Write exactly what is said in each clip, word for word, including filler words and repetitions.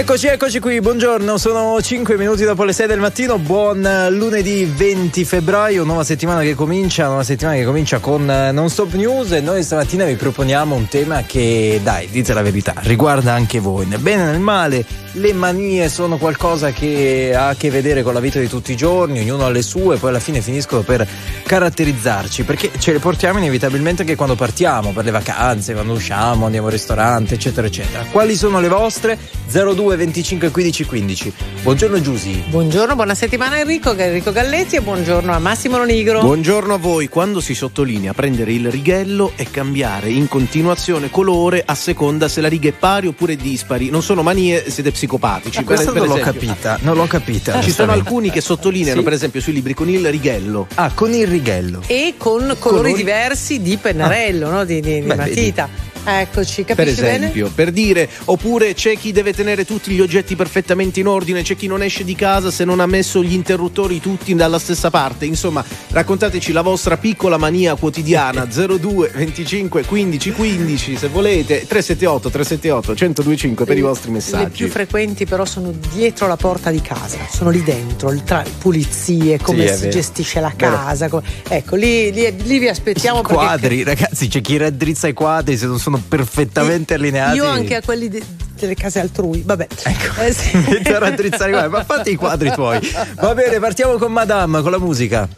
Eccoci, eccoci qui, buongiorno, sono cinque minuti dopo le sei del mattino, buon lunedì venti febbraio, nuova settimana che comincia, nuova settimana che comincia con Non Stop News e noi stamattina vi proponiamo un tema che, dai, dite la verità, riguarda anche voi, nel bene e nel male. Le manie sono qualcosa che ha a che vedere con la vita di tutti i giorni, ognuno ha le sue, poi alla fine finiscono per caratterizzarci, perché ce le portiamo inevitabilmente anche quando partiamo, per le vacanze, quando usciamo, andiamo al ristorante, eccetera, eccetera. Quali sono le vostre? zero due venticinque quindici quindici. Buongiorno Giusy. Buongiorno, buona settimana Enrico, Enrico Galletti e buongiorno a Massimo Lonigro. Buongiorno a voi. Quando si sottolinea prendere il righello e cambiare in continuazione colore a seconda se la riga è pari oppure dispari. Non sono manie, siete psicopatici. Ma questa per, per non esempio. l'ho capita, non l'ho capita. Ci sono alcuni che sottolineano, sì, per esempio sui libri con il righello. Ah, con il righello. E con colori, colori... diversi di pennarello, ah, no? Di, di, di matita. Vedi. Eccoci, capisci per esempio, bene? Per dire, oppure c'è chi deve tenere tutti gli oggetti perfettamente in ordine, c'è chi non esce di casa se non ha messo gli interruttori tutti dalla stessa parte. Insomma, raccontateci la vostra piccola mania quotidiana. Zero due venticinque quindici quindici se volete, tre sette otto tre sette otto uno zero due cinque per le, i vostri messaggi. Le più frequenti però sono dietro la porta di casa, sono lì dentro, il tra pulizie, come sì, si gestisce la casa, come... ecco lì, lì, lì vi aspettiamo. I quadri, perché... ragazzi, c'è chi raddrizza i quadri se non sono perfettamente allineati. Io anche a quelli de- delle case altrui, vabbè. Ecco, eh, sì. inizio a raddrizzare i quadri, ma fate i quadri tuoi. Va bene, partiamo con Madame, con la musica.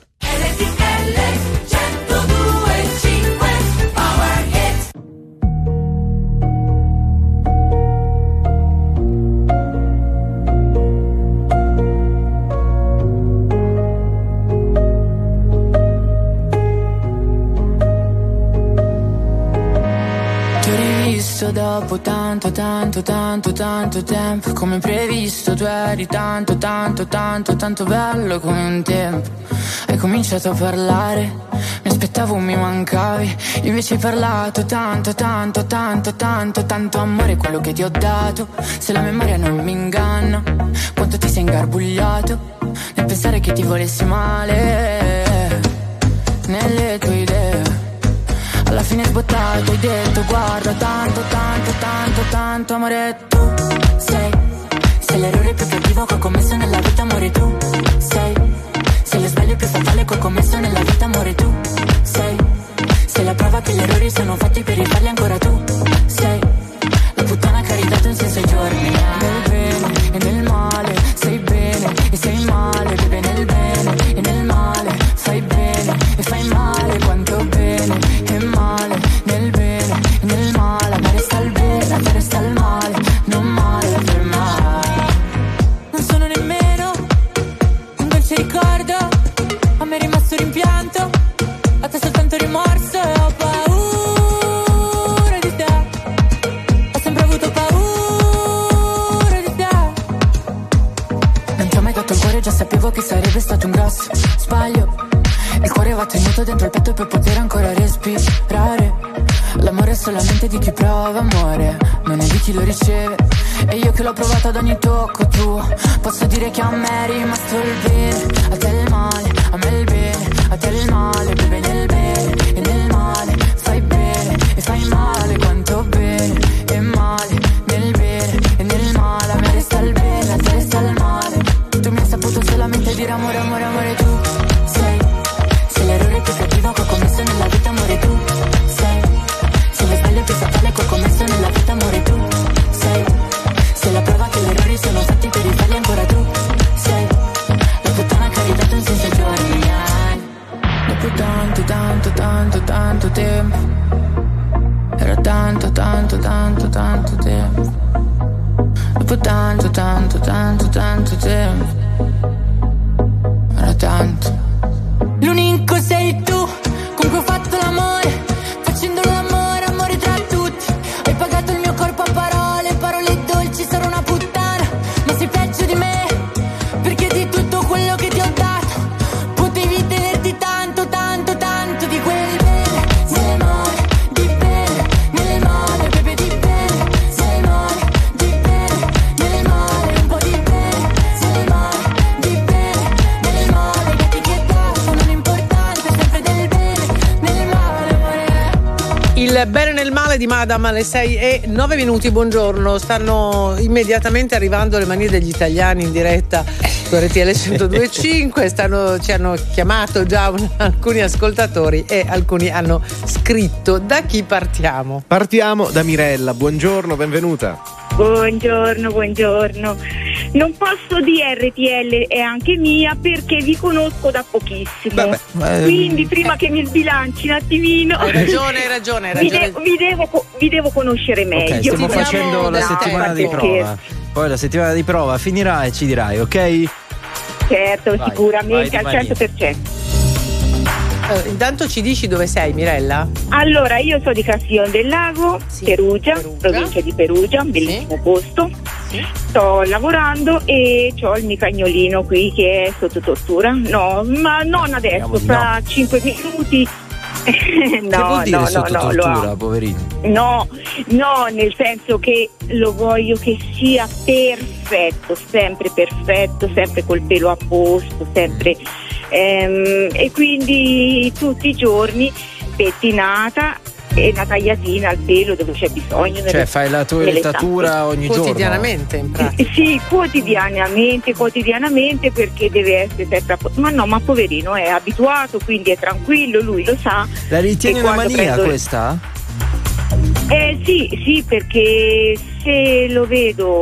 Dopo tanto, tanto, tanto, tanto tempo, come previsto tu eri tanto, tanto, tanto, tanto bello come un tempo. Hai cominciato a parlare, mi aspettavo, mi mancavi, invece hai parlato tanto, tanto, tanto, tanto, tanto amore quello che ti ho dato. Se la memoria non mi inganna, quanto ti sei ingarbugliato nel pensare che ti volessi male nelle tue idee. Alla fine sbottato, hai detto guarda tanto, tanto, tanto, tanto amore tu sei. Sei l'errore più cattivo che ho commesso nella vita, amore tu sei. Sei lo sbaglio più fatale che ho commesso nella vita, amore tu sei. Sei la prova che gli errori sono fatti per rifarli ancora, tu sei. La puttana che ha ridato un senso ai giorni. Nel bene e nel male, sei bene e sei male, bebe nel bene e nel male, fai bene e fai male, quanto bene e male, nel bene e nel male, a me resta il bene, a te resta il male, non male per mai. Non sono nemmeno un dolce ricordo, a me è rimasto rimpianto, a te soltanto rimorso e ho paura di te, ho sempre avuto paura di te. Non ti ho mai dato il cuore, già sapevo che sarebbe stato un grosso sbaglio. Il cuore va tenuto dentro il petto per poter ancora respirare. L'amore è solamente di chi prova amore, non è di chi lo riceve. E io che l'ho provato ad ogni tocco tuo, posso dire che a me è rimasto il bene, a te il male, a me il bene, a te il male, bebe nel bene e nel male, fai bene e fai male, quanto bene e male, nel bene e nel male, a me resta il bene, a te resta il male. Tu mi hai saputo solamente dire amore, amore, amore, tu sei. Sei l'errore più cattivo che ho commesso nella vita, amore tu sei. Sei lo sbaglio più fatale che ho commesso nella vita, amore tu sei. Sei la prova che gli errori sono fatti per rifarli ancora, tu sei. La puttana che ha ridato un senso ai giorni. Dopo tanto, tanto, tanto, tanto tempo, era tanto, tanto, tanto, tanto tempo. Dopo tanto, tanto, tanto, tanto tempo, era tanto. L'unico sei tu, con cui ho fatto l'amore, facendo l'amore, amore tra tutti. Hai pagato il mio corpo a parole, parole dolci, sarò una puttana, ma sei peggio di me, perché di tutto quello che ti ho dato, potevi tenerti tanto, tanto, tanto di quel bene, nel male, di bene, nel male, bebe di bene, nel male, di bene, nel male, un po' di bene, nel male, di bene, nel male, gatti che dà, sono l'importante, sempre del bene, Il bene nel male di Madame alle sei e nove minuti, buongiorno. Stanno immediatamente arrivando le manie degli italiani in diretta su R T L centodue e cinque. Stanno, ci hanno chiamato già un, alcuni ascoltatori e alcuni hanno scritto. Da chi partiamo? Partiamo da Mirella, buongiorno, benvenuta. Buongiorno, buongiorno. Non posso dire R T L è anche mia perché vi conosco da pochissimo. Vabbè, ehm... Quindi prima che mi sbilanci un attimino. Hai ragione, hai ragione, hai ragione. Vi, de- vi, devo, vi devo conoscere meglio. Okay, stiamo Ti facendo la settimana di prova. Poi la settimana di prova finirà e ci dirai, ok? Certo, vai, sicuramente vai al cento per cento. Uh, intanto ci dici dove sei, Mirella? Allora, io sono di Castiglione del Lago, sì, Perugia, Perugia, provincia di Perugia, un bellissimo sì. posto. Sì. Sto lavorando e ho il mio cagnolino qui che è sotto tortura. No, ma non adesso, fra no. cinque minuti. no, che vuol dire no, sotto no, tortura, no, poverino? No, no, nel senso che lo voglio che sia perfetto, sempre perfetto, sempre col pelo a posto, sempre. Ehm, e quindi tutti i giorni pettinata e una tagliatina al pelo dove c'è bisogno. Cioè fai la toilettatura ogni giorno? Quotidianamente in pratica? Sì, quotidianamente, quotidianamente perché deve essere sempre a posto. Ma no, ma poverino è abituato, quindi è tranquillo, lui lo sa. La ritieni una mania prendo... questa? Eh sì, sì, perché se lo vedo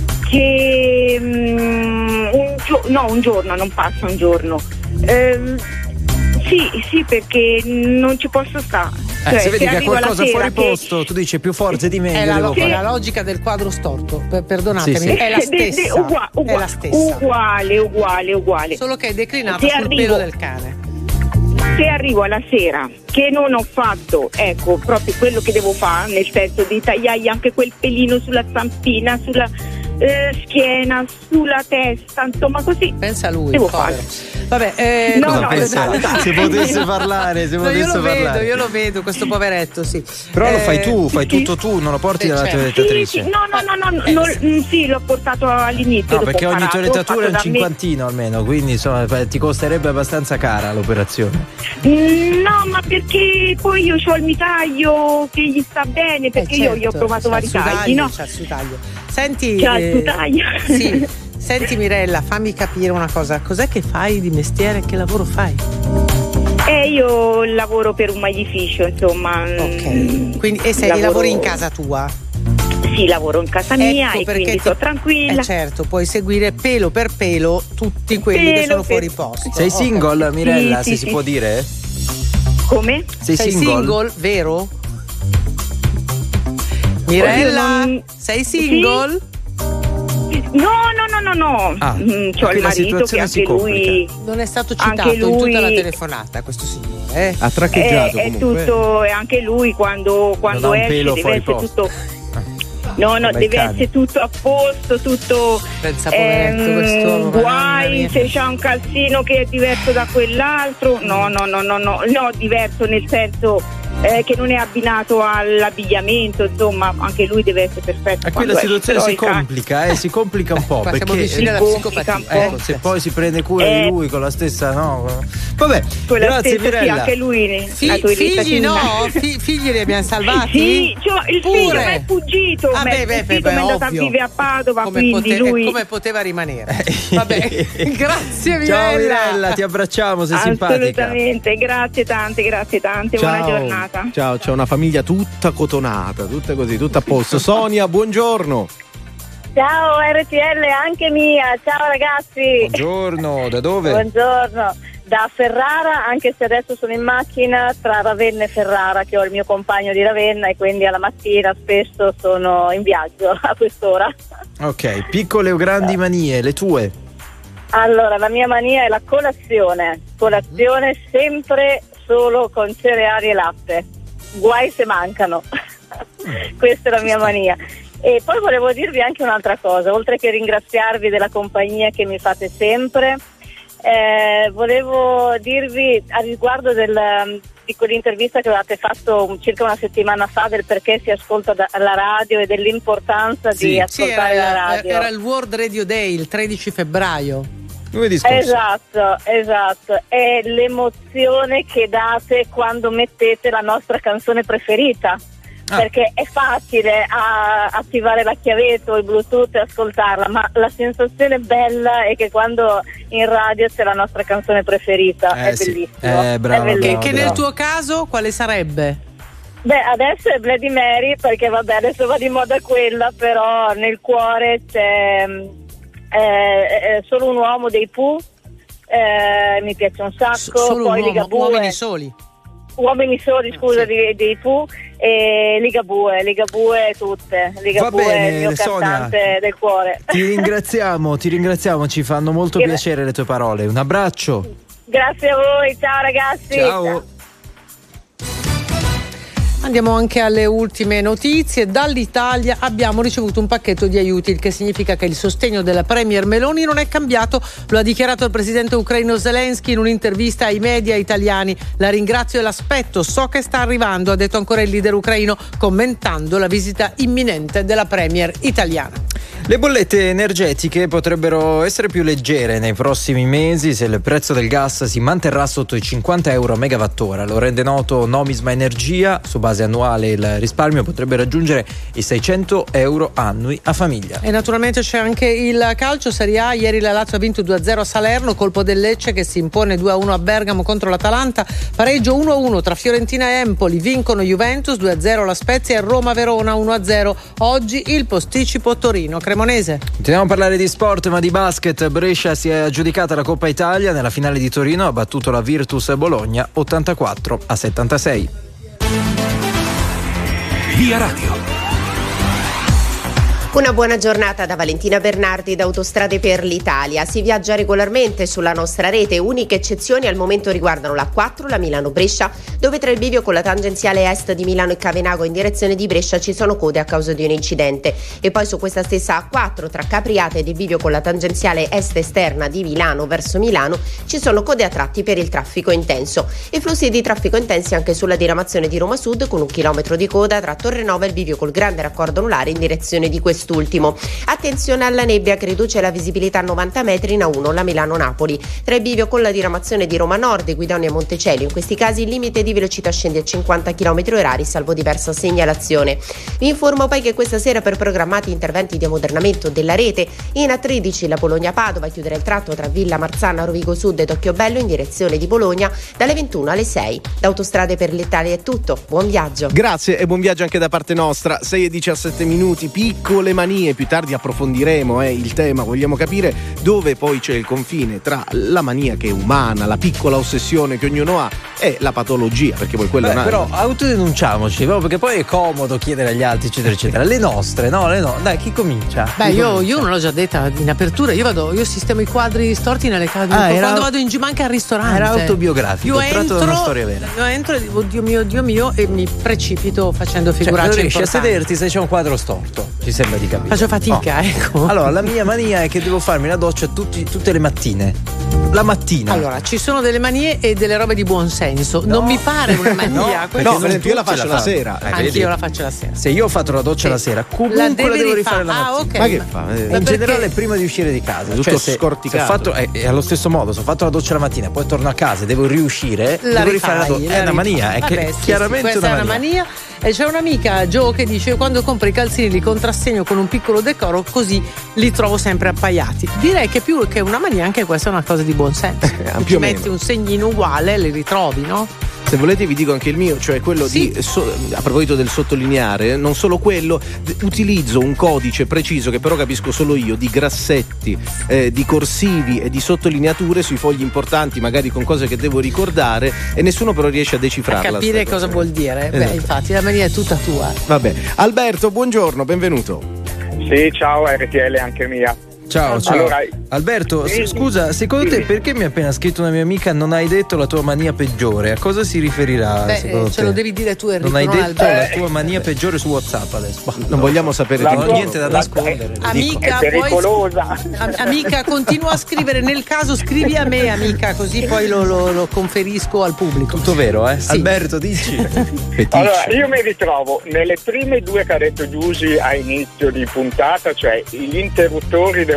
che um, un gio- no, un giorno, non passa un giorno. Ehm, sì, sì, perché non ci posso stare. Eh, cioè, se vedi se che è qualcosa fuori che... posto, tu dici più forze di me. È la, lo è la logica del quadro storto, per, perdonatemi, sì, sì. è la stessa. De, de, uguale, uguale, è la stessa. Uguale, uguale, uguale. Solo che è declinata se sul arrivo, pelo del cane. Se arrivo alla sera che non ho fatto, ecco, proprio quello che devo fare, nel senso di tagliargli anche quel pelino sulla zampina, sulla eh, schiena, sulla testa, insomma così. Pensa a lui. Devo povero. fare. Vabbè, eh, no, no, no, pensa, no, no. se potesse parlare, se no, potesse io lo parlare. vedo, io lo vedo, questo poveretto, sì. Però eh, lo fai tu, fai sì. tutto tu, non lo porti sì, dalla certo. toilettatrice. Sì, sì. No, no, no, no, no, no mm, sì, l'ho portato all'inizio. No, perché ogni toilettatura è un me. cinquantino almeno, quindi insomma ti costerebbe abbastanza cara l'operazione. Mm, no, ma perché poi io ho il mio taglio che gli sta bene, perché eh, certo, io gli ho provato vari tagli, no? C'ha il suo taglio. Senti, c'ha il eh, suo taglio. Sì. Senti Mirella, fammi capire una cosa, cos'è che fai di mestiere, che lavoro fai? Eh, io lavoro per un maglificio, insomma. Ok, quindi e sei, lavoro... lavori in casa tua? Sì, lavoro in casa mia, ecco, e quindi ti... sto tranquilla. Eh certo, puoi seguire pelo per pelo tutti quelli pelo che sono per... fuori posto. Sei single, okay. Mirella, sì, se sì, si sì. può dire? Come? Sei, sei single? single, vero? Mirella, non... sei single? Sì? No, no, no, no, no. Ah, mm, c'ho il marito che anche lui non è stato citato anche lui... in tutta la telefonata, questo signore. Eh? Ha traccheggiato è, è comunque. tutto, e anche lui quando, quando esce deve essere posto. tutto. No, no, deve essere tutto a posto, tutto. Pensa poveretto ehm, quest'uomo. Guai se c'ha un calzino che è diverso da quell'altro. No, no, no, no, no, no, diverso nel senso eh, che non è abbinato all'abbigliamento, insomma, anche lui deve essere perfetto. E qui la situazione si complica, eh, si complica un po'. Qua perché siamo vicini alla psicopatia. Ecco, se poi si prende cura eh, di lui con la stessa, no. Vabbè, quella grazie stessa, Mirella. Sì, anche lui. Fi- figli no, Fi- figli li abbiamo salvati? Sì, cioè, il Pure. figlio mi è fuggito, ah, mi è beh, fuggito, beh, mi è andato a vivere a Padova, come quindi pote- lui... come poteva rimanere. Vabbè, grazie Mirella. Ciao Mirella, ti abbracciamo, sei Assolutamente, simpatica. Assolutamente, grazie tante, grazie tante, ciao. Buona giornata. Ciao, c'è una famiglia tutta cotonata, tutta così, tutta a posto. Sonia, buongiorno. Ciao R T L, anche mia, ciao ragazzi. Buongiorno, da dove? Buongiorno, da Ferrara, anche se adesso sono in macchina tra Ravenna e Ferrara, che ho il mio compagno di Ravenna e quindi alla mattina spesso sono in viaggio a quest'ora. Ok, piccole o grandi manie, le tue? Allora, la mia mania è la colazione, colazione sempre solo con cereali e latte, guai se mancano, questa è la mia mania. E poi volevo dirvi anche un'altra cosa, oltre che ringraziarvi della compagnia che mi fate sempre, eh, volevo dirvi a riguardo del, di quell'intervista che avevate fatto circa una settimana fa del perché si ascolta da, la radio e dell'importanza sì, di ascoltare sì, era, la radio. Era il World Radio Day, il tredici febbraio. Esatto, esatto, è l'emozione che date quando mettete la nostra canzone preferita. ah. perché è facile a attivare la chiavetta o il Bluetooth e ascoltarla, ma la sensazione bella è che quando in radio c'è la nostra canzone preferita, eh, è sì. bellissimo. Eh, bravo, è bellissimo. Che, che nel tuo caso quale sarebbe? Beh, adesso è Bloody Mary, perché vabbè, adesso va di moda quella, però nel cuore c'è eh, è solo un uomo dei Pooh, eh, mi piace un sacco. S- solo poi un uomo, Ligabue, uomini soli. Uomini soli, scusa, sì. dei, dei Pooh, e Ligabue, Ligabue tutte. Ligabue è il mio Sonia, cantante del cuore. Ti ringraziamo, ti ringraziamo, ci fanno molto Gra- piacere le tue parole. Un abbraccio. Grazie a voi, ciao ragazzi. Ciao. Andiamo anche alle ultime notizie. Dall'Italia abbiamo ricevuto un pacchetto di aiuti, il che significa che il sostegno della premier Meloni non è cambiato. Lo ha dichiarato il presidente ucraino Zelensky in un'intervista ai media italiani. La ringrazio e l'aspetto, so che sta arrivando, ha detto ancora il leader ucraino, commentando la visita imminente della premier italiana. Le bollette energetiche potrebbero essere più leggere nei prossimi mesi se il prezzo del gas si manterrà sotto i cinquanta euro a megawattora. Lo rende noto Nomisma Energia. Su base annuale il risparmio potrebbe raggiungere i seicento euro annui a famiglia. E naturalmente c'è anche il calcio Serie A. Ieri la Lazio ha vinto due a zero a Salerno, colpo del Lecce che si impone due a uno a Bergamo contro l'Atalanta, pareggio uno a uno tra Fiorentina e Empoli, vincono Juventus due a zero la Spezia e Roma Verona uno a zero. Oggi il posticipo Torino Cremonese. Continuiamo a parlare di sport, ma di basket. Brescia si è aggiudicata la Coppa Italia. Nella finale di Torino ha battuto la Virtus Bologna ottantaquattro a settantasei. Via Radio. Una buona giornata da Valentina Bernardi da Autostrade per l'Italia. Si viaggia regolarmente sulla nostra rete, uniche eccezioni al momento riguardano l'A quattro, la Milano-Brescia, dove tra il bivio con la tangenziale est di Milano e Cavenago in direzione di Brescia ci sono code a causa di un incidente. E poi su questa stessa A quattro tra Capriate ed il bivio con la tangenziale est esterna di Milano verso Milano ci sono code a tratti per il traffico intenso. E flussi di traffico intensi anche sulla diramazione di Roma Sud con un chilometro di coda tra Torrenova e il bivio col grande raccordo anulare in direzione di questo Ultimo. Attenzione alla nebbia che riduce la visibilità a novanta metri in A uno la Milano-Napoli. Tra il bivio con la diramazione di Roma Nord e Guidonia e Montecelio, in questi casi il limite di velocità scende a cinquanta chilometri orari salvo diversa segnalazione. Vi informo poi che questa sera per programmati interventi di ammodernamento della rete in A tredici la Bologna-Padova chiuderà il tratto tra Villa Marzana, Rovigo Sud e Tocchiobello in direzione di Bologna dalle ventuno alle sei. Da Autostrade per l'Italia è tutto, buon viaggio. Grazie e buon viaggio anche da parte nostra. Sei e diciassette minuti, piccole manie, più tardi approfondiremo eh, il tema, vogliamo capire dove poi c'è il confine tra la mania che è umana, la piccola ossessione che ognuno ha e la patologia, perché poi quella Beh, è una... però autodenunciamoci, proprio perché poi è comodo chiedere agli altri eccetera eccetera. Le nostre, no? Le no. Dai, chi comincia? Beh, chi io, comincia? io non l'ho già detta in apertura, io vado, io sistemo i quadri storti nelle case. Ah, era- quando vado in giro anche al ristorante. Era autobiografico, Io tratto entro, da una storia vera. Io entro e dico, Dio mio, Dio mio, e mi precipito facendo Cioè, figuracce non riesci a importanti. sederti se c'è un quadro storto, ci sembra di capire. Faccio fatica, Oh. ecco. Allora, la mia mania è che devo farmi la doccia tutti- tutte le mattine. La mattina. Allora, ci sono delle manie e delle robe di buon senso. No. Non mi pare una mania. No, questa- perché No, non per esempio io la tutti faccio la la fanno. sera. Eh, vedi? Anch'io la faccio la sera. Se io ho fatto la doccia Sì. la sera, comunque La la, devi devo rifare. rifare la Ah, mattina. ok. Ma che fa? Eh, In perché- generale prima di uscire di casa, Tutto cioè se, se ho scorticato. fatto è, è allo stesso modo, se ho fatto la doccia la mattina, poi torno a casa e devo riuscire, La devo rifare la rifai, doccia. la È una rifai. mania, è Vabbè, che sì, chiaramente sì, questa una è una mania. E c'è un'amica, Gio, che dice: quando compro i calzini li contrassegno con un piccolo decoro, così li trovo sempre appaiati. Direi che più che una mania, anche questa è una cosa di buon senso. Eh, Tu più ci o metti meno. un segnino uguale, li ritrovi, no? Se volete vi dico anche il mio, cioè quello Sì. di, so- a proposito del sottolineare, non solo quello, d- utilizzo un codice preciso che però capisco solo io, di grassetti, eh, di corsivi e di sottolineature sui fogli importanti, magari con cose che devo ricordare e nessuno però riesce a A decifrarla. capire sta cosa cosa. vuol dire. Beh, Esatto. infatti, la mania è tutta tua. Vabbè, Alberto, buongiorno, benvenuto. Sì, ciao, R T L anche mia. Ciao, ciao. Allora, Alberto, sì, s- scusa, secondo sì. te perché mi ha appena scritto una mia amica non hai detto la tua mania peggiore? A cosa si riferirà Beh, secondo eh, ce te? lo devi dire tu, Enrico. Non hai non detto Alberto. la tua mania peggiore su WhatsApp adesso. Bah, Non vogliamo sapere La di non ho tua- niente da la- nascondere. lo dico. Amica, È pericolosa. Poi, am- amica, continua a scrivere. Nel caso, scrivi a me, amica, così poi lo, lo- lo conferisco al pubblico. Tutto vero, eh? Sì. Alberto, dici. Feticcio. Allora, io mi ritrovo nelle prime due carette chiusi a inizio di puntata, cioè gli interruttori devono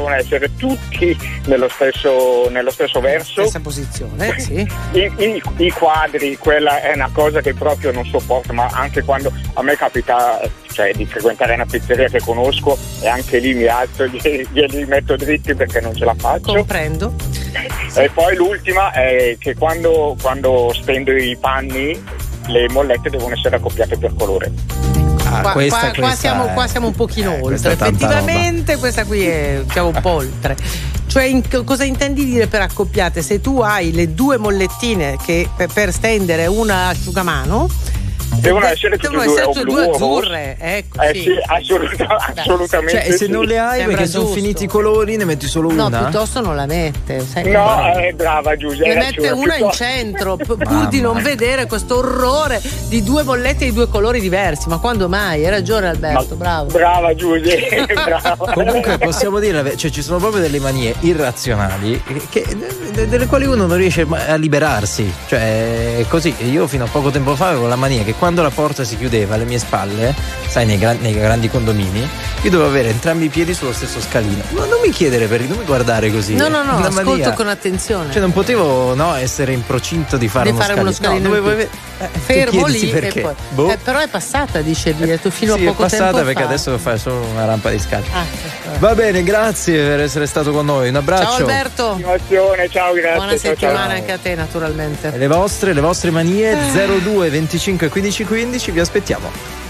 devono essere tutti nello stesso, nello stesso verso. Stessa posizione, sì. I, i, I quadri, quella è una cosa che proprio non sopporto, ma anche quando a me capita, cioè, di frequentare una pizzeria che conosco e anche lì mi alzo, glieli, glieli metto dritti perché non ce la faccio. Comprendo. E poi l'ultima è che quando, quando stendo i panni, le mollette devono essere accoppiate per colore. Ah, qua, questa, qua, questa qua, siamo, è... qua siamo un pochino eh, oltre. Effettivamente roba. Questa qui è siamo un po' oltre. Cioè, in, cosa intendi dire per accoppiate? Se tu hai le due mollettine che per, per stendere una asciugamano, devono essere tutte devono essere due, due azzurre, ecco, eh sì. sì, assoluta, assolutamente. Cioè, e se sì. non le hai Sembra perché sono giusto. finiti i colori, ne metti solo No, una? piuttosto non la mette. Sai No, che- è brava Giuseppe. ne mette una in centro p- pur di non vedere questo orrore di due bollette di due colori diversi. Ma quando mai? Hai ragione Alberto, bravo. Brava Giuseppe, brava. Comunque possiamo dire, cioè ci sono proprio delle manie irrazionali che, de- delle quali uno non riesce mai a liberarsi. Cioè è così. Io fino a poco tempo fa avevo la mania che quando la porta si chiudeva alle mie spalle, sai, nei, gran- nei grandi condomini, io dovevo avere entrambi i piedi sullo stesso scalino. Ma non mi chiedere perché, non mi guardare così. No, no, no, Una ascolto mania. con attenzione. Cioè non potevo, no, essere in procinto di fare, Di uno, fare uno scalino. scalino No, in dovevo più. avere- Eh, fermo tu lì chiediti e perché. poi. Boh. Eh, però è passata, dice il diretto fino Sì, a poco è passata tempo perché fa. adesso devo fare solo una rampa di scale. Ah, ecco. Va bene, grazie per essere stato con noi. Un abbraccio. Ciao Alberto. Continuazione, ciao, grazie. Buona ciao, settimana ciao. anche a te, naturalmente. E le vostre, le vostre manie zero due venticinque quindici quindici, vi aspettiamo.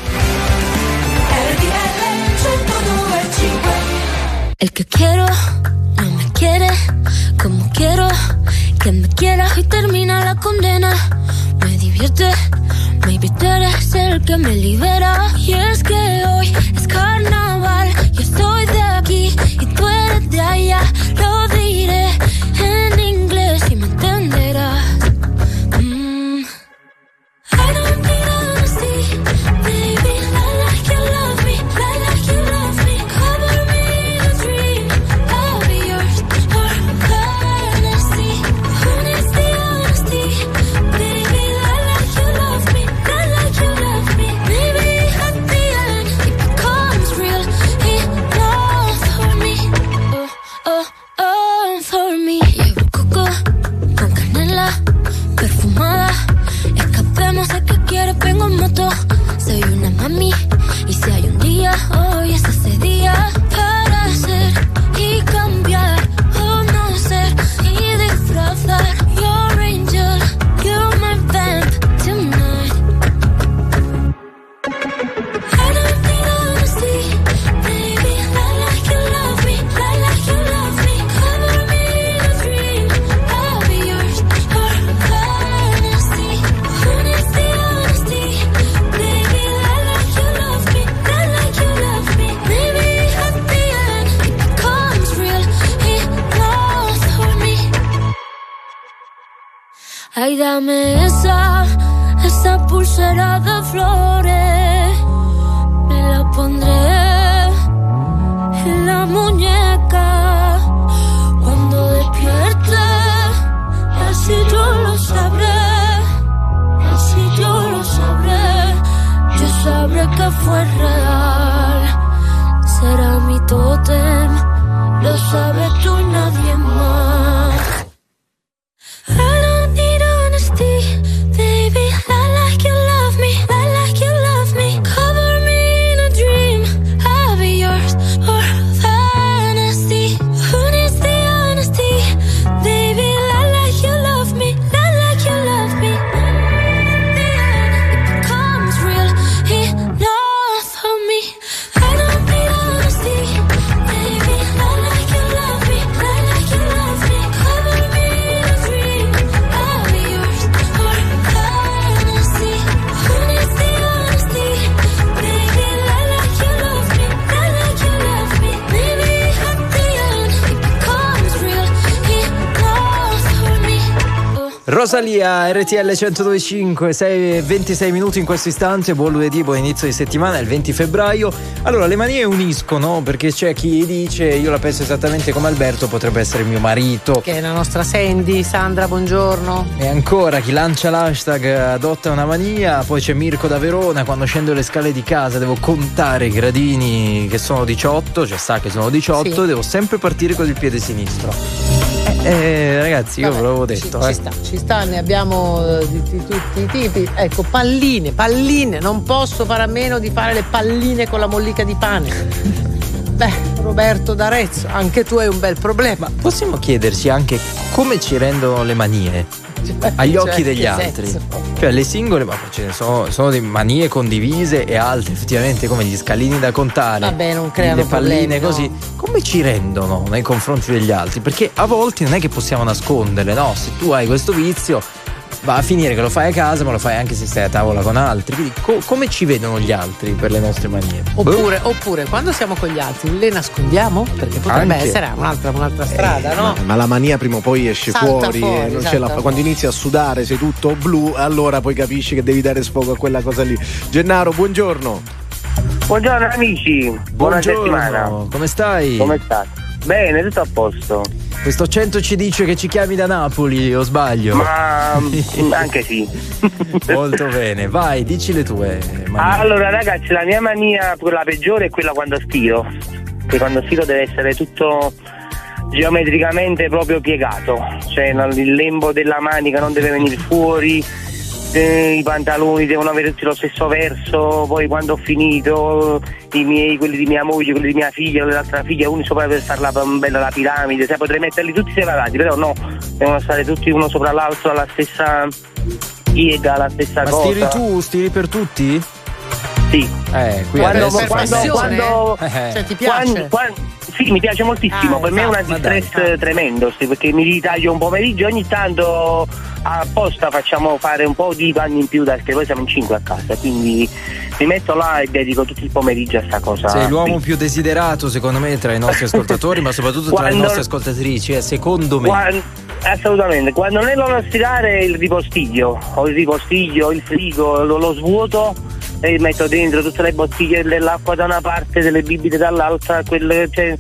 El que quiero no me quiere como quiero que me quiera y termina la condena. Me divierte, maybe tú eres el que me libera. Y es que hoy es carnaval, yo soy de aquí y tú eres de allá. Lo diré en inglés y me entenderás. Mm. I don't need honesty, baby, I like you love me, I like you love me. Cover me in a dream, I'll be yours for honesty. Honesty, honesty, baby, I like you love me, I like you love me. Maybe at the end it becomes real enough for me. Oh, oh, oh, for me. Llevo coco con canela perfumada. Escapemos a que quieres, vengo en moto. Soy una mami y si hay un día, hoy es ese día para ser y cambiar o no ser y disfrazar. Your angel, you're my vamp tonight. I don't need honesty, baby, I like you love me, I like you love me. Cover me in a dream, I'll be yours for honesty. Honesty, honesty, baby, I like you love me, I like you love me. Maybe at the end it becomes real enough for me. Ay, dame esa, esa pulsera de flores. Me la pondré en la muñeca cuando despierte. Así yo lo sabré, así yo lo sabré. Yo sabré que fue real. Será mi tótem, lo sabes tú y nadie más. I don't need honesty, baby, I like you love me, I like you love me. Cover me in a dream, I'll be yours for honesty. Honesty, honesty, baby, I like you love me, I like you love me. It becomes real enough for me. I don't need honesty, baby, I like you love me, Rosalia, R T L centodue e cinque, sei e ventisei minuti in questo istante. Buon lunedì, buon inizio di settimana, il venti febbraio. Allora, le manie uniscono, perché c'è chi dice io la penso esattamente come Alberto, potrebbe essere mio marito. Che è la nostra Sandy. Sandra, buongiorno. E ancora chi lancia l'hashtag adotta una mania. Poi c'è Mirko da Verona, quando scendo le scale di casa devo contare i gradini che sono diciotto, cioè sa che sono diciotto, sì. E devo sempre partire con il piede sinistro. Eh, ragazzi, io Vabbè, ve l'avevo detto. Ci, eh. ci sta, ci sta, ne abbiamo di, di tutti i tipi. Ecco, palline, palline, non posso fare a meno di fare le palline con la mollica di pane. Beh, Roberto d'Arezzo, anche tu hai un bel problema. Ma possiamo chiederci anche come ci rendono le manie agli occhi cioè, degli altri? Senso? Cioè le singole, ma ce ne sono, sono di manie condivise e altre effettivamente come gli scalini da contare. Vabbè, non creano le palline problemi, no? così. Come ci rendono nei confronti degli altri? Perché a volte non è che possiamo nasconderle, no? Se tu hai questo vizio va a finire che lo fai a casa, ma lo fai anche se stai a tavola con altri. Quindi co- come ci vedono gli altri per le nostre manie? Oppure, oppure quando siamo con gli altri le nascondiamo? Perché potrebbe anche essere un'altra, un'altra strada, eh, no? Ma, ma la mania prima o poi esce fuori, fuori e non ce la fa. Quando inizi a sudare, sei tutto blu, allora poi capisci che devi dare sfogo a quella cosa lì. Gennaro, buongiorno. Buongiorno amici, buona Buongiorno. settimana. Come stai? Come stai? Bene, tutto a posto. Questo cento ci dice che ci chiami da Napoli, o sbaglio? Ma anche sì. Molto bene, vai, dici le tue manie. Allora ragazzi, la mia mania, quella peggiore, è quella quando stiro. Che quando stiro deve essere tutto geometricamente proprio piegato. Cioè il lembo della manica non deve venire fuori, eh, i pantaloni devono avere tutti lo stesso verso. Poi quando ho finito, i miei, quelli di mia moglie, quelli di mia figlia, quelli dell'altra figlia, uno sopra per fare la bella la piramide. Se potrei metterli tutti separati, però no, devono stare tutti uno sopra l'altro alla stessa piega, la stessa Ma cosa. stiri tu? Stiri per tutti? Sì. Eh, qui quando, adesso quando, quando, eh. Cioè ti piace? Quando, quando, sì, mi piace moltissimo. Ah, per me è un esatto, antistress dai, dai. tremendo, sì, perché mi ritaglio un pomeriggio, ogni tanto apposta facciamo fare un po' di panni in più, perché poi siamo in cinque a casa, quindi mi metto là e dedico tutto il pomeriggio a sta cosa. Sei l'uomo più desiderato secondo me tra i nostri ascoltatori, ma soprattutto tra Quando, le nostre ascoltatrici, eh, secondo me. Quando, assolutamente, quando non lo stirare il ripostiglio, o il ripostiglio, il frigo, lo, lo svuoto e metto dentro tutte le bottiglie dell'acqua da una parte, delle bibite dall'altra, quelle, cioè,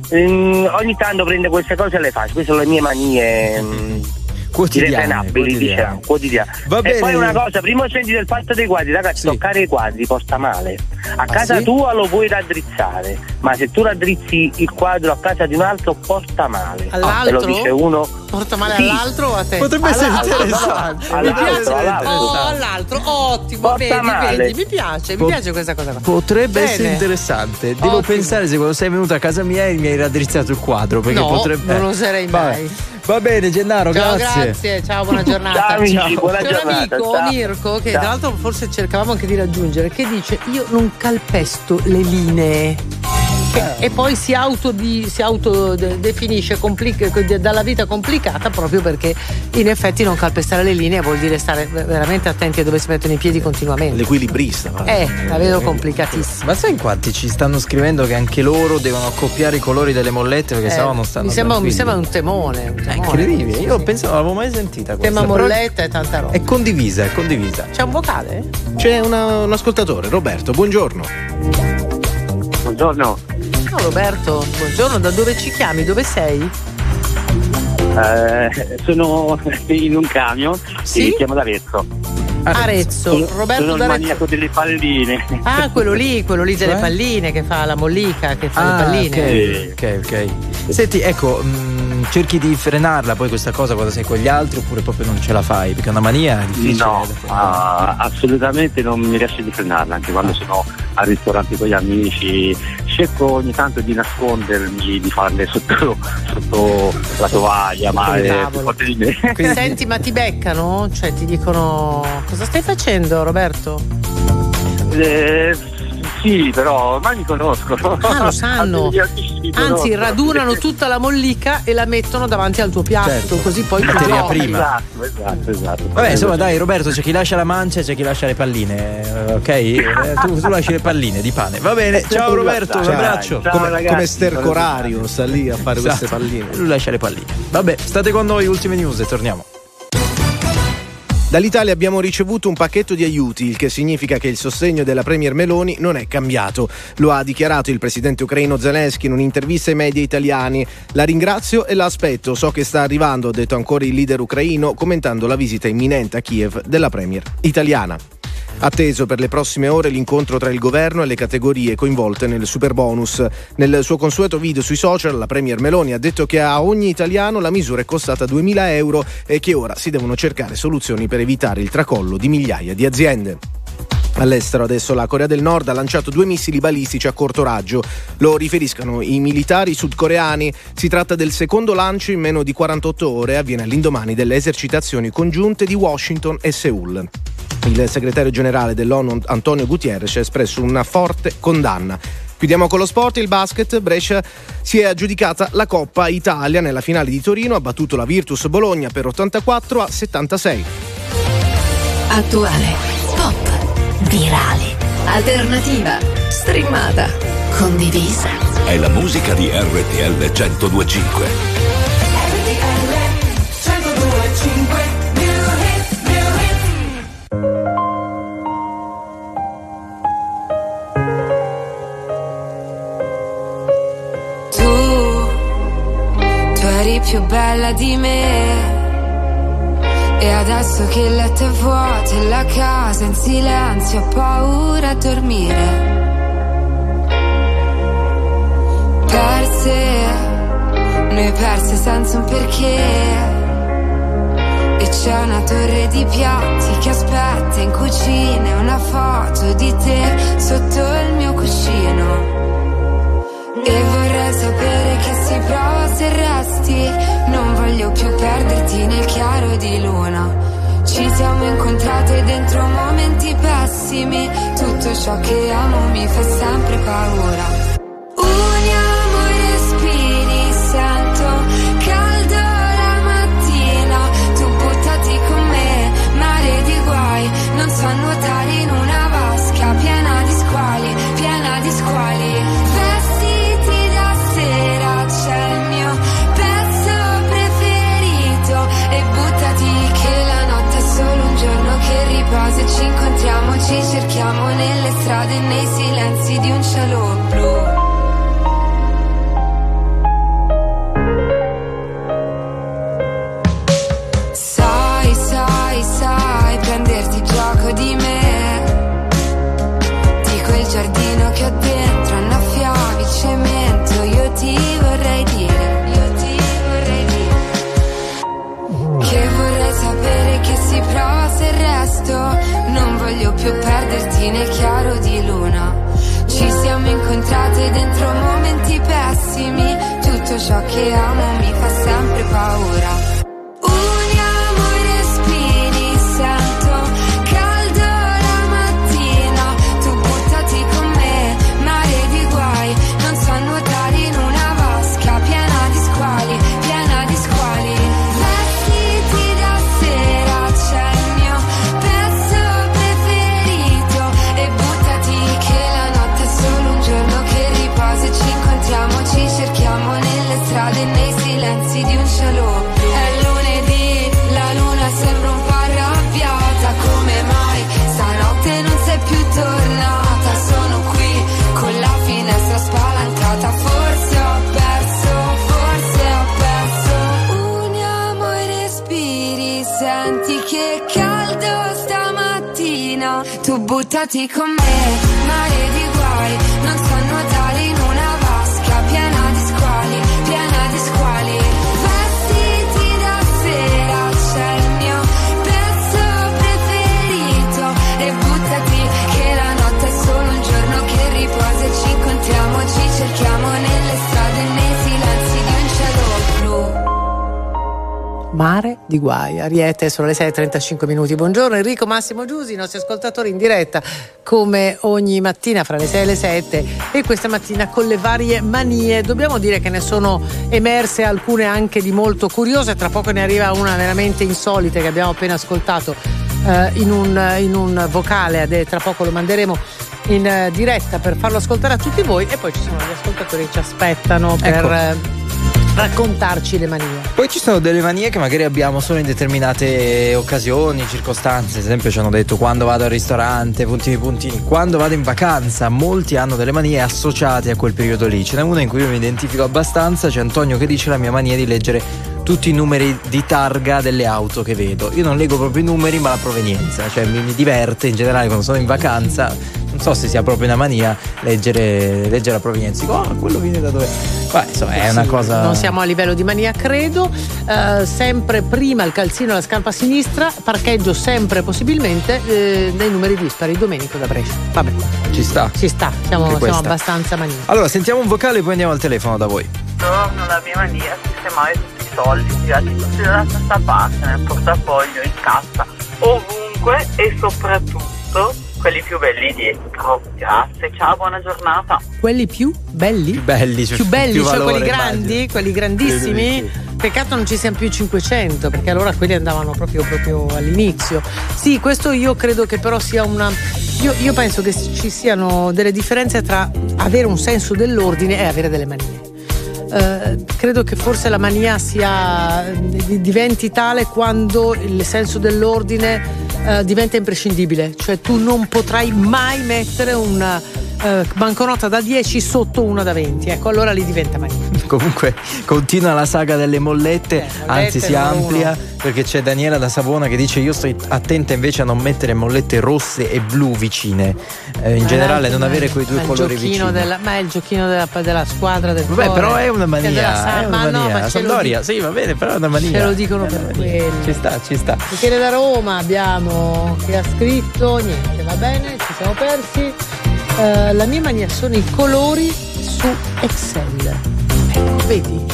um, ogni tanto prendo queste cose e le faccio, queste sono le mie manie. Um, Quotidiane, diciamo, quotidiane. Va e bene. poi una cosa, prima ho sentito il fatto dei quadri, ragazzi, sì. Toccare i quadri porta male. A Ah, casa sì? tua lo puoi raddrizzare, ma se tu raddrizzi il quadro a casa di un altro porta male. All'altro? Te lo dice uno. Porta male Sì. all'altro o a te? Potrebbe essere All'altro, interessante. no, Mi all'altro, piace. all'altro. Oh, all'altro, ottimo, Porta vedi, male. vedi, mi piace, mi Po- piace questa cosa qua. Potrebbe Bene. essere interessante. Devo Ottimo. pensare se quando sei venuto a casa mia mi hai raddrizzato il quadro. Perché No, potrebbe. non oserei Vabbè. mai. Va bene, Gennaro, Ciao, grazie. grazie, ciao, buona giornata. Ciao, amici, Ciao. buona C'è un giornata, amico, ciao. Mirko, che Ciao. tra l'altro forse cercavamo anche di raggiungere, che dice io non calpesto le linee. Che- e poi si autodi- si autodefinisce complica- dalla vita complicata proprio perché in effetti non calpestare le linee vuol dire stare veramente attenti a dove si mettono i piedi continuamente. L'equilibrista. va. Eh, la vedo complicatissima. Ma sai in quanti ci stanno scrivendo che anche loro devono accoppiare i colori delle mollette perché Eh, sennò non stanno mi sembra, mi tranquilli. sembra un temone. Un È temone. incredibile, io pensavo, non l'avevo mai sentita questa. Tema però molletta e tanta roba. È condivisa, è condivisa. C'è un vocale? C'è una- un ascoltatore, Roberto, buongiorno. Buongiorno. Ciao Roberto, buongiorno, da dove ci chiami? Dove sei? Eh, sono in un camion Sì? e chiamo da Arezzo. Arezzo, Roberto sono il d'Arezzo. maniaco delle palline. Ah, quello lì, quello lì delle Cioè? palline che fa la mollica, che fa Ah, le palline. ok, ok, ok. Senti, ecco, mh, cerchi di frenarla poi questa cosa quando sei con gli altri oppure proprio non ce la fai? Perché è una mania difficile. No, da frenare. ah, assolutamente non mi riesce di frenarla, anche quando sono al ristorante con gli amici. Cerco ogni tanto di nascondermi, di farle sotto, sotto la tovaglia, ma Che è cavolo. più forte di me. Senti, ma ti beccano? Cioè ti dicono cosa stai facendo, Roberto? Eh, sì, però ma mi conosco. Ah, lo sanno. Altri amici mi Anzi, conoscono. radunano tutta la mollica e la mettono davanti al tuo piatto, Certo. così poi tu Materia provi. prima. Esatto, esatto, esatto. Vabbè, insomma, dai, Roberto, c'è chi lascia la mancia e c'è chi lascia le palline, eh, ok? Eh, tu, tu lasci le palline di pane. Va bene, ciao Roberto, un Ciao. abbraccio. Ciao, come, ragazzi, come Stercorario, sta lì a fare Esatto. queste palline. Lui lascia le palline. Vabbè, state con noi, ultime news e torniamo. Dall'Italia abbiamo ricevuto un pacchetto di aiuti, il che significa che il sostegno della premier Meloni non è cambiato. Lo ha dichiarato il presidente ucraino Zelensky in un'intervista ai media italiani. La ringrazio e la aspetto, so che sta arrivando, ha detto ancora il leader ucraino, commentando la visita imminente a Kiev della premier italiana. Atteso per le prossime ore l'incontro tra il governo e le categorie coinvolte nel superbonus. Nel suo consueto video sui social la premier Meloni ha detto che a ogni italiano la misura è costata duemila euro e che ora si devono cercare soluzioni per evitare il tracollo di migliaia di aziende. All'estero adesso la Corea del Nord ha lanciato due missili balistici a corto raggio. Lo riferiscono i militari sudcoreani. Si tratta del secondo lancio in meno di quarantotto ore e avviene all'indomani delle esercitazioni congiunte di Washington e Seoul. Il segretario generale dell'ONU Antonio Guterres ha espresso una forte condanna. Chiudiamo con lo sport, il basket. Brescia si è aggiudicata la Coppa Italia nella finale di Torino, ha battuto la Virtus Bologna per ottantaquattro a settantasei. Attuale, pop, virale, alternativa, streamata, condivisa. È la musica di R T L centodue e cinque. R T L centodue e cinque. Più bella di me, e adesso che il letto è vuoto e la casa in silenzio ho paura a dormire. Perse, noi perse senza un perché, e c'è una torre di piatti che aspetta in cucina e una foto di te sotto il mio cuscino. E vorrei sapere che si prova se resti, non voglio più perderti nel chiaro di luna. Ci siamo incontrate dentro momenti pessimi, tutto ciò che amo mi fa sempre paura. Uniamo i respiri, sento caldo la mattina, tu buttati con me, mare di guai, non so nuotare in una vasca piena di squali, piena di squali. C'è il mio pezzo preferito e buttati che la notte è solo un giorno che riposa e ci incontriamo, ci cerchiamo nelle strade e nei silenzi di un cielo blu. Sai, sai, sai prenderti gioco di me, di quel giardino che ho dentro annaffiavi il cemento, io ti vorrei dire, io ti vorrei dire che vorrei sapere che si prova se resto, non voglio più perderti nel chiaro di luna. Ci siamo incontrate dentro momenti pessimi, tutto ciò che amo mi fa sempre paura. Uniamo i respiri, sento caldo la mattina, tu buttati con me, mare di guai, non so nuotare in una vasca piena di squali, piena di squali. Vestiti da sera, c'è il mio pezzo preferito e buttati che la notte è solo un giorno che riposa e ci incontriamo, ci cerchiamo nelle strade e nei silenzi di un cielo blu. È lunedì, la luna sembra un po' arrabbiata, come mai stanotte non sei più tornata? Sono qui con la finestra spalancata, forse ho perso, forse ho perso. Uniamo i respiri, senti che caldo stamattina, tu buttati con me, mare di guai, non so nuotare in una vasca piena di squali, piena di squali. Vestiti da sera, c'è il mio pezzo preferito e buttati che la notte è solo un giorno che riposa e ci incontriamo, ci cerchiamo nelle strade e nei silenzi di un cielo blu. Mare di guai, Ariete, sono le sei e trentacinque minuti. Buongiorno Enrico, Massimo Giusi, i nostri ascoltatori in diretta come ogni mattina fra le sei e le sette, e questa mattina con le varie manie. Dobbiamo dire che ne sono emerse alcune anche di molto curiose, tra poco ne arriva una veramente insolita che abbiamo appena ascoltato eh, in, un, in un vocale, ed tra poco lo manderemo in diretta per farlo ascoltare a tutti voi, e poi ci sono gli ascoltatori che ci aspettano per... Ecco. raccontarci le manie. Poi ci sono delle manie che magari abbiamo solo in determinate occasioni, circostanze. Ad esempio ci hanno detto quando vado al ristorante, puntini puntini. Quando vado in vacanza, molti hanno delle manie associate a quel periodo lì. Ce n'è una in cui io mi identifico abbastanza. C'è Antonio che dice la mia mania è di leggere tutti i numeri di targa delle auto che vedo. Io non leggo proprio i numeri ma la provenienza, cioè mi, mi diverte in generale quando sono in vacanza, non so se sia proprio una mania leggere, leggere la provenienza. Dico, oh, quello viene da dove? Beh, insomma, è sì, una cosa. Non siamo a livello di mania, credo. Uh, sempre prima il calzino e la scarpa a sinistra, parcheggio sempre possibilmente eh, nei numeri dispari. Domenico da Brescia. Vabbè. Ci sta. Ci sta, siamo, siamo abbastanza maniaci. Allora, sentiamo un vocale e poi andiamo al telefono da voi. Torno la mia mania è sistemare tutti i soldi tirati tutti dalla stessa parte, nel portafoglio, in cassa, ovunque e soprattutto quelli più belli dietro. Grazie, ciao, buona giornata. Quelli più belli? Più belli, cioè più belli, più cioè valore, quelli grandi, immagino. quelli grandissimi. Peccato non ci siano più cinquecento, perché allora quelli andavano proprio, proprio all'inizio. Sì, questo io credo che però sia una. Io, io penso che ci siano delle differenze tra avere un senso dell'ordine e avere delle manie. Uh, credo che forse la mania sia diventi tale quando il senso dell'ordine uh, diventa imprescindibile, cioè tu non potrai mai mettere una uh, banconota da dieci sotto una da venti, ecco, allora lì diventa mania. Comunque continua la saga delle mollette, eh, mollette anzi si amplia uno. Perché c'è Daniela da Savona che dice io sto attenta invece a non mettere mollette rosse e blu vicine, eh, in ma generale non ma avere quei due ma colori il giochino vicini. della, ma è il giochino della, della squadra del Vabbè, cuore, però è una mania, della, è una ma mania. no, ma La ce lo Sampdoria, di- sì, va bene, però è una mania. ce lo dicono per quello. Ci sta, ci sta. Michele da Roma abbiamo che ha scritto niente, va bene, ci siamo persi. Eh, la mia mania sono i colori su Excel. Ecco, vedi?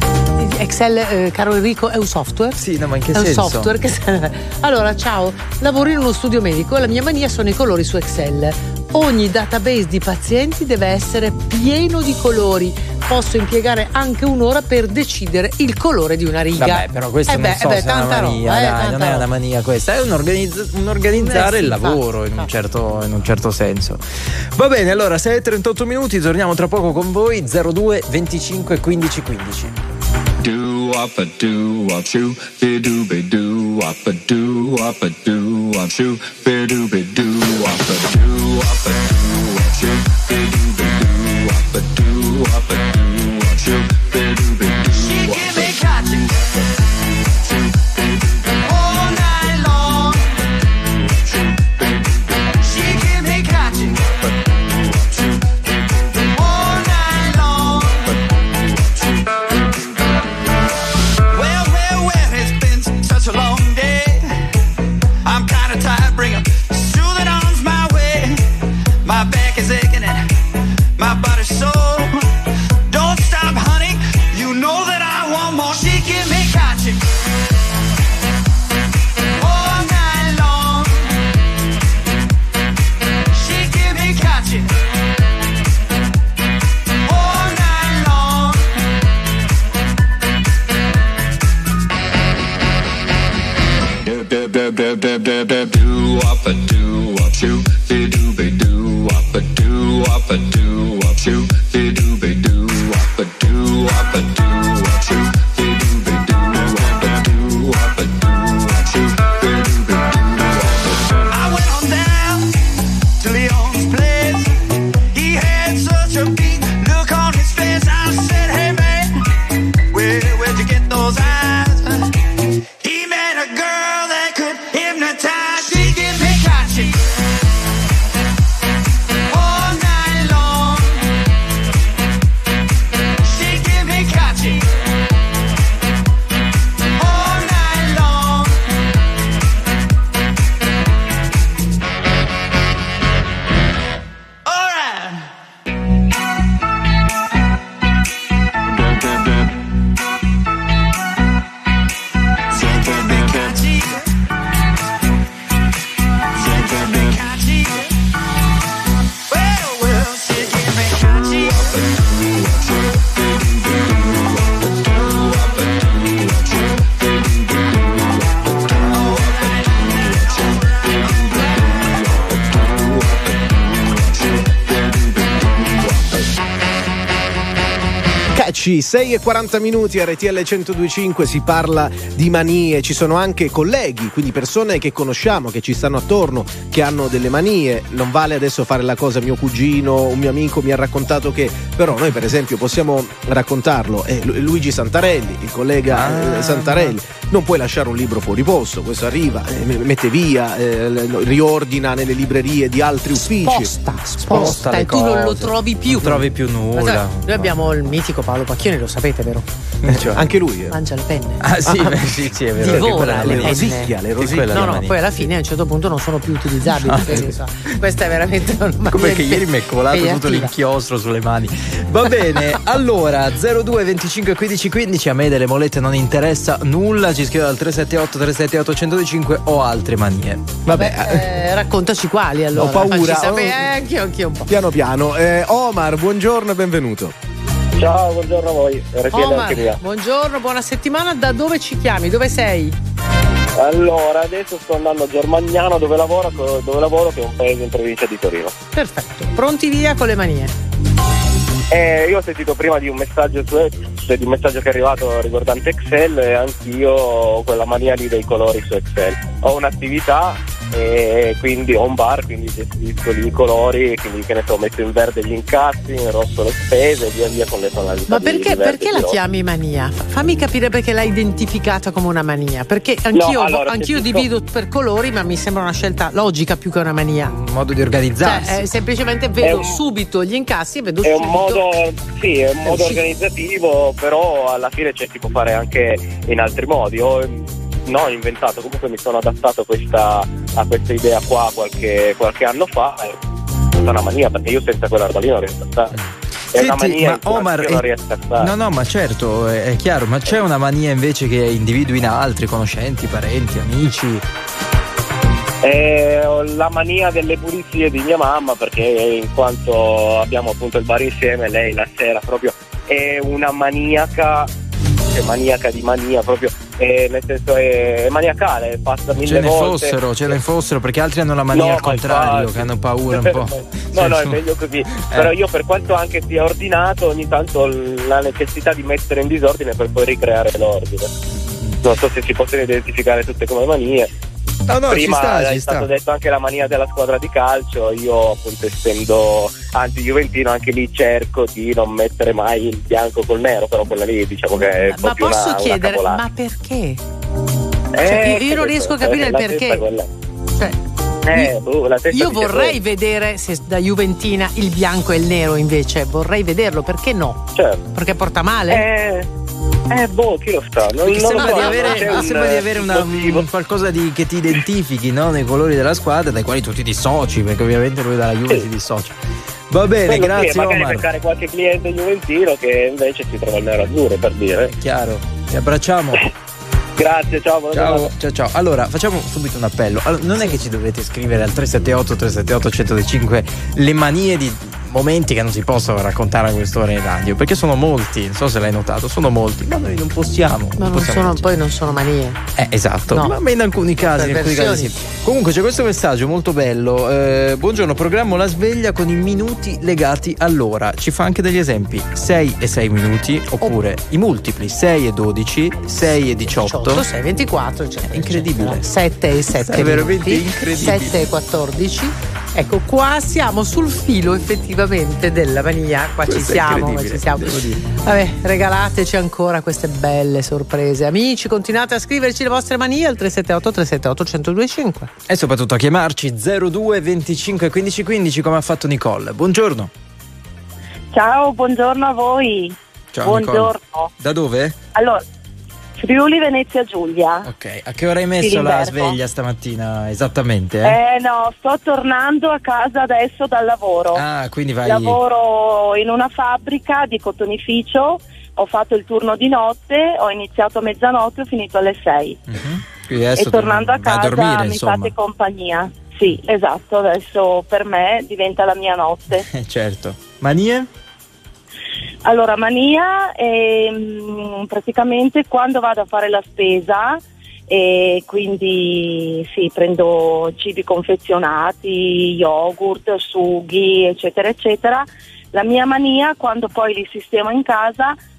Excel, eh, caro Enrico, è un software? Sì, no, ma in che è un senso? software che serve. Allora, ciao, lavoro in uno studio medico e la mia mania sono i colori su Excel. Ogni database di pazienti deve essere pieno di colori. Posso impiegare anche un'ora per decidere il colore di una riga. Vabbè, però questa eh non beh, so eh beh, se è una tanta mania, roba, eh, dai, tanta non è roba. una mania questa, è un, organizz- un organizzare Eh sì, il lavoro infatti, in un, certo, in un certo senso. Va bene, allora sei e trentotto minuti, torniamo tra poco con voi. Zero due venticinque quindici quindici. Do up a do up shoo, be do be do up a do up a do up shoo, be do be do up a do up a do up shoo, be do be do up a do up a do up shoo, be do be do. She give me cotton all night long. She give me cotton all night long. Well, well, well, it's been such a long day. I'm kinda tired, bring 'em soothing arms my way. My back is aching and my body's sore. Don't stop, honey, you know that I want more. She give me cotton all night long. She give me cotton all night long. Do do do do do do do do up a do up shoo, be do be do up a do up a do up shoo, be do be do up a do up a do up shoo, be do be do up a do up a do up shoo, be do be do up a. I went on down to Leon's place. He had such a beat look on his face. I said, hey man, where where'd you get those eyes? He met a girl that could hypnotize. She give me cotton all night long. She give me cotton all night long. All right. She give me cotton. She give me cotton. eccoci, sei e quaranta minuti, R T L centodue e cinque, si parla di manie, ci sono anche colleghi, quindi persone che conosciamo, che ci stanno attorno, che hanno delle manie. Non vale adesso fare la cosa mio cugino, un mio amico mi ha raccontato che, però noi per esempio possiamo raccontarlo, eh, Luigi Santarelli, il collega Ah. eh, Santarelli, non puoi lasciare un libro fuori posto, questo arriva, eh, mette via, eh, riordina nelle librerie di altri uffici. Sposta, sposta e tu non lo trovi più. Non trovi più nulla. Noi abbiamo il mitico Paolo Pacchioni, lo sapete, vero? Cioè, anche lui. Eh. Mangia le penne. Ah sì, beh, sì, sì, è vero. Divora le le penne. rosicchia, le rosicchia. No, no, poi alla fine a un certo punto non sono più utilizzabili. No. Quindi, insomma, questa è veramente una mania Come che ieri mi è colato tutto impegnativa. l'inchiostro sulle mani. Va bene, allora zero due venticinque quindici quindici, a me delle molette non interessa nulla, ci scrive al tre sette otto tre sette otto uno zero cinque o altre manie. Vabbè, Eh, raccontaci quali allora. Ho paura. Facci sapere. Eh, anch'io, anch'io un po'. piano piano. Eh, Omar, buongiorno e benvenuto. Ciao, buongiorno a voi. R T L Omar, anche mia. buongiorno, buona settimana. Da dove ci chiami? Dove sei? Allora, adesso sto andando a Germagnano dove lavoro, dove lavoro che è un paese in provincia di Torino. Perfetto. Pronti via con le manie. Eh, io ho sentito prima di un messaggio su cioè di un messaggio che è arrivato riguardante Excel e anch'io ho quella mania lì dei colori su Excel. Ho un'attività e quindi ho un bar, quindi gestisco lì i colori, quindi che ne so, metto in verde gli incassi, in rosso le spese e via via con le tonalità. Ma di- perché, di verde perché e la di rosso. chiami mania? Fammi capire perché l'hai identificata come una mania. Perché anch'io, No, allora, anch'io se dico- divido per colori, ma mi sembra una scelta logica più che una mania. un modo di organizzarsi. Cioè, eh, semplicemente vedo un- subito gli incassi e vedo È subito. un modo, sì, è un modo uscito. organizzativo, però alla fine c'è, si può fare anche in altri modi. Ho, no, ho inventato, comunque mi sono adattato a questa, a questa idea qua qualche, qualche anno fa. È una mania, perché io senza quella roba lì non riesco a stare. È una Senti, mania ma in cui Omar, anch'io non eh, riesco a stare. no, no, ma certo, è, è chiaro, ma c'è una mania invece che individui in altri, conoscenti, parenti, amici? Eh, ho la mania delle pulizie di mia mamma, perché in quanto abbiamo appunto il bar insieme, lei la sera proprio è una maniaca, cioè maniaca di mania proprio, eh, nel senso è, è maniacale, passa mille Ce ne volte. fossero, ce ne fossero, perché altri hanno la mania No, al ma contrario, infatti. che hanno paura un po'. No, no, è Cioè, meglio così. Però io, per quanto anche sia ordinato, ogni tanto ho la necessità di mettere in disordine per poi ricreare l'ordine. Non so se si possono identificare tutte come manie. No, no, Prima ci sta, è ci stato sta. detto anche la mania della squadra di calcio. Io, appunto, essendo anti-juventino, anche lì cerco di non mettere mai il bianco col nero, però quella lì diciamo che è un po' Ma più posso una, una chiedere, cavolata. ma perché? Eh, Cioè, io, io non questo, riesco a capire eh, il la perché. testa è quella. Cioè, Eh, boh, la testa io dice vorrei quello. vedere se da Juventina il bianco e il nero invece, vorrei vederlo, perché no? Certo. Perché porta male? Eh, eh boh, chi lo sa? Non, Perché non sembra lo so, di avere, non c'è mi un, sembra di avere una, motivo. un qualcosa di, che ti identifichi, no? Nei colori della squadra, dai quali tu ti dissoci, perché ovviamente lui dalla Juve Sì. si dissocia. Va bene, Quello grazie sì, magari Omar. beccare qualche cliente juventino che invece si trova il nero azzurro, per dire. Chiaro, ti abbracciamo. Grazie, ciao, buona Ciao, giornata. ciao, ciao. Allora, facciamo subito un appello. Allora, non è che ci dovete scrivere al tre sette otto tre sette otto uno zero cinque le manie di momenti che non si possono raccontare a quest'ora in radio, perché sono molti, non so se l'hai notato, sono molti, ma noi non possiamo. Ma non possiamo sono, poi non sono manie. Eh, esatto, No. ma in alcuni casi, in alcuni casi sì. Comunque c'è questo messaggio molto bello. Eh, buongiorno, programmo la sveglia con i minuti legati all'ora. Ci fa anche degli esempi: sei e sei minuti, oppure i multipli sei e dodici, sei e diciotto. sei e ventiquattro, eccetera, incredibile. eccetera. sette e sette. È veramente minuti, incredibile. sette e quattordici. Ecco, qua siamo sul filo effettivamente della mania. Qua ci Questo è siamo, qua incredibile, ci siamo. devo dire. Vabbè, regalateci ancora queste belle sorprese. Amici, continuate a scriverci le vostre manie al tre sette otto tre sette otto uno zero due cinque. E soprattutto a chiamarci zero due venticinque quindici quindici come ha fatto Nicole. Buongiorno. Ciao, buongiorno a voi. Ciao Buongiorno. Nicole. Da dove? Allora, Friuli Venezia Giulia. Ok, a che ora hai messo la sveglia stamattina esattamente? Eh? Eh no, sto tornando a casa adesso dal lavoro. Ah, quindi vai. Lavoro in una fabbrica di cotonificio, ho fatto il turno di notte, ho iniziato a mezzanotte, ho finito alle sei. Quindi adesso E tornando a vai casa dormire, mi insomma. fate compagnia. Sì, esatto, adesso per me diventa la mia notte. Eh, certo. Manie? Allora, mania è mm, praticamente quando vado a fare la spesa e quindi sì, prendo cibi confezionati, yogurt, sughi, eccetera, eccetera. La mia mania, quando poi li sistemo in casa,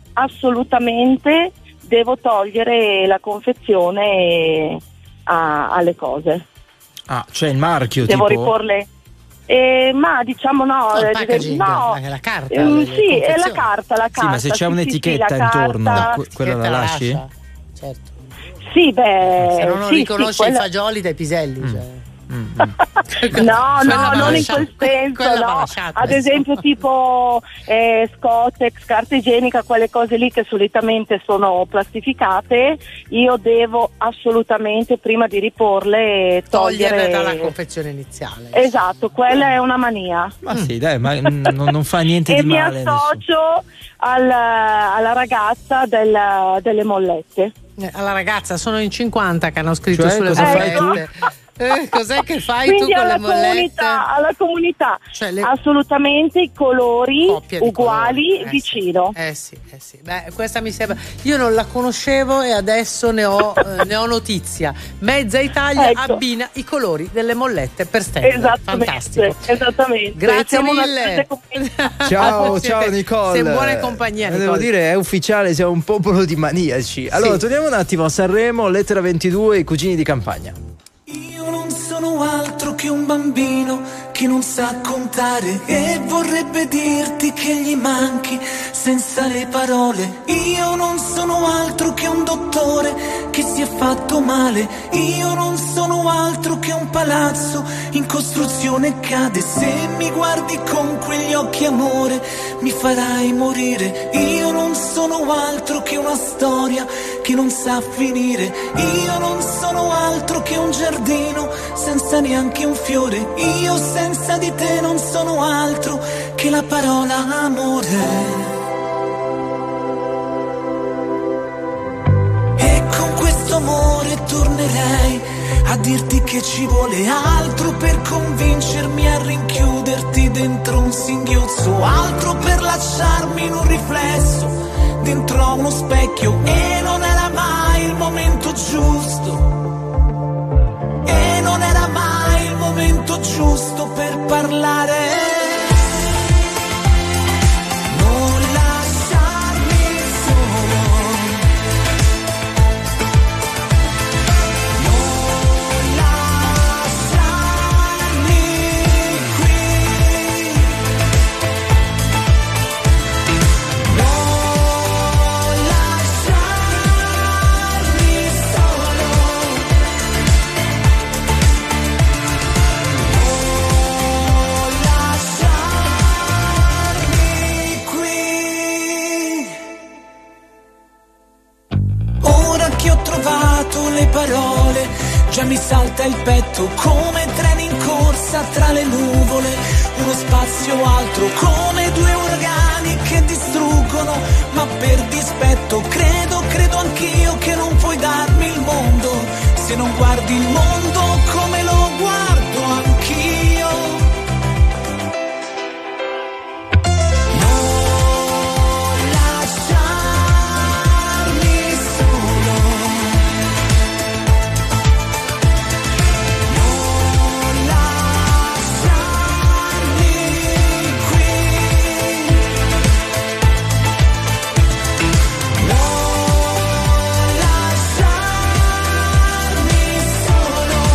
assolutamente devo togliere la confezione a- alle cose. Ah, cioè il marchio Devo tipo? riporle. Eh, ma diciamo no, No, il eh, packaging, no. la- la carta, Ehm, le- le sì, è la confezioni. carta, la carta. Sì, ma se c'è sì, un'etichetta sì, sì, la intorno, carta- que- quella la lasci? lascia, certo. Sì, beh, Se no non sì, riconosce sì, quella- i fagioli dai piselli. Cioè. No, Quella no, va non in lasciata. quel senso, Quella va no. lasciata, Ad insomma. esempio tipo eh, Scottex, carta igienica, quelle cose lì che solitamente sono plastificate, io devo assolutamente prima di riporle togliere Togliere dalla confezione iniziale. Esatto, quella è una mania. Ma sì, dai, ma n- non, non fa niente E di mi male. associo al- alla ragazza del- delle mollette. Eh, Alla ragazza, sono in cinquanta che hanno scritto Cioè, sulle cosa fai mollette. Eh, cos'è che fai Quindi tu con alla le mollette? comunità, alla comunità Cioè, le- assolutamente i colori Coppia di uguali colori, eh sì. vicino. Eh sì, eh sì. Beh, questa mi sembra. Io non la conoscevo e adesso ne ho, eh, ne ho notizia. Mezza Italia Ecco. abbina i colori delle mollette per stelle. Esattamente, Fantastico. esattamente. Grazie Siamo una mille. grande comunità. Ciao, Siete- ciao Nicole. sei in buona compagnia, Eh, Devo Nicole. dire, è ufficiale, siamo un popolo di maniaci. Allora, Sì. torniamo un attimo a Sanremo, lettera ventidue, i cugini di campagna. Io non sono altro che un bambino che non sa contare e vorrebbe dirti che gli manchi senza le parole. Io non sono altro che un dottore che si è fatto male. Io non sono altro che un palazzo in costruzione cade. Se mi guardi con quegli occhi amore mi farai morire. Io non sono altro che una storia che non sa finire. Io non sono altro che un giardino senza neanche un fiore. Io senza di te non sono altro che la parola amore. E con questo amore tornerei a dirti che ci vuole altro per convincermi a rinchiuderti dentro un singhiozzo, altro per lasciarmi in un riflesso dentro a uno specchio. E non era mai il momento giusto, e non era mai il momento giusto per parlare. Non lasciarmi solo, non lasciarmi qui, non lasciarmi solo. Ora che ho trovato le parole, già mi salta il petto come treni in corsa tra le nuvole. Uno spazio altro come due uragani che distruggono, ma per dispetto credo, credo anch'io che non puoi darmi il mondo se non guardi il mondo come lo guardo anch'io. Non lasciarmi solo, non lasciarmi qui, non lasciarmi solo.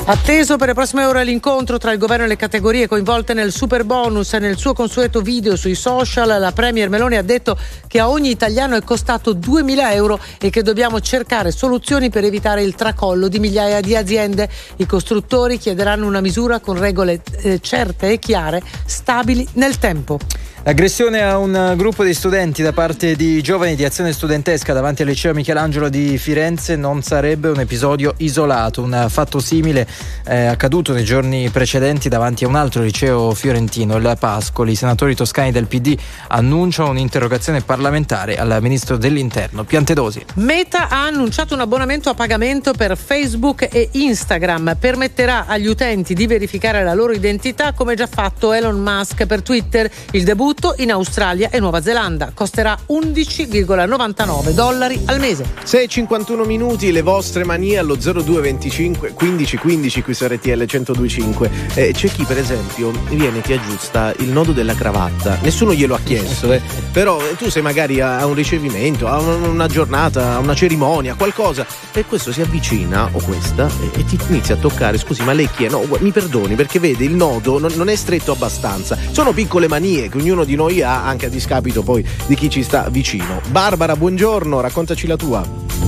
Atteso per le prossime ore l'incontro tra il governo e le categorie coinvolte nel super bonus. Nel suo consueto video sui social la premier Meloni ha detto che a ogni italiano è costato duemila euro e che dobbiamo cercare soluzioni per evitare il tracollo di migliaia di aziende. I costruttori chiederanno una misura con regole eh, certe e chiare, stabili nel tempo. Aggressione a un gruppo di studenti da parte di giovani di Azione Studentesca davanti al liceo Michelangelo di Firenze non sarebbe un episodio isolato. Un fatto simile è accaduto nei giorni precedenti davanti a un altro liceo fiorentino, il Pascoli. I senatori toscani del P D annunciano un'interrogazione parlamentare al ministro dell'Interno Piantedosi. Meta ha annunciato un abbonamento a pagamento per Facebook e Instagram. Permetterà agli utenti di verificare la loro identità, come già fatto Elon Musk per Twitter. Il debutto in Australia e Nuova Zelanda costerà undici virgola novantanove dollari al mese. sei e cinquantuno minuti, le vostre manie allo zero due venticinque quindici quindici qui su R T L centodue e cinque. Eh, c'è chi per esempio viene e ti aggiusta il nodo della cravatta, nessuno glielo ha chiesto, eh. però tu sei magari a un ricevimento, a una giornata, a una cerimonia, qualcosa, e questo si avvicina o questa e, e ti inizia a toccare. Scusi, ma lei chi è? No, mi perdoni, perché vede il nodo non, non è stretto abbastanza. Sono piccole manie che ognuno di noi ha, anche a discapito poi di chi ci sta vicino. Barbara, buongiorno, raccontaci la tua.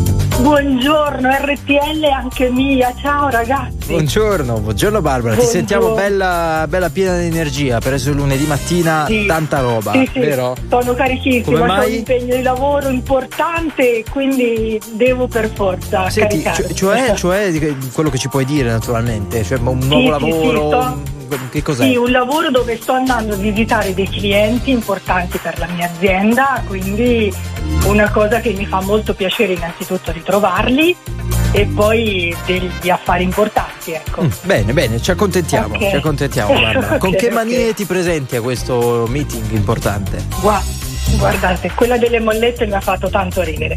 Buongiorno R T L anche mia, ciao ragazzi. Buongiorno, buongiorno Barbara, Buongiorno. Ti sentiamo bella, bella piena di energia, per essere lunedì mattina, sì. tanta roba, sì, sì. vero? Sono carichissima, ho un impegno di lavoro importante, quindi devo per forza Senti, caricare. Cioè, cioè quello che ci puoi dire naturalmente, cioè un nuovo sì, lavoro, sì, sto... che cos'è? Sì, un lavoro dove sto andando a visitare dei clienti importanti per la mia azienda, quindi una cosa che mi fa molto piacere innanzitutto ritrovarli e poi degli affari importanti, ecco. Mm, bene, bene, ci accontentiamo, Okay. ci accontentiamo Barbara. Okay, Con che manie okay. ti presenti a questo meeting importante? Gua- Guardate, quella delle mollette mi ha fatto tanto ridere.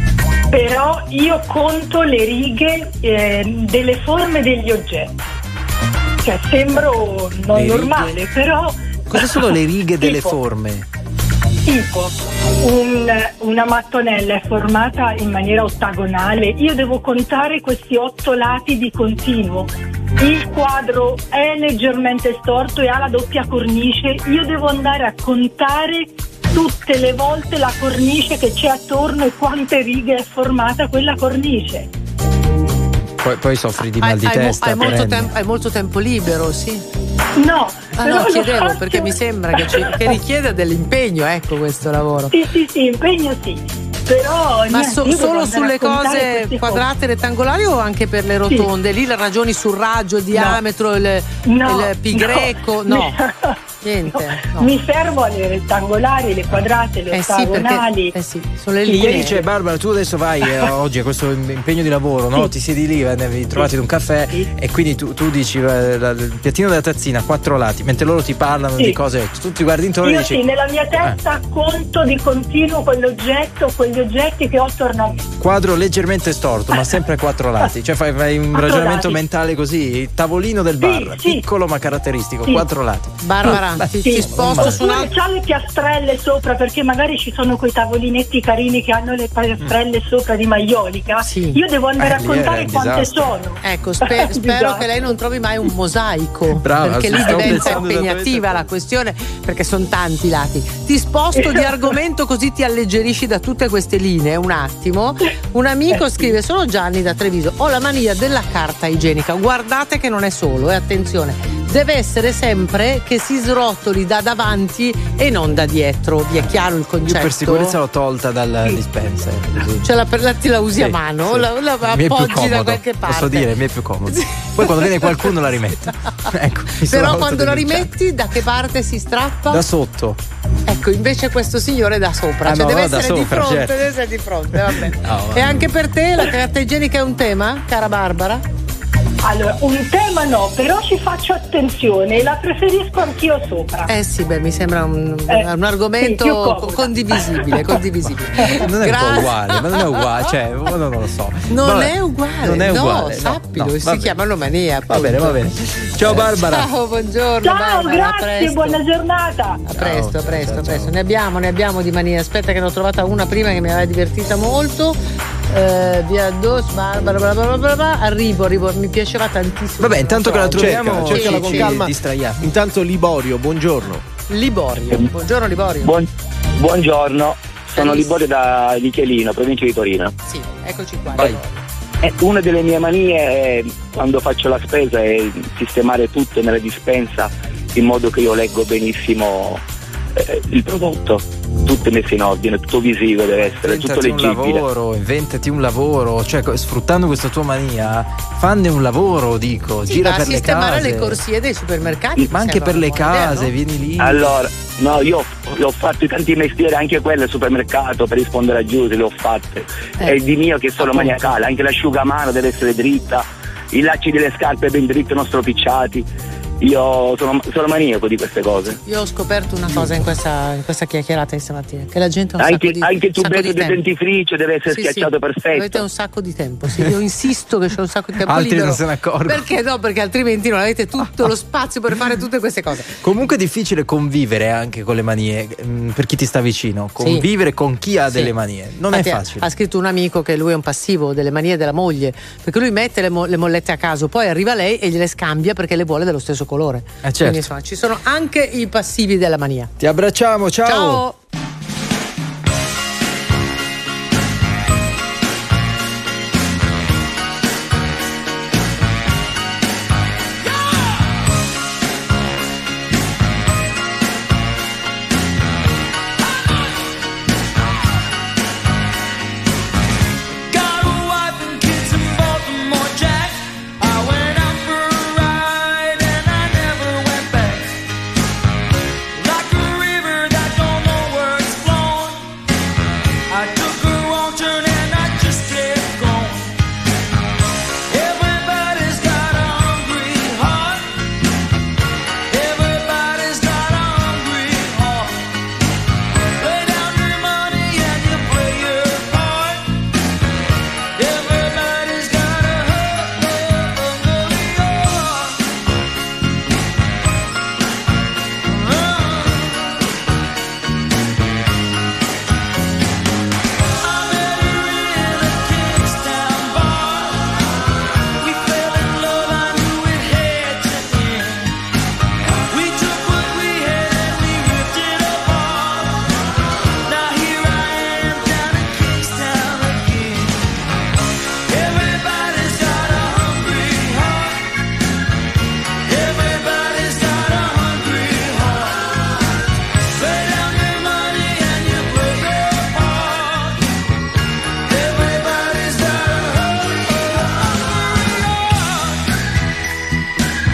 Però io conto le righe eh, delle forme degli oggetti. Cioè, sembro non Le normale, righe? però. Cosa sono le righe delle Tipo- forme? Tipo, un- una mattonella è formata in maniera ottagonale, io devo contare questi otto lati di continuo. Il quadro è leggermente storto e ha la doppia cornice, io devo andare a contare tutte le volte la cornice che c'è attorno e quante righe è formata quella cornice. Poi, poi soffri di Hai, mal di hai mo- testa. hai molto perenni. tempo, hai molto tempo libero, sì. No, Ah però no, lo chiedevo faccio- perché mi sembra che, ci, che richieda dell'impegno, ecco, questo lavoro. Sì, sì, sì, impegno sì. Però Ma niente, so- io devo solo andare sulle a contare cose queste quadrate, rettangolari o anche per le rotonde? Lì le ragioni sul raggio, il diametro, il, No, il pi no. greco? No, niente. No. Mi fermo alle rettangolari, le quadrate, le Eh sì, perché ottagonali. eh sì, sono le Chi linee. dice Barbara, tu adesso vai eh, oggi a questo impegno di lavoro, no? Sì. Ti siedi lì, eh, vi trovate in un caffè e quindi tu, tu dici eh, la- il piattino della tazzina, quattro lati, mentre loro ti parlano Sì. di cose, tu ti guardi intorno e Io dici sì, nella mia testa conto di continuo quell'oggetto, quegli oggetti che ho attorno a me. quadro leggermente storto, ma sempre a quattro lati, cioè fai, fai un Quattro ragionamento lati. mentale così, tavolino del bar, sì. piccolo ma caratteristico, Sì. quattro lati. Barbara, Beh, ti, Sì. ti sposto su Oppure una... c'ha le piastrelle sopra, perché magari ci sono quei tavolinetti carini che hanno le piastrelle sopra di maiolica. Io devo andare Eh, a lì contare è un quante disastro. sono. Ecco, spe- spero Disastro. che lei non trovi mai un mosaico. Brava, perché sì, lì stavo diventa pensando impegnativa la questione, perché sono tanti lati. Ti sposto di argomento così ti alleggerisci da tutte queste linee un attimo. Un amico scrive: sono Gianni da Treviso, ho la mania della carta igienica. Guardate che non è solo, e eh, attenzione, deve essere sempre che si srotoli da davanti e non da dietro. Vi è chiaro il Io concetto? per sicurezza l'ho tolta dal dispenser. Così. Cioè la, la, ti la usi Sì, a mano, sì. la, la Mi è più appoggi da comodo, qualche parte. posso dire, mi è più comodo. Poi quando viene qualcuno la rimetto. Ecco, mi sono Però molto quando la denunciato. rimetti, da che parte si strappa? Da sotto. Ecco, invece questo signore da sopra, Ah, cioè no, deve no, da essere di sopra, fronte, certo. deve essere di fronte, vabbè. No, E anche per te la carta igienica è un tema, cara Barbara? Allora, un tema no, però ci faccio attenzione e la preferisco anch'io sopra. Eh sì, beh, mi sembra un, Eh, un sì, più argomento comoda. condivisibile, condivisibile. Non è un Grazie. po' uguale, ma non è uguale, cioè, non, non lo so. Non Vabbè, è uguale, non è no, uguale, no, sappilo, no, si va bene. chiamano mania. Va bene, va bene. Ciao Barbara. Ciao, buongiorno Ciao, Barbara, a grazie, presto. buona giornata. A presto, Ciao, a presto, ciao, a presto. ciao. Ne abbiamo, ne abbiamo di manie. Aspetta che ne ho trovata una prima che mi aveva divertita molto. eh, via dos, bla bla bla bla bla bla. arrivo, arrivo, mi piaceva tantissimo. Vabbè, intanto che la troviamo, cerca, cercala con ci calma. distraiamo. Intanto Liborio, buongiorno. Liborio, buongiorno Liborio. Buon, buongiorno, sono Benissimo. Liborio da Michelino, provincia di Torino. Sì, eccoci qua. Vai. Eh, una delle mie manie è, quando faccio la spesa, è sistemare tutto nella dispensa in modo che io leggo benissimo eh, il prodotto, tutto messo in ordine, tutto visivo deve essere, Inventati tutto leggibile. un lavoro, inventati un lavoro, cioè sfruttando questa tua mania, fanne un lavoro, dico, Sì, gira ma per le sistemare case. le corsie dei supermercati. Ma anche sembra per le una buona idea, case, no? vieni lì. Allora, no, io ho fatto tanti mestieri, anche quello al supermercato, per rispondere a Giuse, le ho fatte. Eh. È di mio che sono maniacale, anche l'asciugamano deve essere dritta, i lacci delle scarpe ben dritte, non stropicciati. Io sono, sono maniaco di queste cose. Io ho scoperto una cosa in questa, in questa chiacchierata di stamattina, che la gente ha un Anche, sacco di anche il un sacco tubetto di del tempo. dentifricio deve essere Sì, schiacciato sì, perfetto. avete un sacco di tempo, sì, io insisto che c'è un sacco di tempo Altri libero. non se ne accorgono. Perché no? Perché altrimenti non avete tutto lo spazio per fare tutte queste cose. Comunque è difficile convivere anche con le manie, mm, per chi ti sta vicino, convivere con chi ha Sì. delle manie, non Infatti è facile. Ha scritto un amico che lui è un passivo delle manie della moglie, perché lui mette le, mo- le mollette a caso, poi arriva lei e gliele scambia perché le vuole dello stesso colore. Eh, certo. Quindi insomma ci sono anche i passivi della mania. Ti abbracciamo, ciao. Ciao. Got a wife and kids in Baltimore, Jack. I went out for a ride and I never went back. Like a river that don't know where it's flowing. I took a wrong turn and I just kept going. Everybody's got a hungry heart. Everybody's got a hungry heart. Lay down your money and you play your part. Everybody's got a hungry heart. I met her in a Kingstown bar. We fell in love, I knew it had to end. We took what we had and we ripped it apart. Now here I am down in Kingstown again. Everybody's got a hungry heart. Everybody's got a hungry heart. Lay down your money and you break your heart. Everybody's got a hungry heart.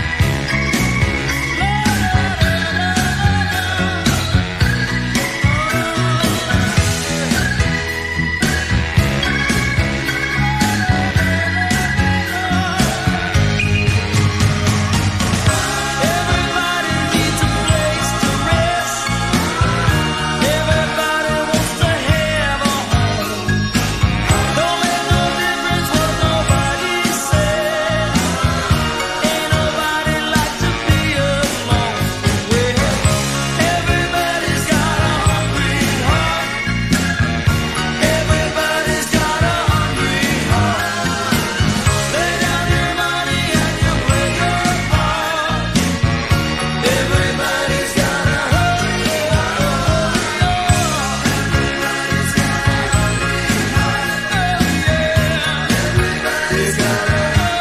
Everybody needs a place to rest. Everybody wants to have a home. Don't make no difference what nobody says. Ain't nobody like to be alone. Well, everybody's got a hungry heart. Everybody's got a hungry heart. Lay down your money and you play your part. Everybody's got a hungry heart. Everybody's got a hungry heart. Everybody's got a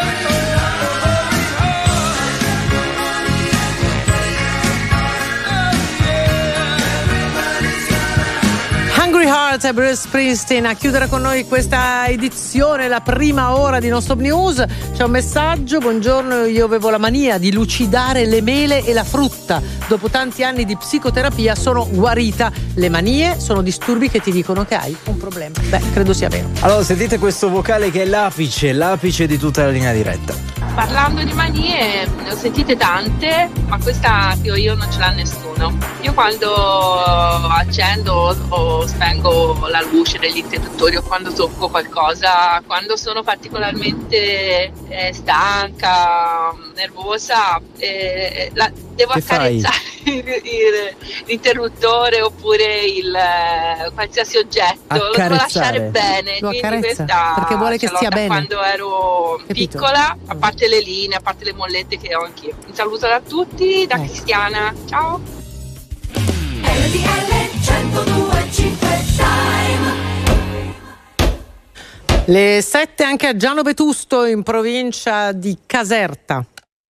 Hungry Heart e Bruce Springsteen a chiudere con noi questa edizione, la prima ora di Non Stop News. C'è un messaggio: buongiorno, io avevo la mania di lucidare le mele e la frutta. Dopo tanti anni di psicoterapia sono guarita. Le manie sono disturbi che ti dicono che hai un problema. Beh, credo sia vero. Allora, sentite questo vocale che è l'apice, l'apice di tutta la linea diretta. Parlando di manie, ne ho sentite tante, ma questa che ho io non ce l'ha nessuno. giorno. Io quando accendo o spengo la luce degli interruttori o quando tocco qualcosa, quando sono particolarmente eh, stanca, nervosa, eh, la, devo che accarezzare il, il, l'interruttore oppure il eh, qualsiasi oggetto, lo devo lasciare bene. Lo Quindi accarezza, questa perché vuole che ce l'ho stia da bene. quando ero Capito? piccola, a parte le linee, a parte le mollette che ho anch'io. Un saluto da tutti, da Cristiana, ciao. R T L centodue e cinque Le sette anche a Giano Vetusto in provincia di Caserta.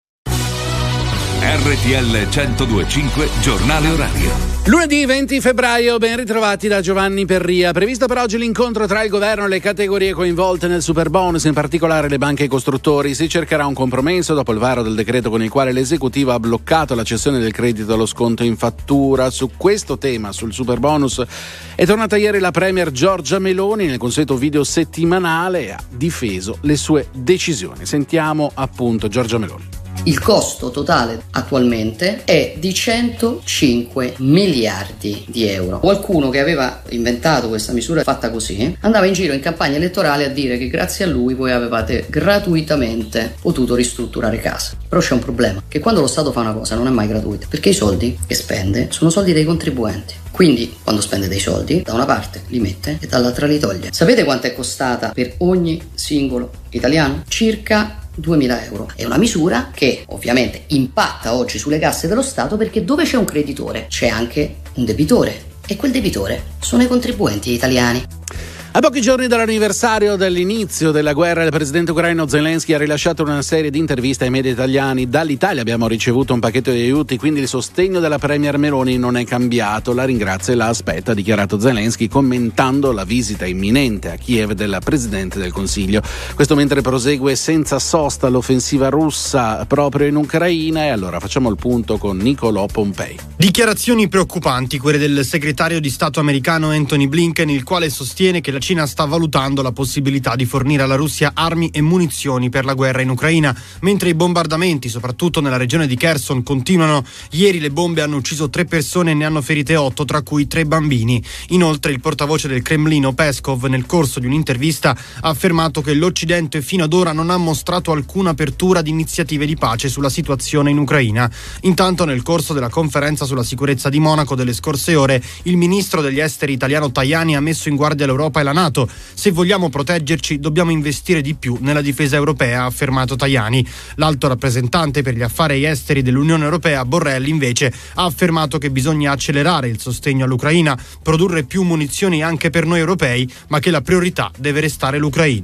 R T L centodue e cinque giornale orario. Lunedì venti febbraio, ben ritrovati da Giovanni Perria. Previsto per oggi l'incontro tra il governo e le categorie coinvolte nel superbonus, in particolare le banche e i costruttori. Si cercherà un compromesso dopo il varo del decreto con il quale l'esecutivo ha bloccato la cessione del credito allo sconto in fattura. Su questo tema, sul superbonus, è tornata ieri la premier Giorgia Meloni nel consueto video settimanale e ha difeso le sue decisioni. Sentiamo appunto Giorgia Meloni. Il costo totale attualmente è di centocinque miliardi di euro. Qualcuno che aveva inventato questa misura fatta così andava in giro in campagna elettorale a dire che grazie a lui voi avevate gratuitamente potuto ristrutturare casa. Però c'è un problema, che quando lo Stato fa una cosa non è mai gratuita, perché i soldi che spende sono soldi dei contribuenti. Quindi quando spende dei soldi da una parte li mette e dall'altra li toglie. Sapete quanto è costata per ogni singolo italiano? Circa duemila euro. È una misura che ovviamente impatta oggi sulle casse dello Stato, perché dove c'è un creditore c'è anche un debitore, e quel debitore sono i contribuenti italiani. A pochi giorni dall'anniversario dell'inizio della guerra, il presidente ucraino Zelensky ha rilasciato una serie di interviste ai media italiani. Dall'Italia abbiamo ricevuto un pacchetto di aiuti, quindi il sostegno della premier Meloni non è cambiato. La ringrazia e la aspetta, ha dichiarato Zelensky, commentando la visita imminente a Kiev del presidente del Consiglio. Questo mentre prosegue senza sosta l'offensiva russa proprio in Ucraina. E allora facciamo il punto con Nicolò Pompei. Dichiarazioni preoccupanti quelle del segretario di Stato americano Anthony Blinken, il quale sostiene che la Cina sta valutando la possibilità di fornire alla Russia armi e munizioni per la guerra in Ucraina, mentre i bombardamenti, soprattutto nella regione di Kherson, continuano. Ieri le bombe hanno ucciso tre persone e ne hanno ferite otto, tra cui tre bambini. Inoltre il portavoce del Cremlino Peskov, nel corso di un'intervista, ha affermato che l'Occidente fino ad ora non ha mostrato alcuna apertura di iniziative di pace sulla situazione in Ucraina. Intanto, nel corso della conferenza sulla sicurezza di Monaco delle scorse ore, il ministro degli esteri italiano Tajani ha messo in guardia l'Europa e la NATO. Se vogliamo proteggerci dobbiamo investire di più nella difesa europea, ha affermato Tajani. L'alto rappresentante per gli affari esteri dell'Unione Europea, Borrell, invece ha affermato che bisogna accelerare il sostegno all'Ucraina, produrre più munizioni anche per noi europei, ma che la priorità deve restare l'Ucraina.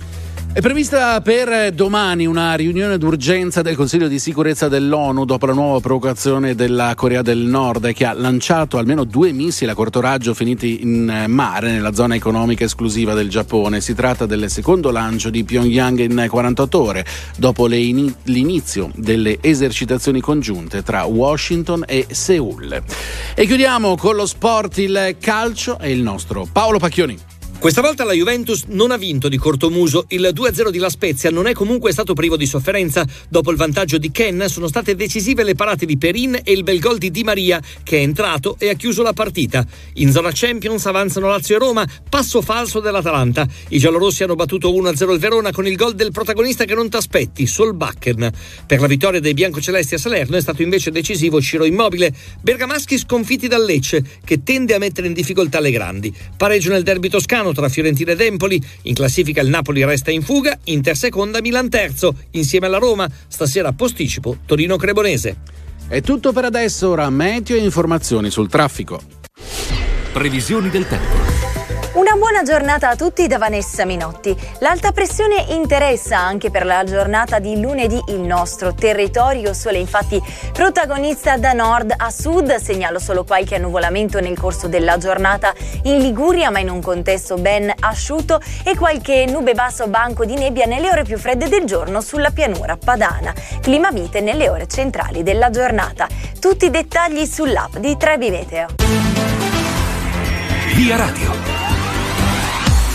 È prevista per domani una riunione d'urgenza del Consiglio di sicurezza dell'ONU dopo la nuova provocazione della Corea del Nord, che ha lanciato almeno due missili a corto raggio finiti in mare nella zona economica esclusiva del Giappone. Si tratta del secondo lancio di Pyongyang in quarantotto ore, dopo le in- l'inizio delle esercitazioni congiunte tra Washington e Seoul. E chiudiamo con lo sport, il calcio e il nostro Paolo Pacchioni. Questa volta la Juventus non ha vinto di cortomuso. Il due a zero di La Spezia non è comunque stato privo di sofferenza. Dopo il vantaggio di Ken sono state decisive le parate di Perin e il bel gol di Di Maria, che è entrato e ha chiuso la partita. In zona Champions avanzano Lazio e Roma, passo falso dell'Atalanta. I giallorossi hanno battuto uno a zero il Verona con il gol del protagonista che non t'aspetti, Solbakken. Per la vittoria dei biancocelesti a Salerno è stato invece decisivo Ciro Immobile. Bergamaschi sconfitti dal Lecce, che tende a mettere in difficoltà le grandi. Pareggio nel derby toscano tra Fiorentina ed Empoli. In classifica il Napoli resta in fuga, Inter seconda, Milan terzo, insieme alla Roma. Stasera posticipo Torino-Cremonese. È tutto per adesso, ora meteo e informazioni sul traffico. Previsioni del tempo. Una buona giornata a tutti da Vanessa Minotti. L'alta pressione interessa anche per la giornata di lunedì il nostro territorio. Sole infatti protagonista da nord a sud. Segnalo solo qualche annuvolamento nel corso della giornata in Liguria, ma in un contesto ben asciutto, e qualche nube bassa o banco di nebbia nelle ore più fredde del giorno sulla pianura padana. Clima mite nelle ore centrali della giornata. Tutti i dettagli sull'app di Trebi Meteo. Via Radio.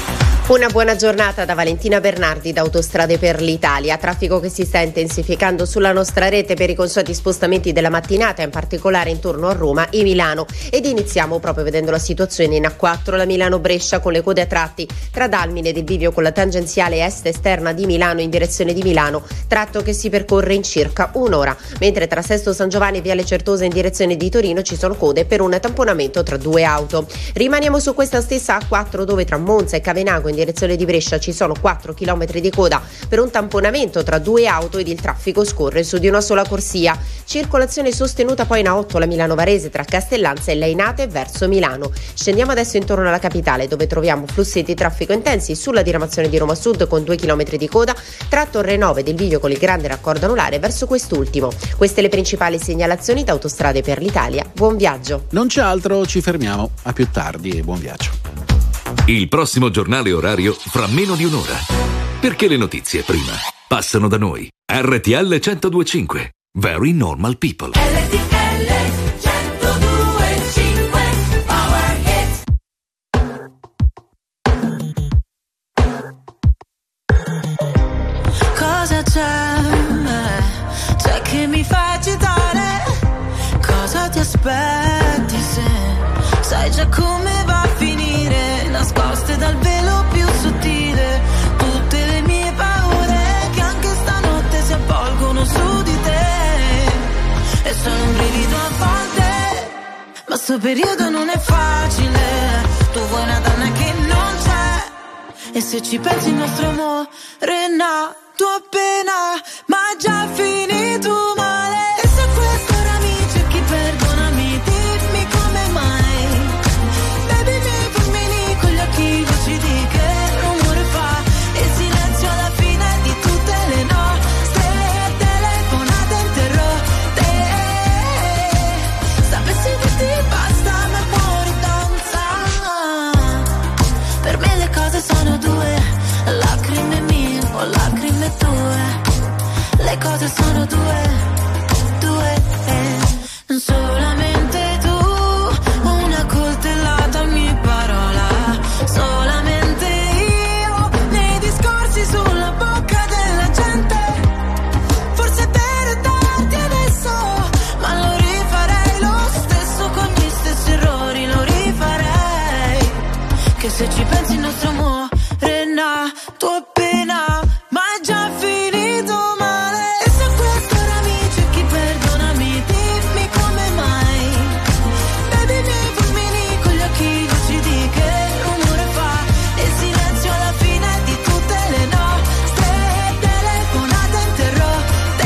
Una buona giornata da Valentina Bernardi da Autostrade per l'Italia. Traffico che si sta intensificando sulla nostra rete per i consueti spostamenti della mattinata, in particolare intorno a Roma e Milano. Ed iniziamo proprio vedendo la situazione in A quattro, la Milano-Brescia, con le code a tratti tra Dalmine ed il bivio con la tangenziale est esterna di Milano in direzione di Milano, tratto che si percorre in circa un'ora. Mentre tra Sesto San Giovanni e Viale Certosa in direzione di Torino ci sono code per un tamponamento tra due auto. Rimaniamo su questa stessa A quattro, dove tra Monza e Cavenago in direzione di Brescia ci sono quattro chilometri di coda per un tamponamento tra due auto ed il traffico scorre su di una sola corsia. Circolazione sostenuta poi in A otto, la Milano Varese, tra Castellanza e Lainate verso Milano. Scendiamo adesso intorno alla capitale, dove troviamo flussi di traffico intensi sulla diramazione di Roma Sud con due chilometri di coda tra Torre Nove del Bivio con il grande raccordo anulare verso quest'ultimo. Queste le principali segnalazioni da Autostrade per l'Italia. Buon viaggio. Non c'è altro, ci fermiamo. A più tardi e buon viaggio. Il prossimo giornale orario fra meno di un'ora. Perché le notizie prima passano da noi. R T L centodue e cinque. Very Normal People. R T L centodue e cinque. Power Hit. Cosa c'è? C'è che mi fa agitare? Cosa ti aspetti se sai già come va a finire? Nascoste dal velo più sottile tutte le mie paure che anche stanotte si avvolgono su di te. E sono un brivido a volte, ma sto periodo non è facile. Tu vuoi una donna che non c'è, e se ci pensi il nostro amore è nato appena, ma già finito male. E se questo ora mi cerchi, perdonami, dimmi come mai. Baby, mi fulmini con gli occhi lucidi, che rumore fa il silenzio alla fine di tutte le nostre telefonate interrotte. Sapessi che ti basta, ma il cuore danza. Per me le cose sono due, lacrime mie o lacrime tue. Le cose sono due, due, eh. Solamente tu, una coltellata ogni parola. Solamente io, nei discorsi sulla bocca della gente. Forse per darti adesso, ma lo rifarei lo stesso con gli stessi errori, lo rifarei. Che se ci pensi il nostro amore è nato appena, ma è già finito male. E se questo ora mi cerchi, perdonami, dimmi come mai. Baby, mi fulmini con gli occhi lucidi, che rumore fa il silenzio alla fine di tutte le nostre telefonate interrotte.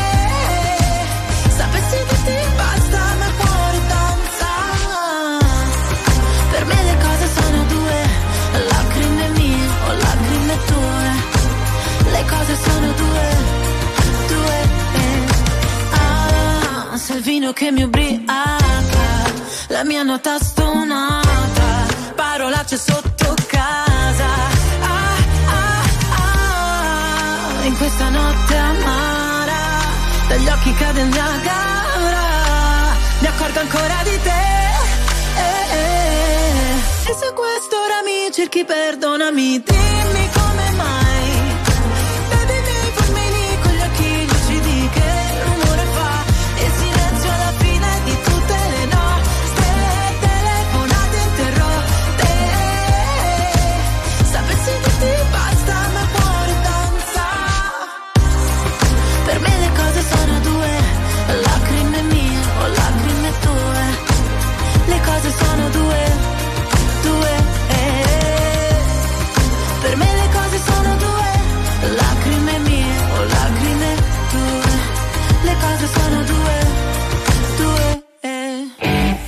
Sapessi che ti basta, ma il cuore danza. Per me le cose sono due, lacrime mie o lacrime tue. Le cose sono due, due, eh. Ah, se il vino che mi ubriaca, la mia nota stonata, parolacce sotto casa. Ah, ah, ah, in questa notte amara, dagli occhi cade il Niagara, mi accorgo ancora di te. Eh, eh. E se questo ora mi cerchi, perdonami, dimmi come mai. Baby, mi fulmini con gli occhi lucidi, che rumore fa il silenzio alla fine di tutte le nostre telefonate interrotte. Sapessi che ti basta, ma il cuore danza. Per me le cose sono due, lacrime mie o lacrime tue. Le cose sono due, due, eh. Per me le cose sono due, lacrime mie o lacrime tue. Le cose sono due, due, eh.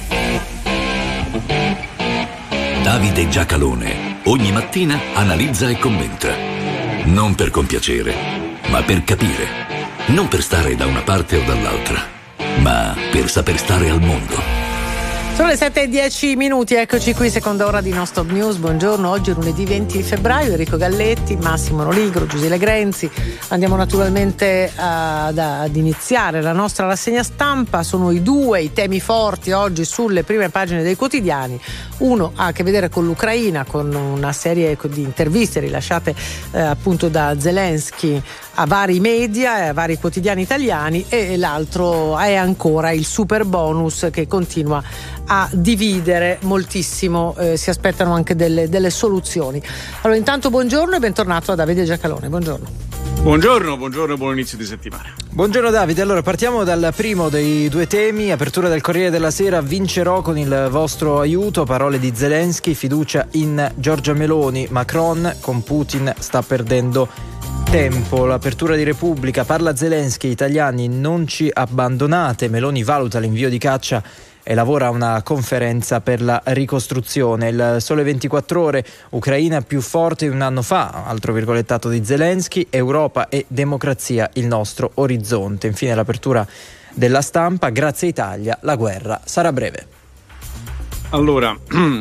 Davide Giacalone ogni mattina analizza e commenta. Non per compiacere, ma per capire. Non per stare da una parte o dall'altra, ma per saper stare al mondo. Sono le sette e dieci minuti, eccoci qui, seconda ora di Non Stop News. Buongiorno, oggi è lunedì venti febbraio, Enrico Galletti, Massimo Noligro, Giusile Grenzi. Andiamo naturalmente ad, ad iniziare la nostra rassegna stampa. Sono i due i temi forti oggi sulle prime pagine dei quotidiani. Uno ha a che vedere con l'Ucraina, con una serie di interviste rilasciate eh, appunto da Zelensky a vari media e a vari quotidiani italiani, e l'altro è ancora il super bonus che continua a dividere moltissimo, eh, si aspettano anche delle, delle soluzioni. Allora intanto buongiorno e bentornato a Davide Giacalone, buongiorno. Buongiorno, buongiorno, buon inizio di settimana. Buongiorno Davide, allora partiamo dal primo dei due temi, apertura del Corriere della Sera, vincerò con il vostro aiuto, parole di Zelensky, fiducia in Giorgia Meloni, Macron con Putin sta perdendo tempo. L'apertura di Repubblica, parla Zelensky, italiani non ci abbandonate, Meloni valuta l'invio di caccia e lavora a una conferenza per la ricostruzione. Il Sole ventiquattro Ore, Ucraina più forte di un anno fa, altro virgolettato di Zelensky, Europa e democrazia il nostro orizzonte. Infine l'apertura della Stampa, grazie Italia, la guerra sarà breve. Allora,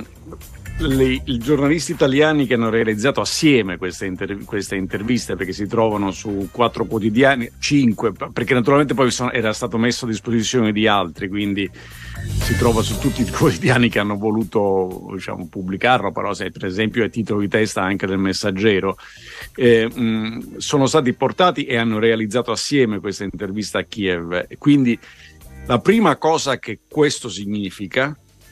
le, i giornalisti italiani che hanno realizzato assieme queste, inter, queste interviste, perché si trovano su quattro quotidiani, cinque, perché naturalmente poi sono, era stato messo a disposizione di altri, quindi si trova su tutti i quotidiani che hanno voluto, diciamo, pubblicarlo, però se per esempio è titolo di testa anche del Messaggero, eh, mh, sono stati portati e hanno realizzato assieme questa intervista a Kiev. Quindi la prima cosa che questo significa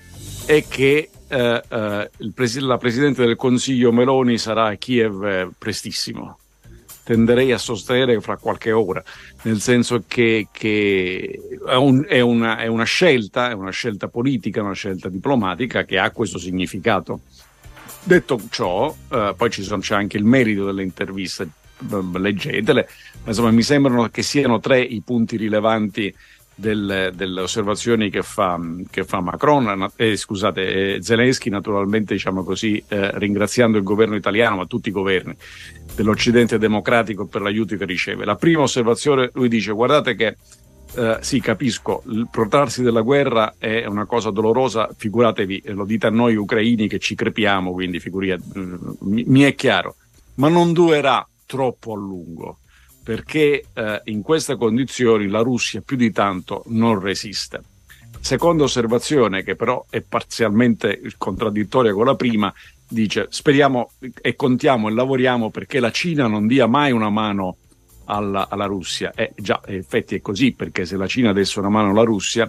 è che eh, eh, il pres- la Presidente del Consiglio Meloni sarà a Kiev eh, prestissimo. Tenderei a sostenere fra qualche ora, nel senso che, che è, un, è, una, è una scelta, è una scelta politica, una scelta diplomatica che ha questo significato. Detto ciò, eh, poi ci sono, c'è anche il merito delle interviste, leggetele, ma insomma mi sembrano che siano tre i punti rilevanti del, delle osservazioni che fa, che fa Macron, eh, scusate, eh, Zelensky, naturalmente, diciamo così, eh, ringraziando il governo italiano, ma tutti i governi dell'Occidente democratico per l'aiuto che riceve. La prima osservazione, lui dice: guardate che eh, sì, capisco, il protrarsi della guerra è una cosa dolorosa, figuratevi, lo dite a noi ucraini che ci crepiamo, quindi figuria, mi, mi è chiaro, ma non durerà troppo a lungo, perché eh, in queste condizioni la Russia più di tanto non resiste. Seconda osservazione, che però è parzialmente contraddittoria con la prima, dice: speriamo e contiamo e lavoriamo perché la Cina non dia mai una mano alla, alla Russia. Eh già, in effetti è così, perché se la Cina desse una mano alla Russia,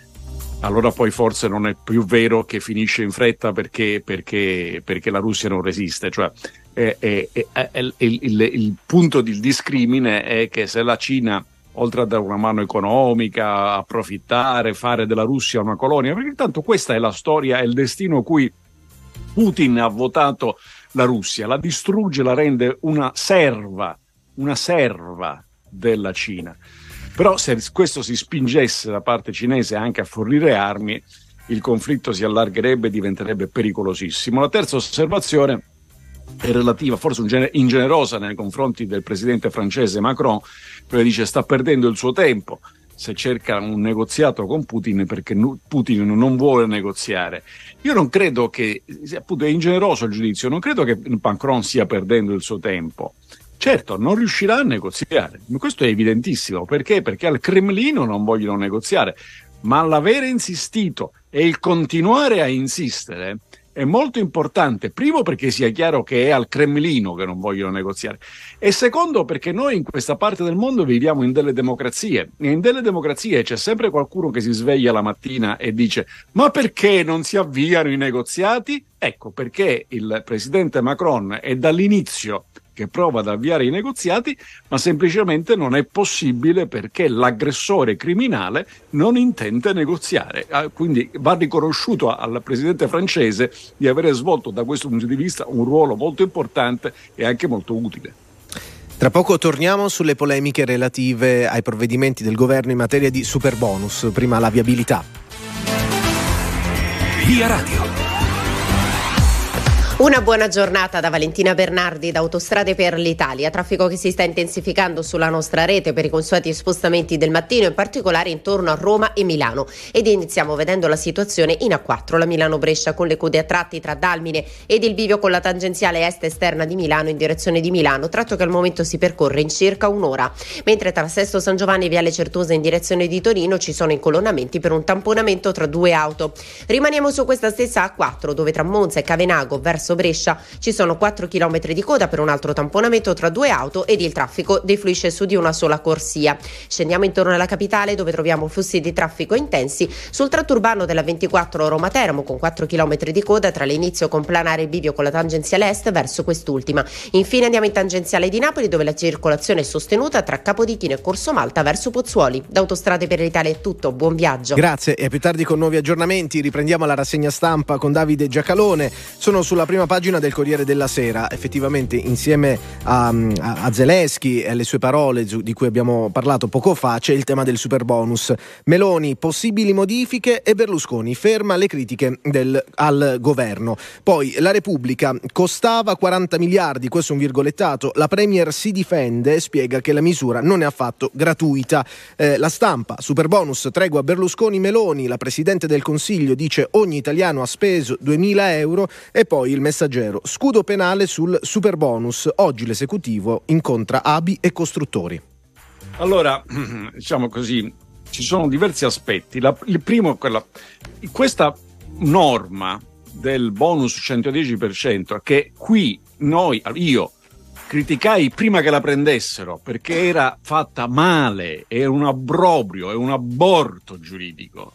allora poi forse non è più vero che finisce in fretta perché, perché, perché la Russia non resiste. Cioè, è, è, è, è, il, il, il punto di discrimine è che se la Cina, oltre a dare una mano economica, approfittare, fare della Russia una colonia, perché tanto questa è la storia e il destino a cui Putin ha votato la Russia, la distrugge, la rende una serva, una serva della Cina. Però se questo si spingesse da parte cinese anche a fornire armi, il conflitto si allargherebbe e diventerebbe pericolosissimo. La terza osservazione è relativa, forse un gener- ingenerosa nei confronti del presidente francese Macron, perché dice: sta perdendo il suo tempo se cerca un negoziato con Putin perché nu- Putin non vuole negoziare. Io non credo che, appunto è ingeneroso il giudizio, non credo che Macron stia perdendo il suo tempo. Certo, non riuscirà a negoziare, questo è evidentissimo. Perché? Perché al Cremlino non vogliono negoziare, ma l'avere insistito e il continuare a insistere è molto importante. Primo, perché sia chiaro che è al Cremlino che non vogliono negoziare, e secondo, perché noi in questa parte del mondo viviamo in delle democrazie, e in delle democrazie c'è sempre qualcuno che si sveglia la mattina e dice: ma perché non si avviano i negoziati? Ecco perché il presidente Macron è dall'inizio che prova ad avviare i negoziati, ma semplicemente non è possibile perché l'aggressore criminale non intende negoziare. Quindi va riconosciuto al presidente francese di avere svolto da questo punto di vista un ruolo molto importante e anche molto utile. Tra poco torniamo sulle polemiche relative ai provvedimenti del governo in materia di superbonus. Prima la viabilità. Via Radio. Una buona giornata da Valentina Bernardi da Autostrade per l'Italia. Traffico che si sta intensificando sulla nostra rete per i consueti spostamenti del mattino, in particolare intorno a Roma e Milano. Ed iniziamo vedendo la situazione in A quattro, la Milano-Brescia, con le code a tratti tra Dalmine ed il bivio con la tangenziale est esterna di Milano in direzione di Milano, tratto che al momento si percorre in circa un'ora. Mentre tra Sesto San Giovanni e Viale Certosa in direzione di Torino ci sono incolonnamenti per un tamponamento tra due auto. Rimaniamo su questa stessa A quattro, dove tra Monza e Cavenago verso Brescia ci sono quattro chilometri di coda per un altro tamponamento tra due auto ed il traffico defluisce su di una sola corsia. Scendiamo intorno alla capitale, dove troviamo flussi di traffico intensi sul tratto urbano della ventiquattro Roma Teramo, con quattro chilometri di coda tra l'inizio con Planare e bivio con la tangenziale est verso quest'ultima. Infine andiamo in tangenziale di Napoli, dove la circolazione è sostenuta tra Capodichino e Corso Malta verso Pozzuoli. Da Autostrade per l'Italia è tutto, buon viaggio. Grazie, e a più tardi con nuovi aggiornamenti. Riprendiamo la rassegna stampa con Davide Giacalone. Sono sulla prima pagina del Corriere della Sera. Effettivamente, insieme a, a, a Zelensky e alle sue parole di cui abbiamo parlato poco fa, c'è il tema del super bonus. Meloni, possibili modifiche, e Berlusconi ferma le critiche del, al governo. Poi la Repubblica, costava quaranta miliardi, questo è un virgolettato, la Premier si difende e spiega che la misura non è affatto gratuita. Eh, la Stampa, super bonus, tregua Berlusconi Meloni, la Presidente del Consiglio dice ogni italiano ha speso duemila euro, e poi il Messaggero, scudo penale sul super bonus, oggi l'esecutivo incontra A B I e costruttori. Allora, diciamo così, ci sono diversi aspetti. La, il primo è quella, questa norma del bonus centodieci per cento che qui noi, io criticai prima che la prendessero perché era fatta male, era un obbrobrio, è un aborto giuridico,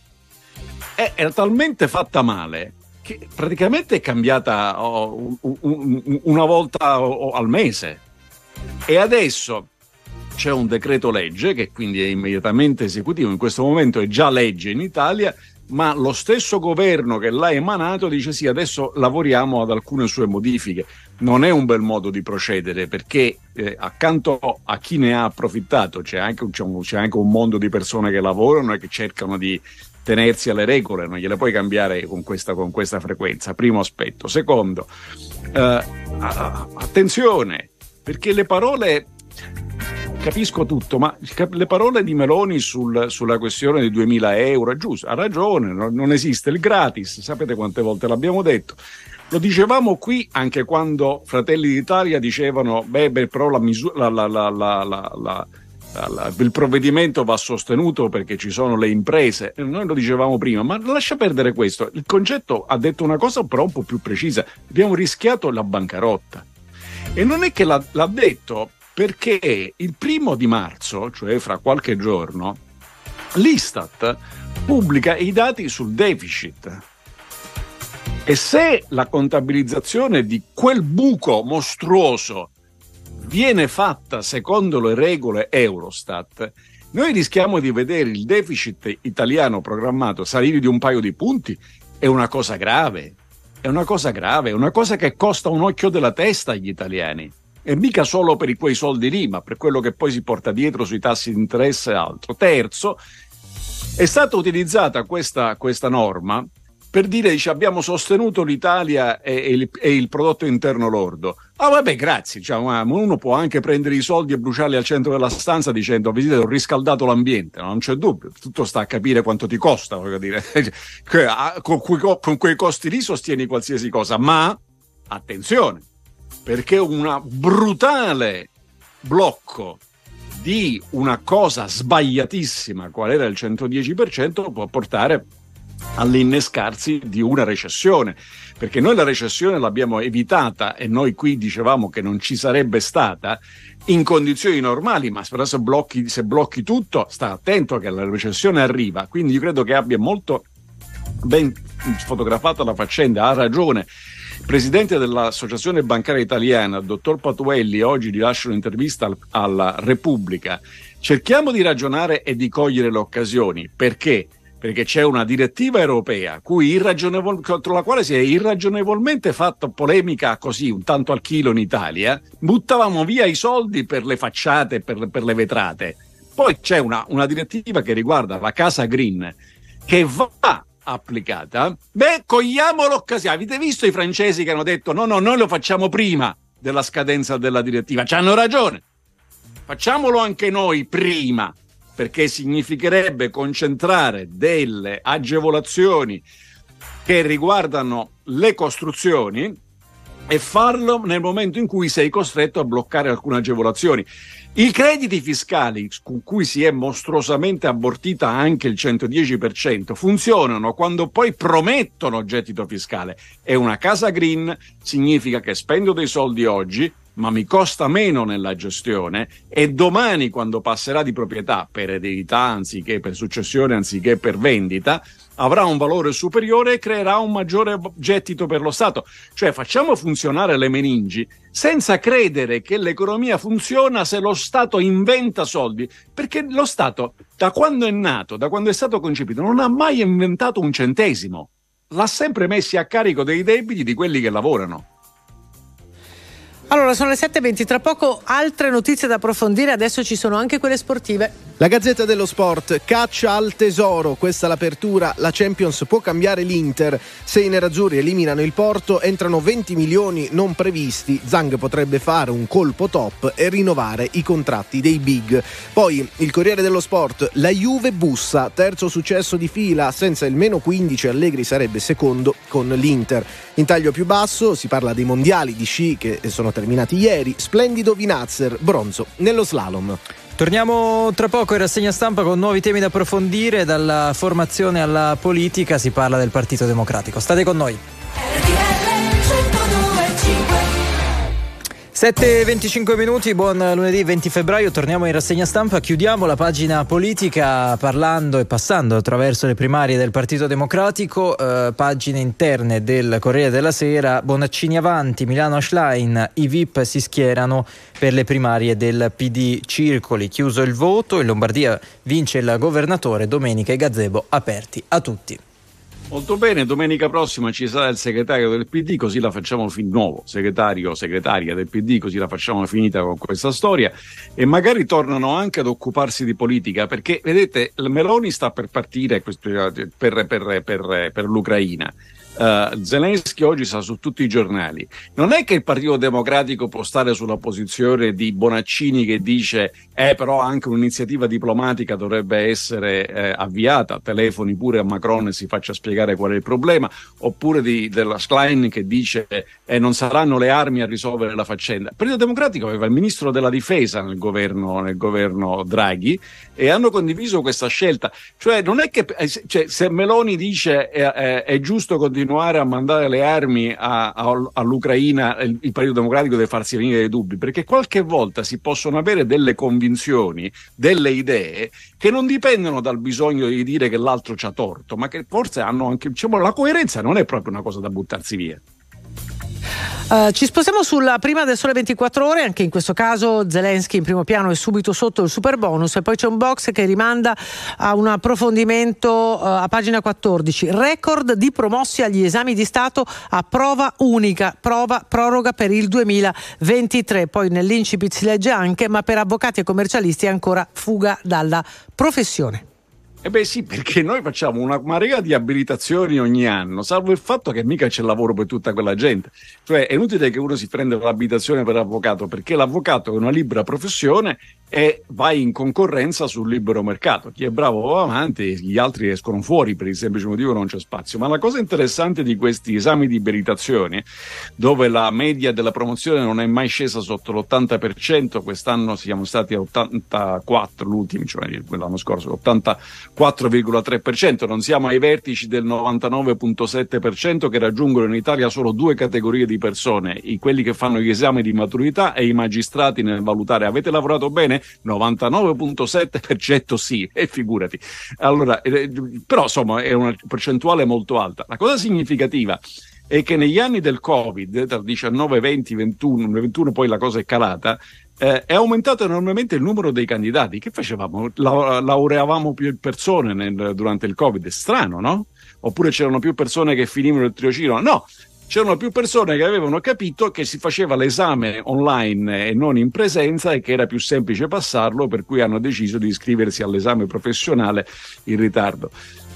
e era talmente fatta male che praticamente è cambiata oh, un, un, una volta oh, al mese, e adesso c'è un decreto legge che quindi è immediatamente esecutivo, in questo momento è già legge in Italia, ma lo stesso governo che l'ha emanato dice sì, adesso lavoriamo ad alcune sue modifiche. Non è un bel modo di procedere, perché eh, accanto a chi ne ha approfittato c'è anche, diciamo, c'è anche un mondo di persone che lavorano e che cercano di tenersi alle regole, non gliele puoi cambiare con questa, con questa frequenza. Primo aspetto. Secondo, eh, attenzione, perché le parole, capisco tutto, ma le parole di Meloni sul, sulla questione dei duemila euro è giusto, ha ragione, non, non esiste il gratis, sapete quante volte l'abbiamo detto. Lo dicevamo qui anche quando Fratelli d'Italia dicevano beh, beh però la misura, la, la, la, la, la, la, il provvedimento va sostenuto perché ci sono le imprese. Noi lo dicevamo prima, ma lascia perdere questo. Il concetto ha detto una cosa però un po' più precisa. Abbiamo rischiato la bancarotta. E non è che l'ha, l'ha detto perché il primo di marzo, cioè fra qualche giorno, l'Istat pubblica i dati sul deficit. E se la contabilizzazione di quel buco mostruoso viene fatta secondo le regole Eurostat, noi rischiamo di vedere il deficit italiano programmato salire di un paio di punti. È una cosa grave, è una cosa grave, è una cosa che costa un occhio della testa agli italiani. E mica solo per quei soldi lì, ma per quello che poi si porta dietro sui tassi di interesse e altro. Terzo, è stata utilizzata questa, questa norma per dire, dice, abbiamo sostenuto l'Italia e, e, il, e il prodotto interno lordo. Ah vabbè, grazie, diciamo, uno può anche prendere i soldi e bruciarli al centro della stanza dicendo, vedete, ho riscaldato l'ambiente, no? Non c'è dubbio, tutto sta a capire quanto ti costa, voglio dire. con, quei, con quei costi lì sostieni qualsiasi cosa, ma attenzione, perché un brutale blocco di una cosa sbagliatissima, qual era il centodieci per cento, può portare all'innescarsi di una recessione, perché noi la recessione l'abbiamo evitata e noi qui dicevamo che non ci sarebbe stata in condizioni normali, ma però se blocchi, se blocchi tutto, sta attento che la recessione arriva. Quindi io credo che abbia molto ben fotografato la faccenda, ha ragione il presidente dell'Associazione Bancaria Italiana, il dottor Patuelli, oggi rilascia un'intervista al, alla Repubblica. Cerchiamo di ragionare e di cogliere le occasioni, perché perché c'è una direttiva europea cui irragionevol- contro la quale si è irragionevolmente fatta polemica così un tanto al chilo in Italia. Buttavamo via i soldi per le facciate, per, per le vetrate. Poi c'è una, una direttiva che riguarda la casa green, che va applicata, beh, cogliamo l'occasione. Avete visto i francesi che hanno detto no, no, noi lo facciamo prima della scadenza della direttiva? Ci hanno ragione. Facciamolo anche noi prima, perché significherebbe concentrare delle agevolazioni che riguardano le costruzioni e farlo nel momento in cui sei costretto a bloccare alcune agevolazioni. I crediti fiscali con cui si è mostruosamente abortita anche il centodieci per cento funzionano quando poi promettono gettito fiscale. E una casa green significa che spendo dei soldi oggi, ma mi costa meno nella gestione, e domani, quando passerà di proprietà per eredità anziché per successione anziché per vendita, avrà un valore superiore e creerà un maggiore gettito per lo Stato. Cioè, facciamo funzionare le meningi senza credere che l'economia funziona se lo Stato inventa soldi, perché lo Stato, da quando è nato, da quando è stato concepito, non ha mai inventato un centesimo, l'ha sempre messi a carico dei debiti di quelli che lavorano. Allora, sono le sette e venti, tra poco altre notizie da approfondire, adesso ci sono anche quelle sportive. La Gazzetta dello Sport, caccia al tesoro, questa l'apertura, la Champions può cambiare l'Inter, se i nerazzurri eliminano il Porto entrano venti milioni non previsti, Zhang potrebbe fare un colpo top e rinnovare i contratti dei big. Poi il Corriere dello Sport, la Juve bussa, terzo successo di fila, senza il meno quindici Allegri sarebbe secondo con l'Inter. In taglio più basso si parla dei mondiali di sci che sono terminati ieri, splendido Vinazzer, bronzo nello slalom. Torniamo tra poco in rassegna stampa con nuovi temi da approfondire, dalla formazione alla politica, si parla del Partito Democratico. State con noi. sette e venticinque minuti, buon lunedì venti febbraio, torniamo in rassegna stampa, chiudiamo la pagina politica parlando e passando attraverso le primarie del Partito Democratico, eh, pagine interne del Corriere della Sera, Bonaccini avanti, Milano Schlein, i V I P si schierano per le primarie del P D, circoli, chiuso il voto, in Lombardia vince il governatore, Domenica e Gazebo aperti a tutti. Molto bene, domenica prossima ci sarà il segretario del P D, così la facciamo fin nuovo, segretario o segretaria del P D, così la facciamo finita con questa storia, e magari tornano anche ad occuparsi di politica, perché vedete, Meloni sta per partire per, per, per, per, per l'Ucraina. Uh, Zelensky oggi sta su tutti i giornali. Non è che il Partito Democratico può stare sulla posizione di Bonaccini che dice eh però anche un'iniziativa diplomatica dovrebbe essere eh, avviata, telefoni pure a Macron e si faccia spiegare qual è il problema, oppure di, della Schlein che dice eh, non saranno le armi a risolvere la faccenda. Il Partito Democratico aveva il ministro della difesa nel governo, nel governo Draghi, e hanno condiviso questa scelta. Cioè non è che eh, cioè, se Meloni dice eh, eh, è giusto continuare continuare a mandare le armi a, a, all'Ucraina, il, il Partito Democratico deve farsi venire dei dubbi, perché qualche volta si possono avere delle convinzioni, delle idee che non dipendono dal bisogno di dire che l'altro c'ha torto, ma che forse hanno anche, diciamo, la coerenza non è proprio una cosa da buttarsi via. Uh, ci spostiamo sulla prima del Sole ventiquattro Ore, anche in questo caso Zelensky in primo piano e subito sotto il super bonus, e poi c'è un box che rimanda a un approfondimento uh, a pagina quattordici, record di promossi agli esami di Stato a prova unica, prova proroga per il duemilaventitré, poi nell'incipit si legge anche ma per avvocati e commercialisti è ancora fuga dalla professione. Eh beh sì, perché noi facciamo una marea di abilitazioni ogni anno, salvo il fatto che mica c'è lavoro per tutta quella gente. Cioè è inutile che uno si prenda l'abilitazione per avvocato, perché l'avvocato è una libera professione e vai in concorrenza sul libero mercato. Chi è bravo va avanti, gli altri escono fuori per il semplice motivo che non c'è spazio. Ma la cosa interessante di questi esami di abilitazione, dove la media della promozione non è mai scesa sotto l'ottanta per cento, quest'anno siamo stati a ottantaquattro, l'ultimo, cioè l'anno scorso, ottantaquattro virgola tre per cento, non siamo ai vertici del novantanove virgola sette per cento che raggiungono in Italia solo due categorie di persone, i quelli che fanno gli esami di maturità e i magistrati nel valutare avete lavorato bene? novantanove virgola sette per cento sì, e figurati. Allora, eh, però insomma è una percentuale molto alta. La cosa significativa è che negli anni del Covid, tra diciannove, venti, ventuno, ventuno poi la cosa è calata, eh, è aumentato enormemente il numero dei candidati. Che facevamo? La, laureavamo più persone nel, durante il Covid, è strano, no? Oppure c'erano più persone che finivano il tirocinio? No! C'erano più persone che avevano capito che si faceva l'esame online e non in presenza e che era più semplice passarlo, per cui hanno deciso di iscriversi all'esame professionale in ritardo.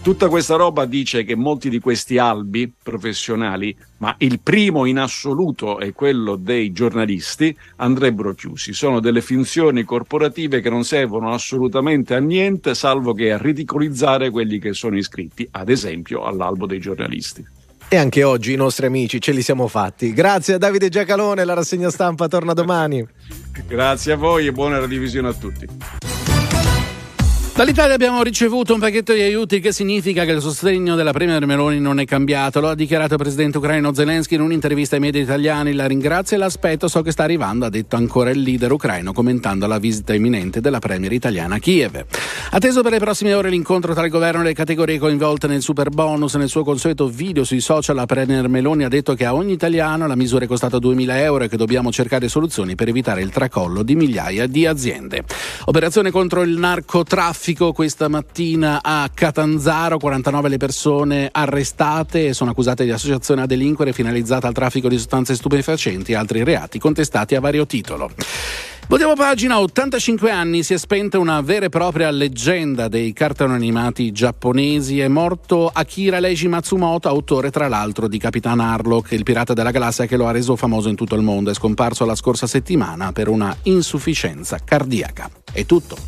Tutta questa roba dice che molti di questi albi professionali, ma il primo in assoluto è quello dei giornalisti, andrebbero chiusi. Sono delle finzioni corporative che non servono assolutamente a niente, salvo che a ridicolizzare quelli che sono iscritti, ad esempio all'albo dei giornalisti. E anche oggi i nostri amici ce li siamo fatti. Grazie a Davide Giacalone, la rassegna stampa torna domani. Grazie a voi e buona revisione a tutti. Dall'Italia abbiamo ricevuto un pacchetto di aiuti che significa che il sostegno della premier Meloni non è cambiato. Lo ha dichiarato il presidente ucraino Zelensky in un'intervista ai media italiani. La ringrazio e l'aspetto, so che sta arrivando, ha detto ancora il leader ucraino commentando la visita imminente della premier italiana a Kiev. Atteso per le prossime ore l'incontro tra il governo e le categorie coinvolte nel super bonus. Nel suo consueto video sui social la premier Meloni ha detto che a ogni italiano la misura è costata duemila euro e che dobbiamo cercare soluzioni per evitare il tracollo di migliaia di aziende. Operazione contro il narcotraffico questa mattina a Catanzaro, quarantanove le persone arrestate e sono accusate di associazione a delinquere finalizzata al traffico di sostanze stupefacenti e altri reati contestati a vario titolo. Voltiamo pagina. Ottantacinque anni, si è spenta una vera e propria leggenda dei cartoni animati giapponesi. È morto Akira Leiji Matsumoto, autore tra l'altro di Capitan Harlock, il pirata della galassia che lo ha reso famoso in tutto il mondo. È scomparso la scorsa settimana per una insufficienza cardiaca. È tutto.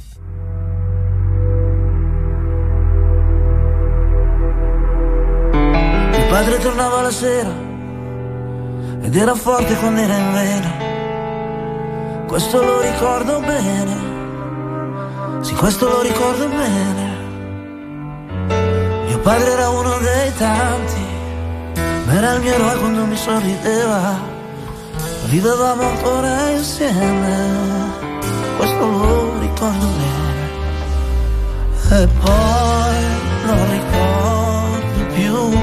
Mio padre tornava la sera ed era forte quando era in vena. Questo lo ricordo bene, sì, questo lo ricordo bene. Mio padre era uno dei tanti, ma era il mio eroe quando mi sorrideva. Vivevamo ancora insieme, questo lo ricordo bene. E poi non ricordo più.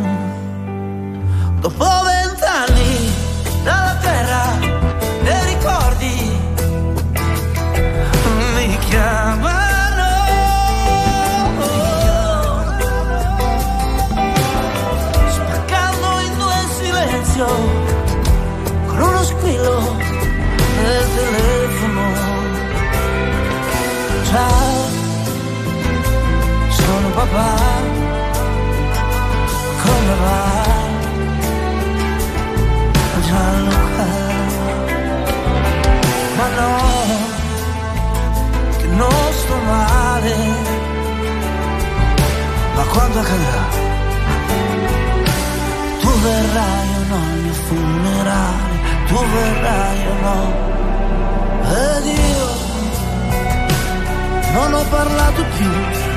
Dopo vent'anni dalla terra dei ricordi mi chiamano, spaccando in due il silenzio con uno squillo del telefono. Ciao, sono papà, come va? Gianluca, ma no, che non sto male, ma quando accadrà, tu verrai o no al mio funerale, tu verrai o no, ed io non ho parlato più,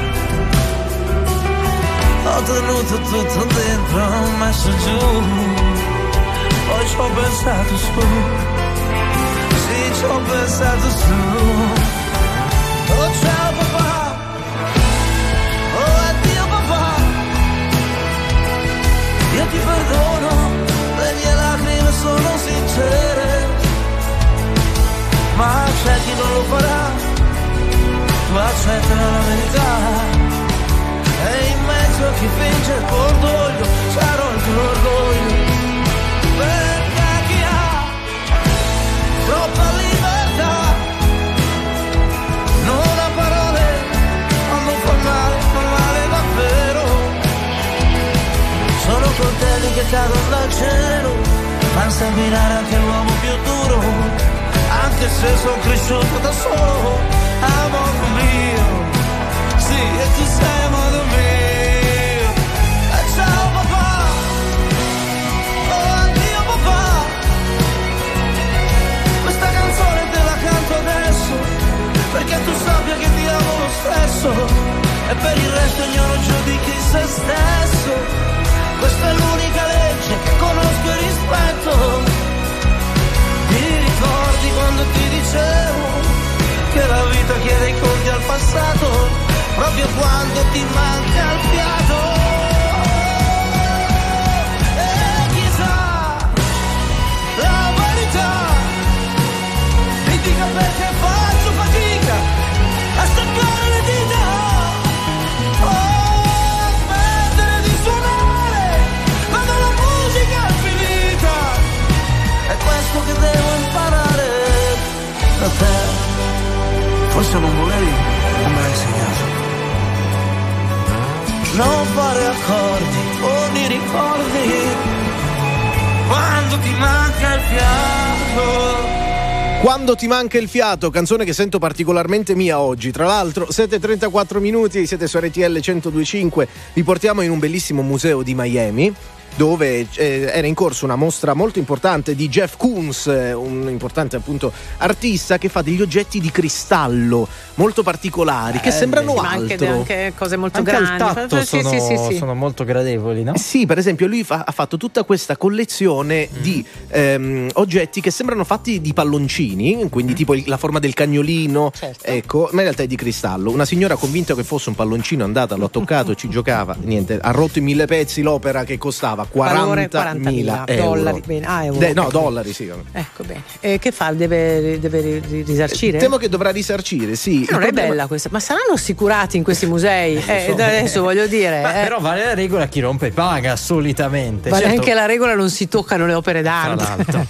ho tenuto tutto dentro, ho messo giù. Poi ci ho pensato su, sì, ci ho pensato su. Oh ciao papà, oh addio papà, io ti perdono, le mie lacrime sono sincere, ma c'è chi non lo farà, tu accetta la verità, e in mezzo a chi finge il cordoglio, sarò il tuo orgoglio. Perché chi ha troppa libertà non ha parole quando fa male, fa male davvero. Sono coltelli che cadono dal cielo, fanno sanguinare anche l'uomo più duro, anche se sono cresciuto da solo, amore mio, sì, e tu sei amore mio. E ciao papà, perché tu sappia che ti amo lo stesso, e per il resto ognuno giudichi se stesso. Questa è l'unica legge che conosco e rispetto. Ti ricordi quando ti dicevo che la vita chiede i conti al passato, proprio quando ti manca il fiato? E chissà la verità mi dica perché faccio fatica a staccare le dita, oh, smettere di suonare quando la musica è finita. È questo che devo imparare da te, forse non volevi, non me l'hai insegnato. non fare accordi con i ricordi, quando ti manca il fiato. Quando ti manca il fiato, canzone che sento particolarmente mia oggi. Tra l'altro, sette e trentaquattro minuti, siete su R T L centodue e cinque. Vi portiamo in un bellissimo museo di Miami, dove eh, era in corso una mostra molto importante di Jeff Koons, eh, un importante appunto artista che fa degli oggetti di cristallo molto particolari, eh, che sembrano ma altro. Anche, anche cose molto anche grandi. al tatto Sì, sono, sì, sì, sì. sono molto gradevoli, no? Eh sì, per esempio lui fa, ha fatto tutta questa collezione mm. di ehm, oggetti che sembrano fatti di palloncini, quindi mm. tipo il, la forma del cagnolino, certo. Ecco, ma in realtà è di cristallo. Una signora convinta che fosse un palloncino è andata, l'ho toccato, ci giocava, niente, ha rotto in mille pezzi l'opera che costava quarantamila dollari. Bene. Ah, euro. De, no, dollari, sì. Ecco, bene. E che fa? Deve, deve risarcire? Temo che dovrà risarcire, sì. Non è bella questa, ma saranno assicurati in questi musei? Eh, so, adesso eh. voglio dire. Ma eh. però vale la regola, chi rompe paga solitamente. Vale certo. Anche la regola, non si toccano le opere d'arte.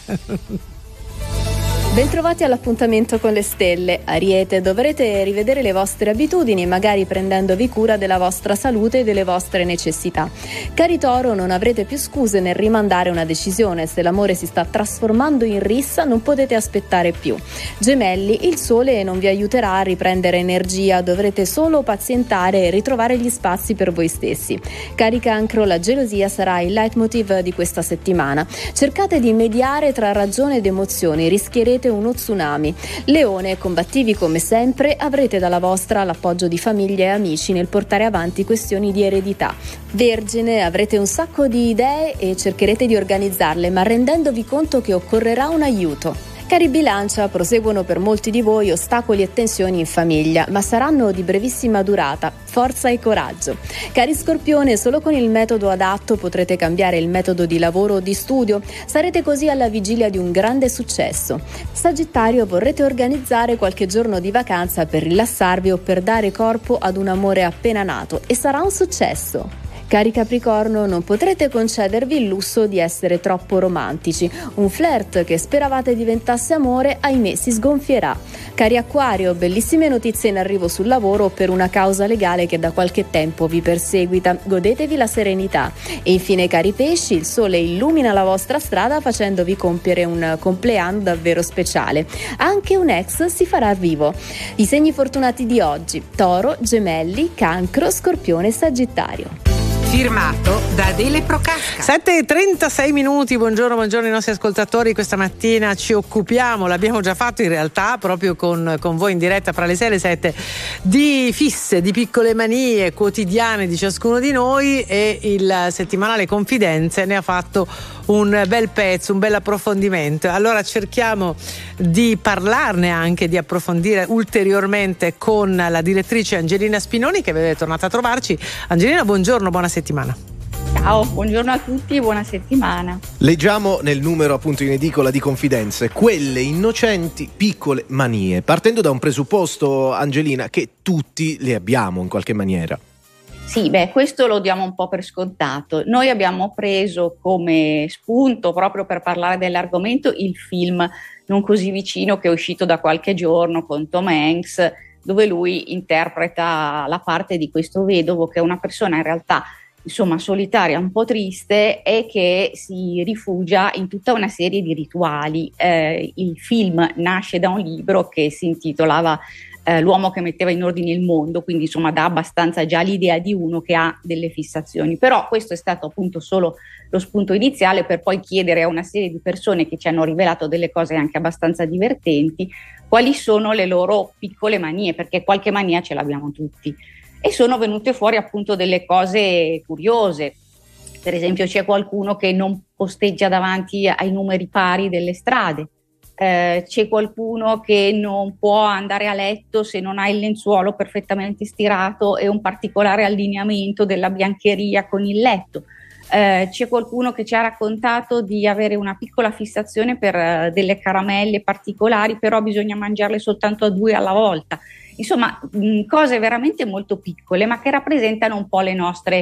Bentrovati all'appuntamento con le stelle. Ariete, dovrete rivedere le vostre abitudini, magari prendendovi cura della vostra salute e delle vostre necessità. Cari Toro, non avrete più scuse nel rimandare una decisione. Se l'amore si sta trasformando in rissa, non potete aspettare più. Gemelli, il sole non vi aiuterà a riprendere energia, dovrete solo pazientare e ritrovare gli spazi per voi stessi. Cari Cancro, la gelosia sarà il leitmotiv di questa settimana. Cercate di mediare tra ragione ed emozioni, rischierete uno tsunami. Leone, combattivi come sempre, avrete dalla vostra l'appoggio di famiglia e amici nel portare avanti questioni di eredità. Vergine, avrete un sacco di idee e cercherete di organizzarle, ma rendendovi conto che occorrerà un aiuto. Cari Bilancia, proseguono per molti di voi ostacoli e tensioni in famiglia, ma saranno di brevissima durata. Forza e coraggio. Cari Scorpione, solo con il metodo adatto potrete cambiare il metodo di lavoro o di studio. Sarete così alla vigilia di un grande successo. Sagittario, vorrete organizzare qualche giorno di vacanza per rilassarvi o per dare corpo ad un amore appena nato e sarà un successo. Cari Capricorno, non potrete concedervi il lusso di essere troppo romantici. Un flirt che speravate diventasse amore, ahimè, si sgonfierà. Cari Acquario, bellissime notizie in arrivo sul lavoro per una causa legale che da qualche tempo vi perseguita. Godetevi la serenità. E infine, cari Pesci, il sole illumina la vostra strada facendovi compiere un compleanno davvero speciale. Anche un ex si farà vivo. I segni fortunati di oggi: Toro, Gemelli, Cancro, Scorpione e Sagittario. Firmato da Adele Procasca. sette e trentasei minuti, buongiorno, buongiorno ai nostri ascoltatori. Questa mattina ci occupiamo, l'abbiamo già fatto in realtà, proprio con, con voi in diretta fra le sei e le sette, di fisse, di piccole manie quotidiane di ciascuno di noi, e il settimanale Confidenze ne ha fatto un bel pezzo, un bel approfondimento. Allora cerchiamo di parlarne, anche di approfondire ulteriormente con la direttrice Angelina Spinoni, che è tornata a trovarci. Angelina, buongiorno, buona settimana. Ciao, buongiorno a tutti e buona settimana. Leggiamo nel numero appunto in edicola di Confidenze quelle innocenti piccole manie, partendo da un presupposto, Angelina, che tutti le abbiamo in qualche maniera. Sì, beh, questo lo diamo un po' per scontato. Noi abbiamo preso come spunto, proprio per parlare dell'argomento, il film Non così vicino che è uscito da qualche giorno con Tom Hanks, dove lui interpreta la parte di questo vedovo che è una persona in realtà insomma solitaria, un po' triste, e che si rifugia in tutta una serie di rituali. Eh, il film nasce da un libro che si intitolava eh, L'uomo che metteva in ordine il mondo, quindi insomma dà abbastanza già l'idea di uno che ha delle fissazioni. Però questo è stato appunto solo lo spunto iniziale, per poi chiedere a una serie di persone che ci hanno rivelato delle cose anche abbastanza divertenti quali sono le loro piccole manie, perché qualche mania ce l'abbiamo tutti. E sono venute fuori appunto delle cose curiose. Per esempio c'è qualcuno che non posteggia davanti ai numeri pari delle strade, eh, c'è qualcuno che non può andare a letto se non ha il lenzuolo perfettamente stirato e un particolare allineamento della biancheria con il letto. Eh, c'è qualcuno che ci ha raccontato di avere una piccola fissazione per uh, delle caramelle particolari, però bisogna mangiarle soltanto a due alla volta. Insomma, mh, cose veramente molto piccole, ma che rappresentano un po' le nostre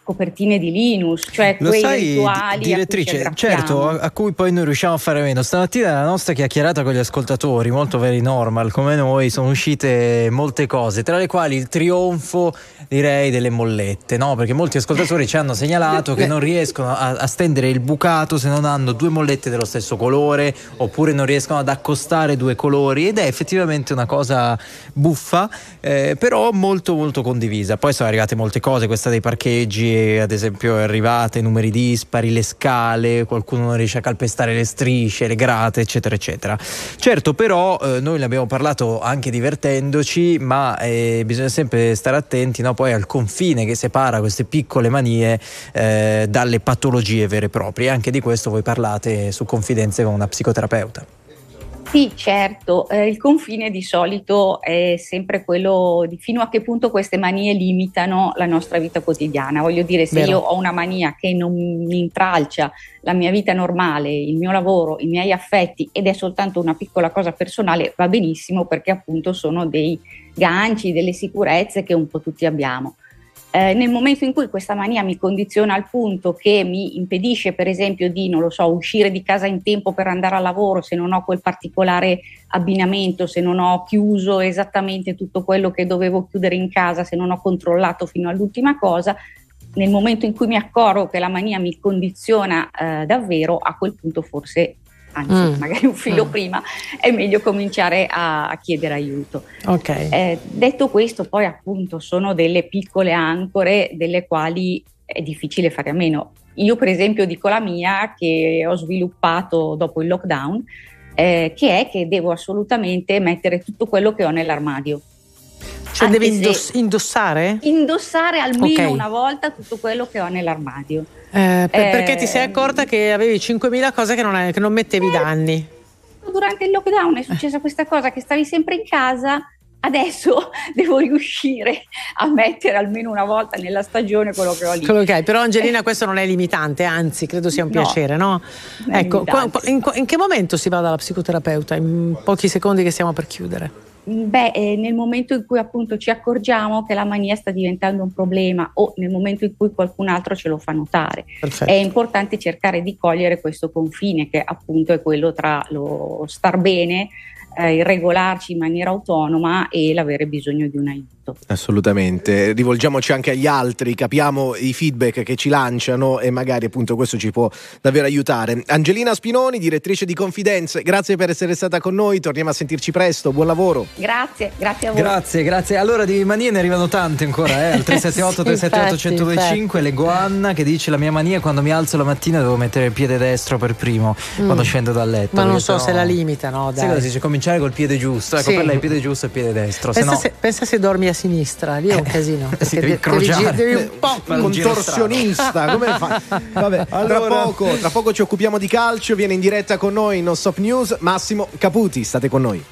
copertine di Linus, cioè Lo quei sai, rituali direttrice, a cui ci aggrappiamo. certo, a, a cui poi noi riusciamo a fare meno. Stamattina nella nostra chiacchierata con gli ascoltatori, molto very normal come noi, sono uscite molte cose, tra le quali il trionfo, direi, delle mollette, no? Perché molti ascoltatori ci hanno segnalato che non riescono a, a stendere il bucato se non hanno due mollette dello stesso colore, oppure non riescono ad accostare due colori, ed è effettivamente una cosa buffa, eh, però molto molto condivisa. Poi sono arrivate molte cose, questa dei parcheggi, ad esempio è arrivata, i numeri dispari, le scale, qualcuno non riesce a calpestare le strisce, le grate, eccetera eccetera. Certo, però eh, noi ne abbiamo parlato anche divertendoci, ma eh, bisogna sempre stare attenti, no? Poi al confine che separa queste piccole manie eh, dalle patologie vere e proprie. Anche di questo voi parlate su Confidenze con una psicoterapeuta. Sì, certo, eh, il confine di solito è sempre quello di fino a che punto queste manie limitano la nostra vita quotidiana. Voglio dire, se Vero. io ho una mania che non mi intralcia la mia vita normale, il mio lavoro, i miei affetti, ed è soltanto una piccola cosa personale, va benissimo, perché appunto sono dei ganci, delle sicurezze che un po' tutti abbiamo. Eh, nel momento in cui questa mania mi condiziona al punto che mi impedisce, per esempio, di, non lo so, uscire di casa in tempo per andare al lavoro, se non ho quel particolare abbinamento, se non ho chiuso esattamente tutto quello che dovevo chiudere in casa, se non ho controllato fino all'ultima cosa, nel momento in cui mi accorgo che la mania mi condiziona eh, davvero, a quel punto forse, anzi mm. magari un filo mm. prima, è meglio cominciare a, a chiedere aiuto. Okay. Eh, detto questo, poi appunto sono delle piccole ancore delle quali è difficile fare a meno. Io per esempio dico la mia, che ho sviluppato dopo il lockdown, eh, che è che devo assolutamente mettere tutto quello che ho nell'armadio. Cioè devi indoss- indossare? Indossare almeno Okay. una volta tutto quello che ho nell'armadio. Eh, per- Eh, perché ti sei accorta che avevi cinquemila cose che non, hai- che non mettevi da anni. Durante il lockdown è successa questa cosa, che stavi sempre in casa, adesso devo riuscire a mettere almeno una volta nella stagione quello che ho lì. Quello che hai. Però Angelina, questo non è limitante, anzi credo sia un No, piacere, no? non è Ecco, qua- limitante. in, in che momento si va dalla psicoterapeuta? In pochi secondi che stiamo per chiudere. Beh, eh, nel momento in cui appunto ci accorgiamo che la mania sta diventando un problema, o nel momento in cui qualcun altro ce lo fa notare. Perfetto. È importante cercare di cogliere questo confine, che appunto è quello tra lo star bene, eh, il regolarci in maniera autonoma, e l'avere bisogno di un aiuto. Assolutamente, rivolgiamoci anche agli altri, capiamo i feedback che ci lanciano e magari appunto questo ci può davvero aiutare. Angelina Spinoni, direttrice di Confidenze, grazie per essere stata con noi, torniamo a sentirci presto, buon lavoro. Grazie, grazie a voi. Grazie, grazie. Allora di manie ne arrivano tante ancora, eh? Al tre sette otto tre sette otto uno zero due cinque. Leggo Anna che dice: la mia mania è quando mi alzo la mattina devo mettere il piede destro per primo Mm. quando scendo dal letto. Ma non perché so sennò- se la limita, no? Sai Dai. cosa si dice? Cominciare col piede giusto. Ecco, Sì. per lei il piede giusto e il piede destro. Se Pensa, no, se, pensa se dormi a sinistra, lì è un casino. si perché devi de- incrociare. devi, devi un po' Contorsionista, come fa? Vabbè, tra poco, tra poco ci occupiamo di calcio, viene in diretta con noi Non Stop News Massimo Caputi, state con noi.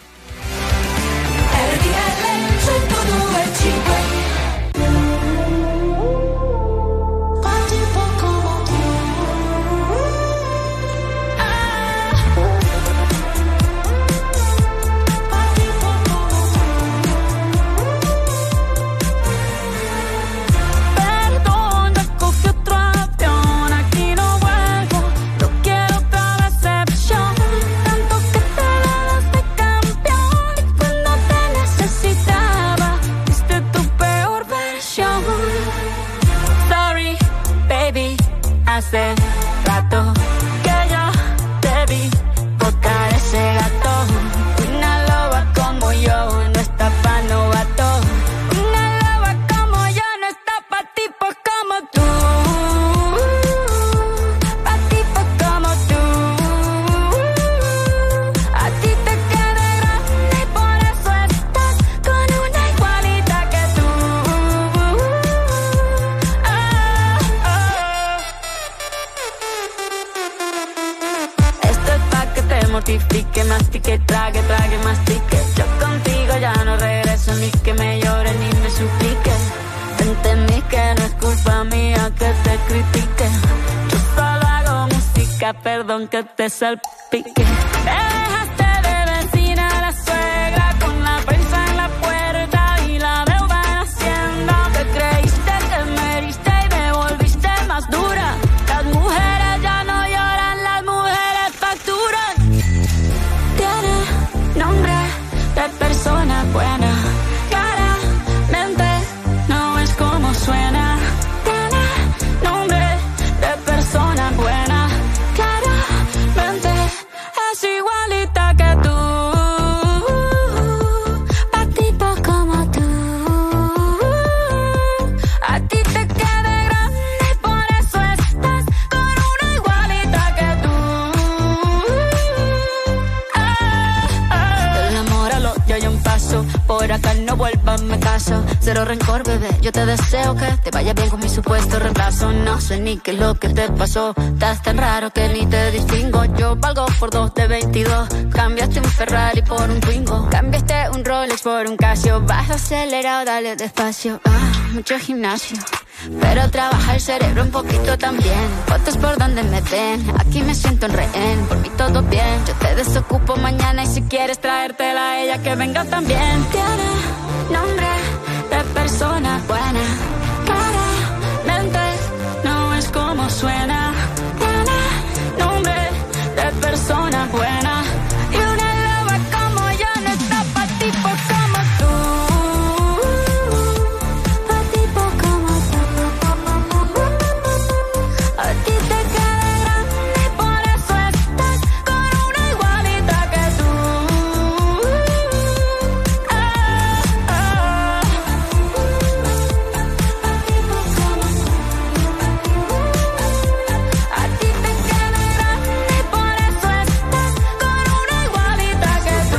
Perdón, ya cogí otro avión, aquí no vuelvo, no quiero otra decepción. Tanto que te la das de campeón, y cuando te necesitaba, viste tu peor versión. Sorry, baby, hace rato que yo debí botar ese gato. Una loba como yo no está pa' novato. Una loba como yo no está pa' tipos como tú. Pa' tipos como tú. A ti te queda grande y por eso estás con una igualita que tú. Ah, ah. Esto es pa' que te mortifique, mastique, trague, trague, mastique. Yo contigo ya no regreso, ni que me llores ni me supliques. Entendí que no es culpa mía que te critique. Yo solo hago música, perdón que te salpique. Te dejaste de vecina a la suegra, con la prensa en la puerta y la deuda en Hacienda. Te creíste que me heriste y me volviste por acá, no vuelvas, me caso. Cero rencor, bebé, yo te deseo que te vaya bien con mi supuesto reemplazo. No sé ni qué es lo que te pasó, estás tan raro que ni te distingo. Yo valgo por dos de veintidós, cambiaste un Ferrari por un Twingo. Cambiaste un Rolex por un Casio, vas acelerado, dale despacio. Ah, mucho gimnasio, pero trabaja el cerebro un poquito también. Fotos por donde me ven, aquí me siento en rehén. Por mí todo bien, yo te desocupo mañana. Y si quieres traértela a ella, que venga también. Tiene nombre de persona buena, claramente no es como suena. Tiene nombre de persona buena, y una loba como yo no está pa' tipos como tú. Pa' tipos como tú. A ti te queda grande y por eso estás con una igualita que tú. Ah, ah. A ti te queda grande y por eso estás con una igualita que tú.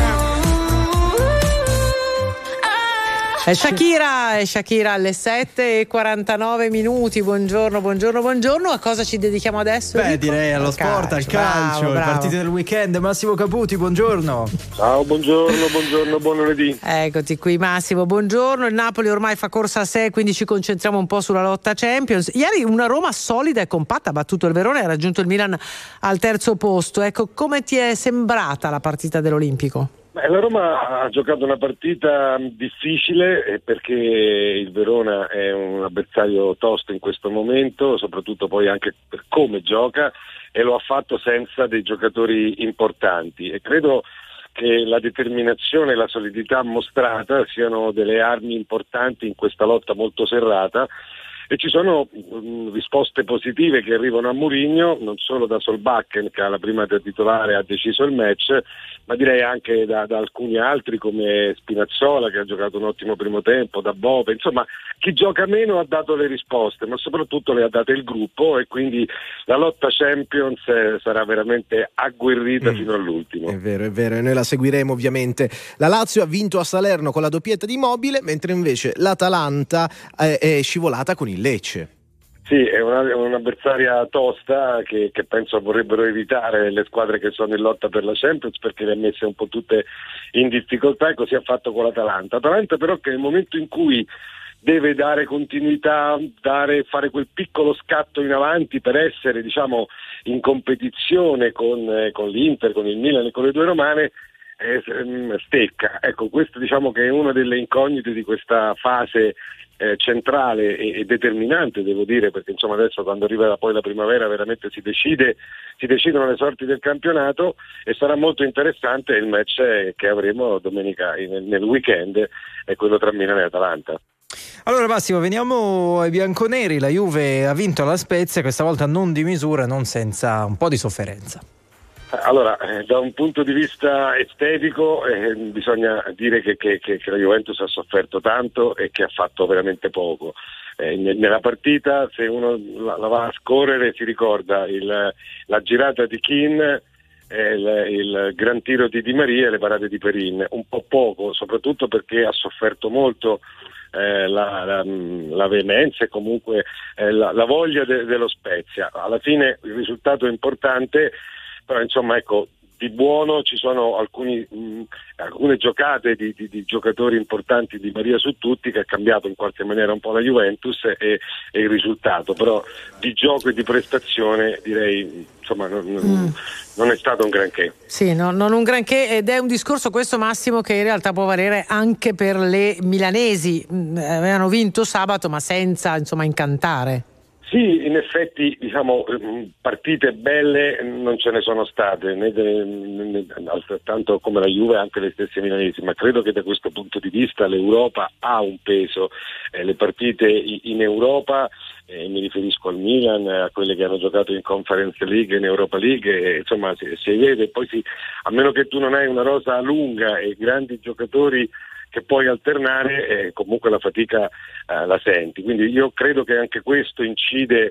È Shakira, è Shakira alle sette e quarantanove minuti. Buongiorno, buongiorno, buongiorno. A cosa ci dedichiamo adesso? Beh, Enrico? direi allo sport, al calcio, bravo, le bravo. partite del weekend. Massimo Caputi, buongiorno. Ciao, buongiorno, buongiorno, buon lunedì. Eccoti qui Massimo, buongiorno. Il Napoli ormai fa corsa a sé, quindi ci concentriamo un po' sulla lotta Champions. Ieri una Roma solida e compatta ha battuto il Verona e ha raggiunto il Milan al terzo posto. Ecco, come ti è sembrata la partita dell'Olimpico? Beh, la Roma ha giocato una partita difficile eh, perché il Verona è un avversario tosto in questo momento, soprattutto poi anche per come gioca, e lo ha fatto senza dei giocatori importanti, e credo che la determinazione e la solidità mostrata siano delle armi importanti in questa lotta molto serrata. E ci sono mh, risposte positive che arrivano a Mourinho, non solo da Solbakken, che alla prima da titolare ha deciso il match, ma direi anche da, da alcuni altri come Spinazzola, che ha giocato un ottimo primo tempo, da Bove. Insomma, chi gioca meno ha dato le risposte, ma soprattutto le ha date il gruppo, e quindi la lotta Champions eh, sarà veramente agguerrita mm. fino all'ultimo. È vero, è vero, e noi la seguiremo ovviamente. La Lazio ha vinto a Salerno con la doppietta di Immobile, mentre invece l'Atalanta è, è scivolata con il Lecce. Sì, è una, un'avversaria tosta che, che penso vorrebbero evitare le squadre che sono in lotta per la Champions, perché le ha messe un po' tutte in difficoltà, e così ha fatto con l'Atalanta. Atalanta però che nel momento in cui deve dare continuità, dare, fare quel piccolo scatto in avanti per essere, diciamo, in competizione con, eh, con l'Inter, con il Milan e con le due romane, eh, stecca. Ecco, questo diciamo che è una delle incognite di questa fase eh, centrale e, e determinante, devo dire, perché insomma adesso quando arriva poi la primavera veramente si decide, si decidono le sorti del campionato, e sarà molto interessante il match che avremo domenica nel, nel weekend, è quello tra Milan e Atalanta. Allora Massimo, veniamo ai bianconeri. La Juve ha vinto alla Spezia, questa volta non di misura, non senza un po' di sofferenza. Allora, eh, da un punto di vista estetico eh, bisogna dire che, che, che, che la Juventus ha sofferto tanto e che ha fatto veramente poco. Eh, nella partita, se uno la, la va a scorrere, si ricorda il, la girata di Keane, eh, il, il gran tiro di Di Maria e le parate di Perin. Un po' poco, soprattutto perché ha sofferto molto eh, la, la, la veemenza e comunque eh, la, la voglia de, dello Spezia. Alla fine il risultato è importante, però insomma ecco, di buono ci sono alcuni, mh, alcune giocate di, di, di giocatori importanti, Di Maria su tutti, che ha cambiato in qualche maniera un po' la Juventus e, e il risultato, però di gioco e di prestazione direi insomma non, mm. non è stato un granché. Sì, no, non un granché, ed è un discorso questo Massimo che in realtà può valere anche per le milanesi. Avevano vinto sabato ma senza insomma incantare. Sì, in effetti diciamo partite belle non ce ne sono state, né, de, né altrettanto come la Juve anche le stesse milanesi, ma credo che da questo punto di vista l'Europa ha un peso. Eh, le partite in Europa, eh, mi riferisco al Milan, a quelle che hanno giocato in Conference League e in Europa League, eh, insomma si, si vede, poi si, a meno che tu non hai una rosa lunga e grandi giocatori che puoi alternare, eh, comunque la fatica eh, la senti, quindi io credo che anche questo incide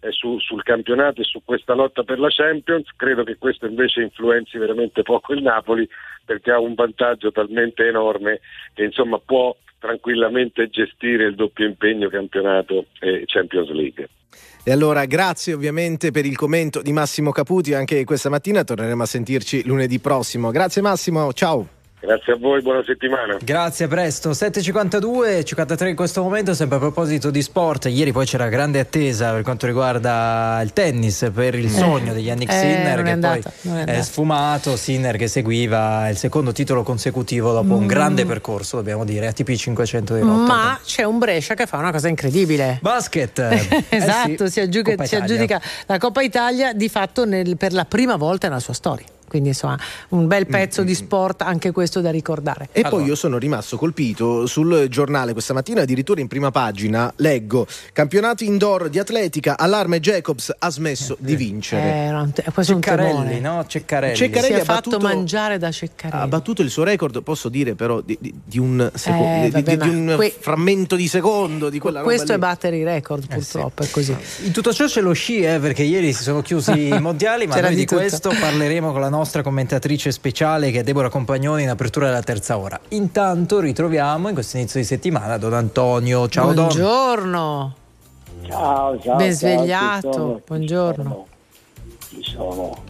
eh, su, sul campionato e su questa lotta per la Champions. Credo che questo invece influenzi veramente poco il Napoli, perché ha un vantaggio talmente enorme che insomma può tranquillamente gestire il doppio impegno campionato e Champions League. E allora grazie ovviamente per il commento di Massimo Caputi anche questa mattina, torneremo a sentirci lunedì prossimo. Grazie Massimo, ciao. Grazie a voi, buona settimana. Grazie, a presto. sette e cinquantadue, cinquantatré in questo momento, sempre a proposito di sport. Ieri poi c'era grande attesa per quanto riguarda il tennis, per il sogno eh, degli Yannick eh, Sinner, che andata, poi è, è, è sfumato. Sinner che seguiva il secondo titolo consecutivo dopo mm. un grande percorso, dobbiamo dire, A T P cinquecento di Rotterdam. Ma c'è un Brescia che fa una cosa incredibile. Basket. Esatto, eh sì, si, aggiudica, si aggiudica la Coppa Italia di fatto nel, per la prima volta nella sua storia. Quindi insomma un bel pezzo mm. di sport, anche questo da ricordare. E allora, poi io sono rimasto colpito sul giornale questa mattina, addirittura in prima pagina leggo: campionato indoor di atletica, allarme Jacobs ha smesso eh, di vincere. Eh, non te, questo Ceccarelli, no? Ceccarelli. Ceccarelli si è battuto, fatto mangiare da Ceccarelli. Ha battuto il suo record, posso dire però di, di, di un, seco- eh, di, vabbè, di, di un que- frammento di secondo di quella questo roba è lì. battere i record, purtroppo, eh sì. è così. In tutto ciò c'è lo sci, eh, perché ieri si sono chiusi i mondiali, ma C'era noi di, di questo parleremo con la nostra commentatrice speciale che è Deborah Compagnoni in apertura della terza ora. Intanto ritroviamo in questo inizio di settimana Don Antonio. Ciao Don. Buongiorno. Ciao, ciao. Ben ciao, svegliato, ci sono, buongiorno. Ci sono.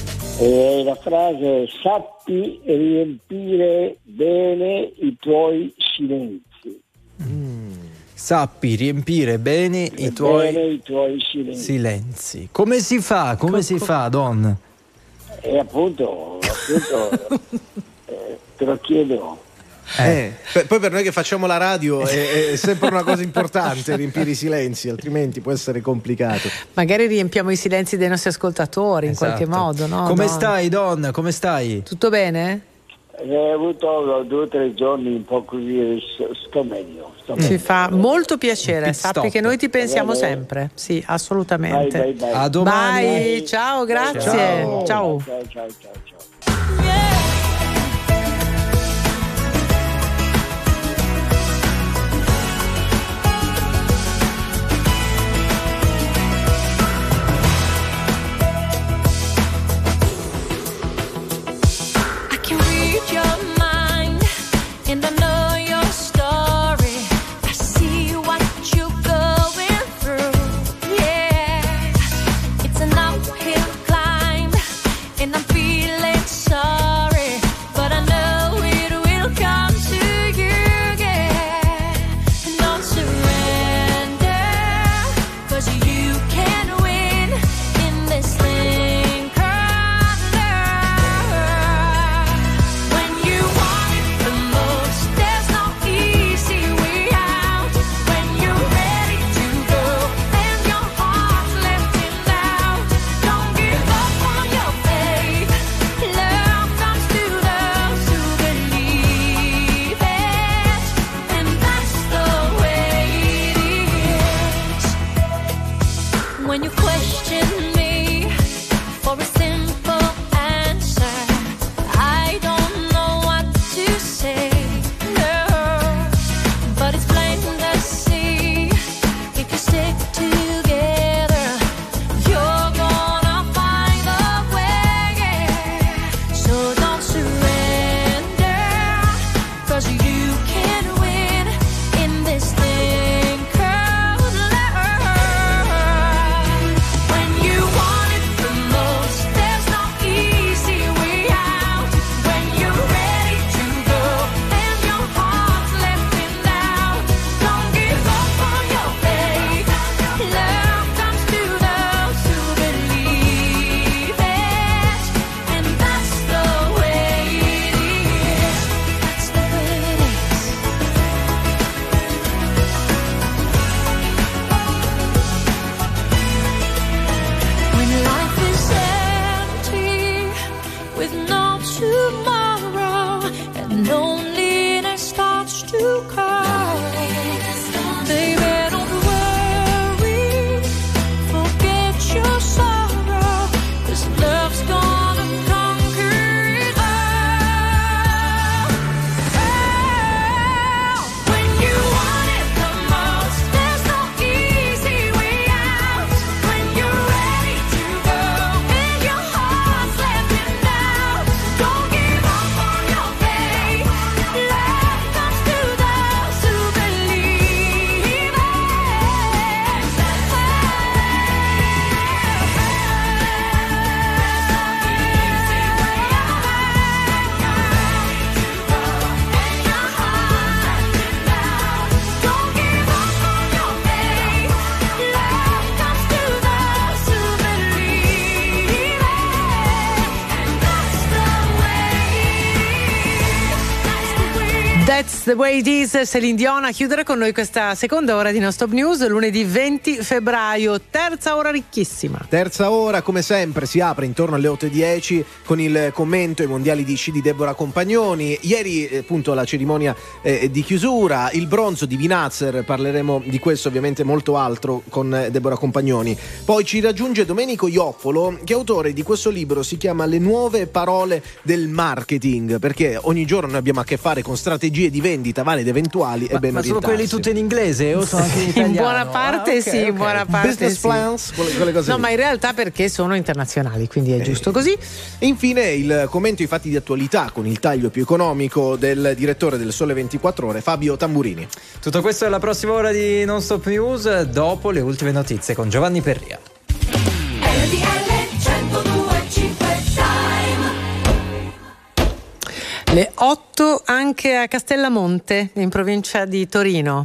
E la frase: sappi riempire bene i tuoi silenzi. Mm. Sappi riempire bene i tuoi, bene i tuoi silenzi. silenzi. Come si fa? Come Co- si fa, Don? E appunto, appunto eh, te lo chiedo. Eh, per, poi per noi che facciamo la radio è, è sempre una cosa importante riempire i silenzi, altrimenti può essere complicato. Magari riempiamo i silenzi dei nostri ascoltatori, esatto, in qualche modo, no? Come Don? stai, Don? Come stai? Tutto bene? Ho avuto due o tre giorni un po' così, sto meglio. Sto meglio. Ci fa molto piacere, sappi stop. che noi ti pensiamo Bene. sempre. Sì, assolutamente. Bye, bye, bye. A domani. Bye, ciao, grazie. Ciao. Ciao. Ciao, ciao, ciao, ciao. And I'm feeling That's the way it is, Celine Dion a chiudere con noi questa seconda ora di Non Stop News, lunedì venti febbraio, terza ora ricchissima. Terza ora, come sempre, si apre intorno alle otto e dieci con il commento ai mondiali di sci di Deborah Compagnoni. Ieri eh, appunto la cerimonia eh, di chiusura, il bronzo di Vinazzer, parleremo di questo ovviamente molto altro con eh, Deborah Compagnoni. Poi ci raggiunge Domenico Ioffolo, che è autore di questo libro, si chiama Le nuove parole del marketing, perché ogni giorno noi abbiamo a che fare con strategie di vendita varie ed eventuali. Ma, e ben ma sono quelli tutti in inglese o sono anche in italiano? In buona parte ah, okay, sì, okay. in buona parte Business sì. plans, quelle, quelle cose no, lì. ma in realtà perché sono internazionali, quindi è eh. giusto così. E infine il commento ai fatti di attualità con il taglio più economico del direttore del Sole ventiquattro Ore, Fabio Tamburini. Tutto questo è la prossima ora di Non Stop News, dopo le ultime notizie con Giovanni Perria. Le otto anche a Castellamonte, in provincia di Torino.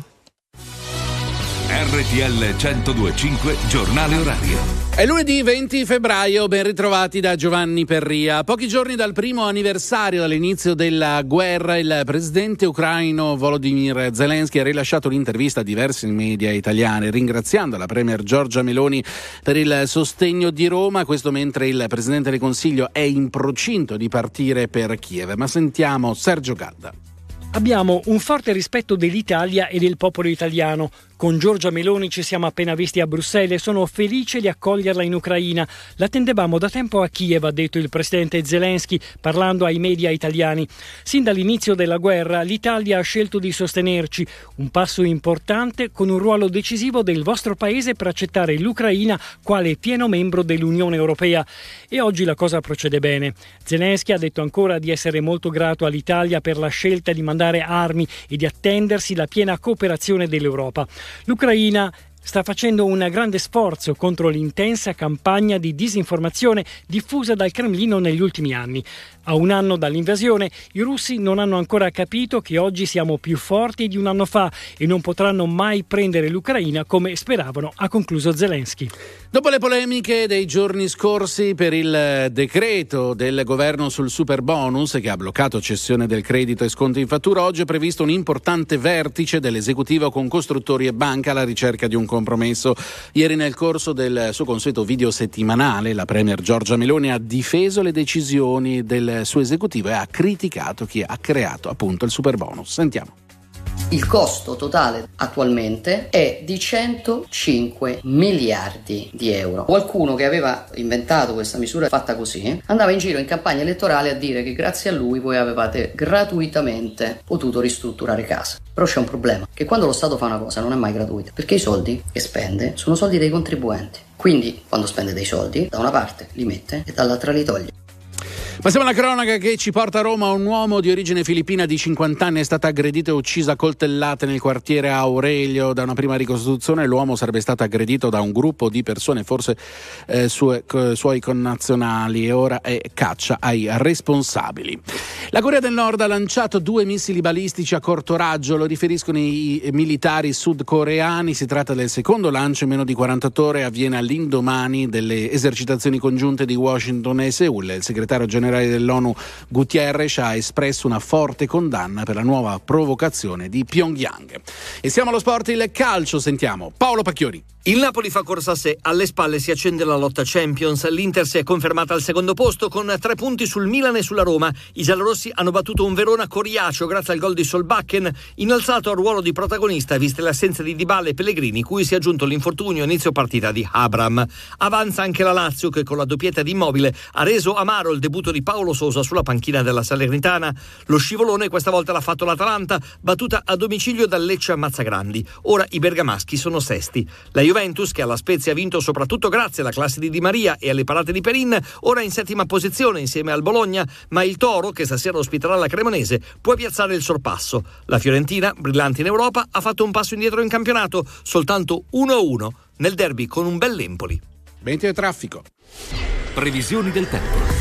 R T L centodue e cinque, giornale orario. È lunedì venti febbraio, ben ritrovati da Giovanni Perria. Pochi giorni dal primo anniversario dall'inizio della guerra, il presidente ucraino Volodymyr Zelensky ha rilasciato un'intervista a diversi media italiani, ringraziando la premier Giorgia Meloni per il sostegno di Roma, questo mentre il presidente del Consiglio è in procinto di partire per Kiev. Ma sentiamo Sergio Gadda. Abbiamo un forte rispetto dell'Italia e del popolo italiano. Con Giorgia Meloni ci siamo appena visti a Bruxelles e sono felice di accoglierla in Ucraina. L'attendevamo da tempo a Kiev, ha detto il presidente Zelensky, parlando ai media italiani. Sin dall'inizio della guerra l'Italia ha scelto di sostenerci, un passo importante con un ruolo decisivo del vostro paese per accettare l'Ucraina quale pieno membro dell'Unione Europea. E oggi la cosa procede bene. Zelensky ha detto ancora di essere molto grato all'Italia per la scelta di mandare armi e di attendersi la piena cooperazione dell'Europa. L'Ucraina sta facendo un grande sforzo contro l'intensa campagna di disinformazione diffusa dal Cremlino negli ultimi anni. A un anno dall'invasione, i russi non hanno ancora capito che oggi siamo più forti di un anno fa e non potranno mai prendere l'Ucraina come speravano, ha concluso Zelensky. Dopo le polemiche dei giorni scorsi per il decreto del governo sul super bonus che ha bloccato cessione del credito e sconti in fattura, oggi è previsto un importante vertice dell'esecutivo con costruttori e banca alla ricerca di un compromesso. Ieri, nel corso del suo consueto video settimanale, la premier Giorgia Meloni ha difeso le decisioni del suo esecutivo e ha criticato chi ha creato appunto il super bonus. Sentiamo. Il costo totale attualmente è di centocinque miliardi di euro. Qualcuno che aveva inventato questa misura fatta così andava in giro in campagna elettorale a dire che grazie a lui voi avevate gratuitamente potuto ristrutturare casa. Però c'è un problema, che quando lo Stato fa una cosa non è mai gratuita, perché i soldi che spende sono soldi dei contribuenti. Quindi quando spende dei soldi, da una parte li mette e dall'altra li toglie. Passiamo alla cronaca che ci porta a Roma. Un uomo di origine filippina di cinquanta anni è stato aggredito e ucciso a coltellate nel quartiere Aurelio. Da una prima ricostruzione l'uomo sarebbe stato aggredito da un gruppo di persone, forse eh, sue, co, suoi connazionali, e ora è caccia ai responsabili. La Corea del Nord ha lanciato due missili balistici a corto raggio, lo riferiscono i militari sudcoreani. Si tratta del secondo lancio in meno di quarantotto ore, avviene all'indomani delle esercitazioni congiunte di Washington e Seul. Il segretario generale dell'ONU Guterres ha espresso una forte condanna per la nuova provocazione di Pyongyang. E siamo allo sport, il calcio, sentiamo Paolo Pacchioni. Il Napoli fa corsa a sé, alle spalle si accende la lotta Champions, l'Inter si è confermata al secondo posto con tre punti sul Milan e sulla Roma. I giallorossi hanno battuto un Verona coriaceo grazie al gol di Solbakken, innalzato al ruolo di protagonista viste le assenze di Dybala e Pellegrini, cui si è aggiunto l'infortunio inizio partita di Abraham. Avanza anche la Lazio che con la doppietta di Immobile ha reso amaro il debutto di Paolo Sosa sulla panchina della Salernitana. Lo scivolone questa volta l'ha fatto l'Atalanta, battuta a domicilio dal Lecce a Mazzagrandi. Ora i bergamaschi sono sesti. La Juventus, che alla Spezia ha vinto soprattutto grazie alla classe di Di Maria e alle parate di Perin, ora in settima posizione insieme al Bologna, ma il Toro, che stasera ospiterà la Cremonese, può piazzare il sorpasso. La Fiorentina, brillante in Europa, ha fatto un passo indietro in campionato, soltanto uno a uno nel derby con un bell'Empoli. Venti e traffico. Previsioni del tempo.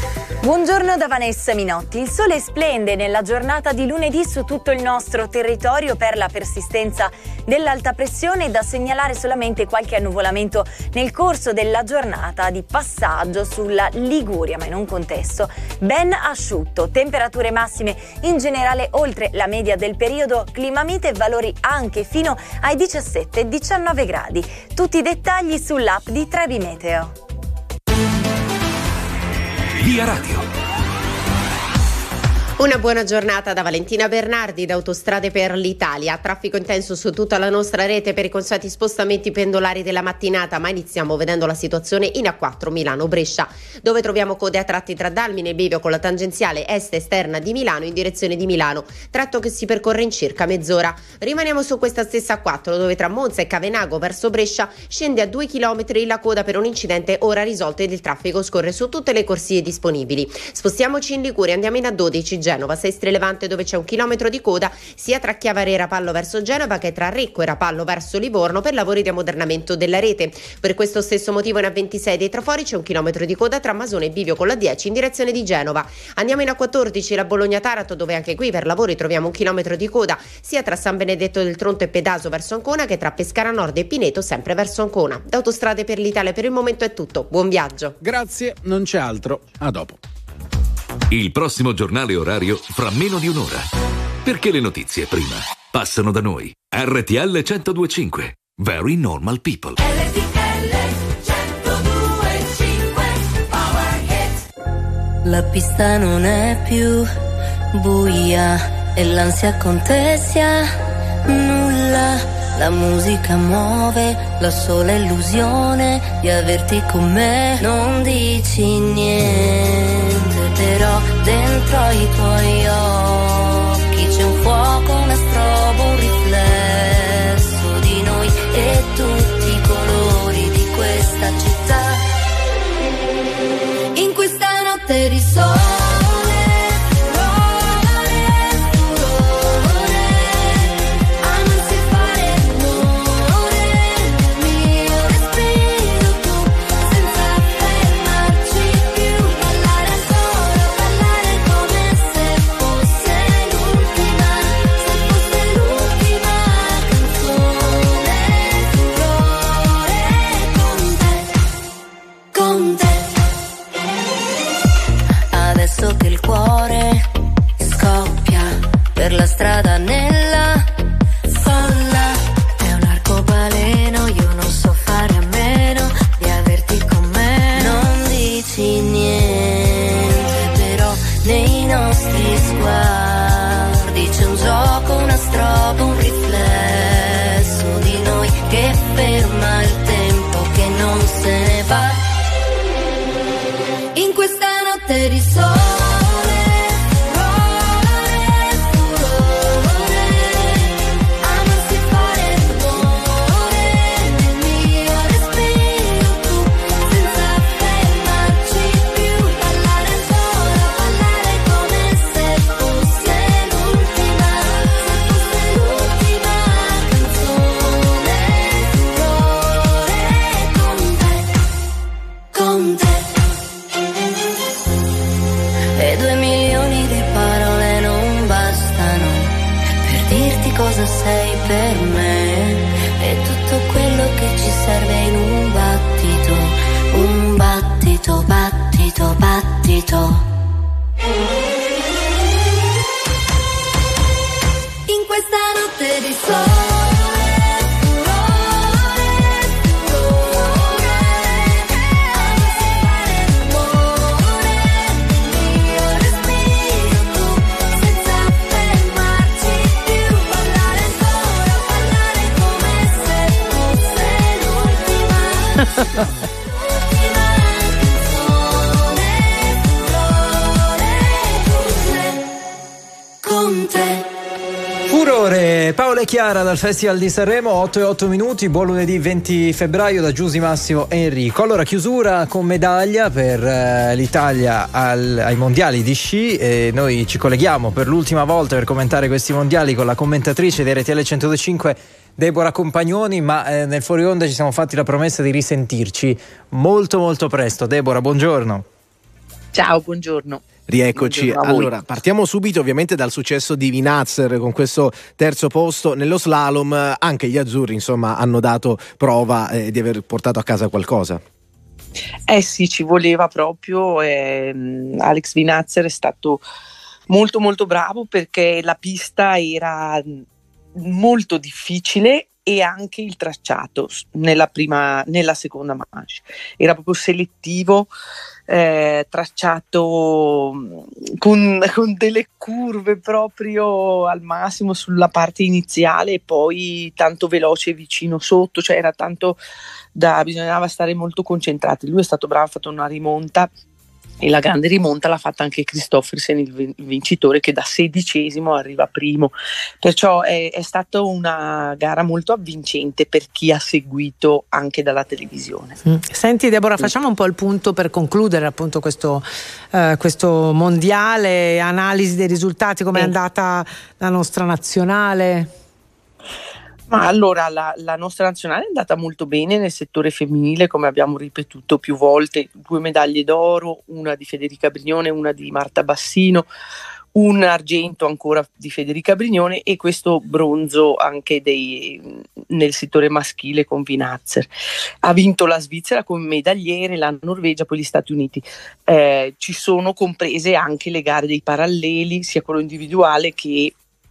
Buongiorno da Vanessa Minotti. Il sole splende nella giornata di lunedì su tutto il nostro territorio per la persistenza dell'alta pressione, da segnalare solamente qualche annuvolamento nel corso della giornata di passaggio sulla Liguria, ma in un contesto ben asciutto. Temperature massime in generale oltre la media del periodo, clima mite, valori anche fino ai diciassette diciannove gradi. Tutti i dettagli sull'app di Trebi Meteo. Via Radio. Una buona giornata da Valentina Bernardi, da Autostrade per l'Italia. Traffico intenso su tutta la nostra rete per i consueti spostamenti pendolari della mattinata, ma iniziamo vedendo la situazione in A quattro Milano-Brescia, dove troviamo code a tratti tra Dalmine e Bivio con la tangenziale est esterna di Milano in direzione di Milano, tratto che si percorre in circa mezz'ora. Rimaniamo su questa stessa A quattro, dove tra Monza e Cavenago verso Brescia scende a due chilometri la coda per un incidente ora risolto ed il traffico scorre su tutte le corsie disponibili. Spostiamoci in Liguria, andiamo in A dodici Genova, Sestri Levante, dove c'è un chilometro di coda sia tra Chiavari e Rapallo verso Genova che tra Recco e Rapallo verso Livorno per lavori di ammodernamento della rete. Per questo stesso motivo in A ventisei dei Trafori c'è un chilometro di coda tra Masone e Bivio con la dieci in direzione di Genova. Andiamo in A quattordici la Bologna-Taranto, dove anche qui per lavori troviamo un chilometro di coda sia tra San Benedetto del Tronto e Pedaso verso Ancona che tra Pescara Nord e Pineto sempre verso Ancona. Da Autostrade per l'Italia per il momento è tutto. Buon viaggio. Grazie, non c'è altro. A dopo. Il prossimo giornale orario fra meno di un'ora. Perché le notizie prima passano da noi. R T L centodue e cinque. Very Normal People. La pista non è più buia e l'ansia contessa nulla. La musica muove la sola illusione di averti con me. Non dici niente, però dentro i tuoi occhi c'è un fuoco, una strobo, un riflesso di noi e tutti i colori di questa città. In questa notte di sole che il cuore scoppia per la strada nella folla. È un arcobaleno, io non so fare a meno di averti con me. Non dici niente, però nei nostri sguardi c'è un gioco, una strobo, un riflesso di noi che ferma il tempo che non se ne va. In questa notte di sole cosa sei per me, è tutto quello che ci serve in un battito, un battito, battito, battito. In questa notte di sole con te. Furore, Paola e Chiara dal Festival di Sanremo, otto e otto minuti, buon lunedì venti febbraio da Giusy, Massimo e Enrico. Allora, chiusura con medaglia per eh, l'Italia al, ai mondiali di sci, e noi ci colleghiamo per l'ultima volta per commentare questi mondiali con la commentatrice di R T L centodue e cinque Deborah Compagnoni, ma eh, nel fuori onda ci siamo fatti la promessa di risentirci molto molto presto. Deborah, buongiorno. Ciao, buongiorno. Rieccoci, Buongiorno a voi. allora partiamo subito ovviamente dal successo di Vinazzer con questo terzo posto nello slalom. Anche gli azzurri insomma hanno dato prova eh, di aver portato a casa qualcosa. Eh sì, ci voleva proprio, ehm, Alex Vinazzer è stato molto molto bravo perché la pista era molto difficile e anche il tracciato nella prima, nella seconda manche era proprio selettivo, eh, tracciato con, con delle curve proprio al massimo sulla parte iniziale e poi tanto veloce vicino sotto, cioè era tanto da, bisognava stare molto concentrati. Lui è stato bravo, ha fatto una rimonta e la grande rimonta l'ha fatta anche Christoffersen, il vincitore, che da sedicesimo arriva primo, perciò è, è stata una gara molto avvincente per chi ha seguito anche dalla televisione. Mm. Senti Deborah, facciamo un po' il punto per concludere appunto questo, eh, questo mondiale, analisi dei risultati, come è andata la nostra nazionale? Ma allora la, la nostra nazionale è andata molto bene nel settore femminile, come abbiamo ripetuto più volte, due medaglie d'oro, una di Federica Brignone, una di Marta Bassino, un argento ancora di Federica Brignone e questo bronzo anche dei, nel settore maschile con Vinazzer. Ha vinto la Svizzera come medagliere, la Norvegia, poi gli Stati Uniti. Eh, ci sono comprese anche le gare dei paralleli, sia quello individuale che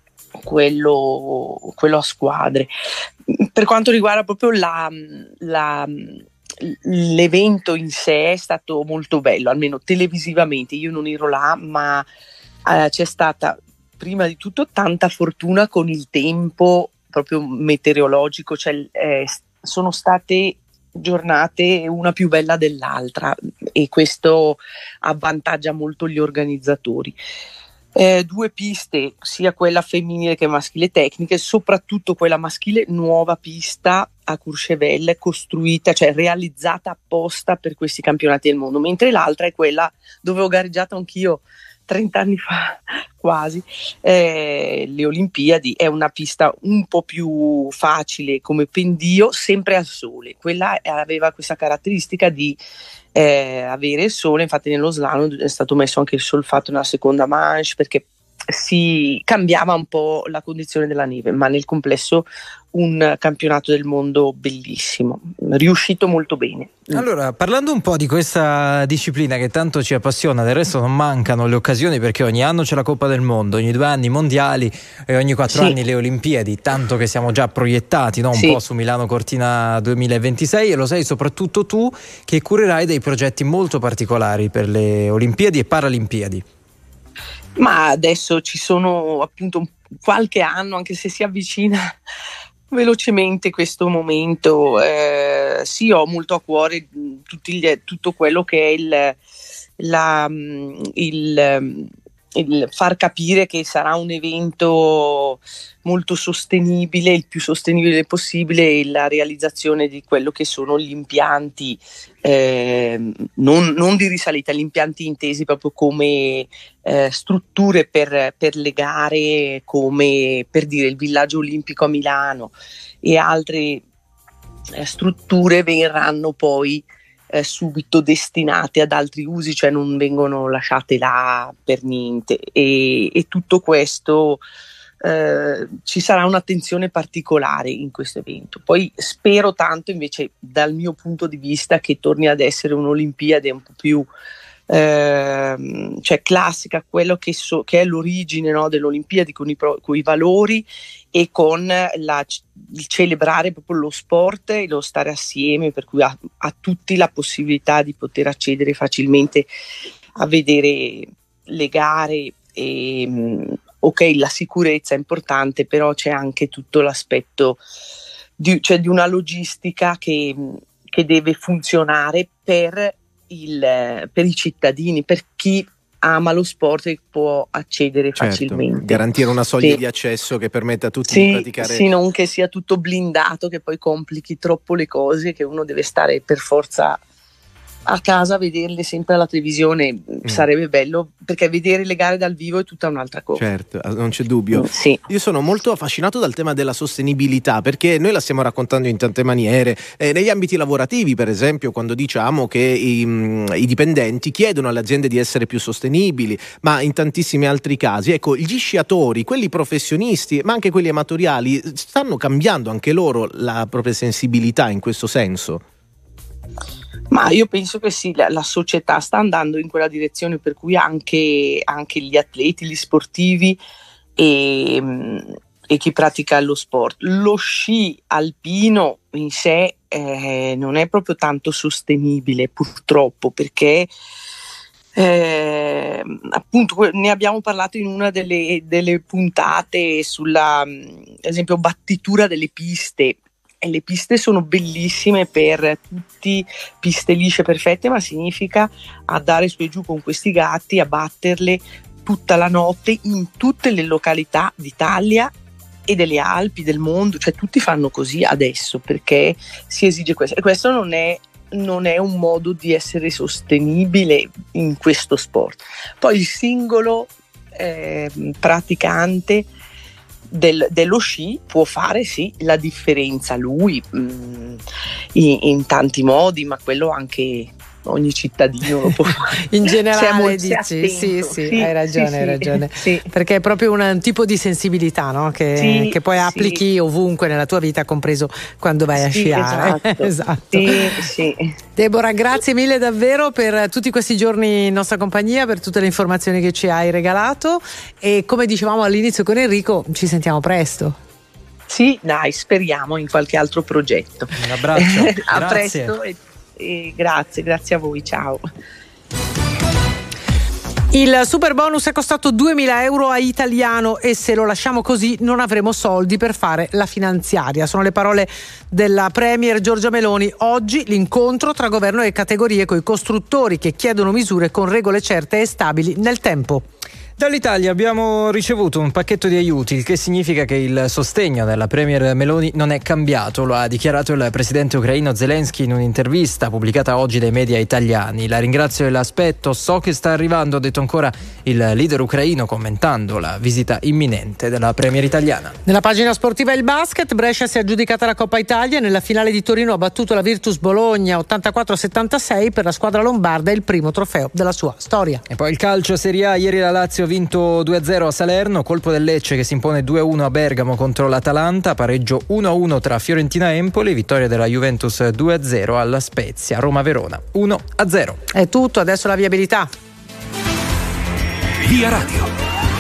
Quello, quello a squadre. Per quanto riguarda proprio la, la, l'evento in sé è stato molto bello, almeno televisivamente. Io non ero là, ma eh, c'è stata prima di tutto tanta fortuna con il tempo proprio meteorologico, cioè eh, sono state giornate una più bella dell'altra e questo avvantaggia molto gli organizzatori. Eh, due piste, sia quella femminile che maschile tecniche, soprattutto quella maschile nuova pista a Courchevel, costruita, cioè realizzata apposta per questi campionati del mondo, mentre l'altra è quella dove ho gareggiato anch'io trenta anni fa quasi, eh, le Olimpiadi. È una pista un po' più facile come pendio, sempre al sole. Quella aveva questa caratteristica di Eh, avere il sole, infatti nello slalom è stato messo anche il solfato nella seconda manche perché si cambiava un po' la condizione della neve, ma nel complesso un campionato del mondo bellissimo, riuscito molto bene. Allora, parlando un po' di questa disciplina che tanto ci appassiona, del resto non mancano le occasioni perché ogni anno c'è la Coppa del Mondo, ogni due anni i mondiali e ogni quattro Sì. anni le Olimpiadi, tanto che siamo già proiettati, no? un Sì. po' su Milano Cortina duemilaventisei, e lo sai soprattutto tu che curerai dei progetti molto particolari per le Olimpiadi e Paralimpiadi. Ma adesso ci sono appunto qualche anno, anche se si avvicina velocemente questo momento, eh, sì, ho molto a cuore tutti gli, tutto quello che è il, la, il, il far capire che sarà un evento molto sostenibile, il più sostenibile possibile, e la realizzazione di quello che sono gli impianti, eh, non, non di risalita, gli impianti intesi proprio come eh, strutture per, per le gare, come per dire il villaggio olimpico a Milano e altre eh, strutture verranno poi eh, subito destinate ad altri usi, cioè non vengono lasciate là per niente, e, e tutto questo eh, ci sarà un'attenzione particolare in questo evento. Poi spero tanto invece dal mio punto di vista che torni ad essere un'Olimpiade un po' più eh, cioè classica, quello che, so, che è l'origine, no, dell'Olimpiadi, con i, pro, con i valori e con la, il celebrare proprio lo sport e lo stare assieme, per cui ha, ha tutti la possibilità di poter accedere facilmente a vedere le gare. E ok, la sicurezza è importante, però c'è anche tutto l'aspetto di, cioè di una logistica che, che deve funzionare per, il, per i cittadini, per chi ama lo sport e può accedere certo, facilmente. Garantire una soglia sì. di accesso che permetta a tutti sì, di praticare. Sì, non che sia tutto blindato, che poi complichi troppo le cose, che uno deve stare per forza a casa vederle sempre alla televisione mm. sarebbe bello, perché vedere le gare dal vivo è tutta un'altra cosa. Certo, non c'è dubbio. Sì. Io sono molto affascinato dal tema della sostenibilità, perché noi la stiamo raccontando in tante maniere, eh, negli ambiti lavorativi per esempio, quando diciamo che i, i dipendenti chiedono alle aziende di essere più sostenibili, ma in tantissimi altri casi, ecco, gli sciatori, quelli professionisti ma anche quelli amatoriali, stanno cambiando anche loro la propria sensibilità in questo senso? Ma io penso che sì, la, la società sta andando in quella direzione, per cui anche, anche gli atleti, gli sportivi e, e chi pratica lo sport. Lo sci alpino in sé eh, non è proprio tanto sostenibile, purtroppo, perché eh, appunto ne abbiamo parlato in una delle, delle puntate sulla, ad esempio, battitura delle piste. E le piste sono bellissime per tutti, piste lisce perfette, ma significa andare su e giù con questi gatti, a batterle tutta la notte in tutte le località d'Italia e delle Alpi, del mondo, cioè tutti fanno così adesso perché si esige questo, e questo non è, non è un modo di essere sostenibile in questo sport. Poi il singolo eh, praticante Del, dello sci può fare sì la differenza lui mh, in, in tanti modi, ma quello anche ogni cittadino lo può fare. In generale dici, attento, sì, sì, sì, hai ragione, sì, hai ragione. Sì. Perché è proprio un tipo di sensibilità, no? che, sì, che poi applichi sì. ovunque nella tua vita, compreso quando vai a sì, sciare. Esatto. Esatto. Sì, sì. Deborah, grazie mille davvero per tutti questi giorni in nostra compagnia, per tutte le informazioni che ci hai regalato, e come dicevamo all'inizio con Enrico, ci sentiamo presto. Sì, dai, speriamo in qualche altro progetto. Un abbraccio. A Grazie. presto e, e grazie, grazie a voi, ciao. Il super bonus è costato duemila euro a Italiano e se lo lasciamo così non avremo soldi per fare la finanziaria. Sono le parole della premier Giorgia Meloni. Oggi l'incontro tra governo e categorie coi costruttori che chiedono misure con regole certe e stabili nel tempo. Dall'Italia abbiamo ricevuto un pacchetto di aiuti, il che significa che il sostegno della premier Meloni non è cambiato, lo ha dichiarato il presidente ucraino Zelensky in un'intervista pubblicata oggi dai media italiani. La ringrazio dell'aspetto, so che sta arrivando, ha detto ancora il leader ucraino commentando la visita imminente della premier italiana. Nella pagina sportiva il basket, Brescia si è aggiudicata la Coppa Italia e nella finale di Torino ha battuto la Virtus Bologna ottantaquattro a settantasei, per la squadra lombarda è il primo trofeo della sua storia. E poi il calcio Serie A, ieri la Lazio ha vinto due a zero a Salerno, colpo del Lecce che si impone due a uno a Bergamo contro l'Atalanta, pareggio uno a uno tra Fiorentina e Empoli, vittoria della Juventus due a zero alla Spezia, Roma-Verona uno a zero. È tutto, adesso la viabilità. Via Radio.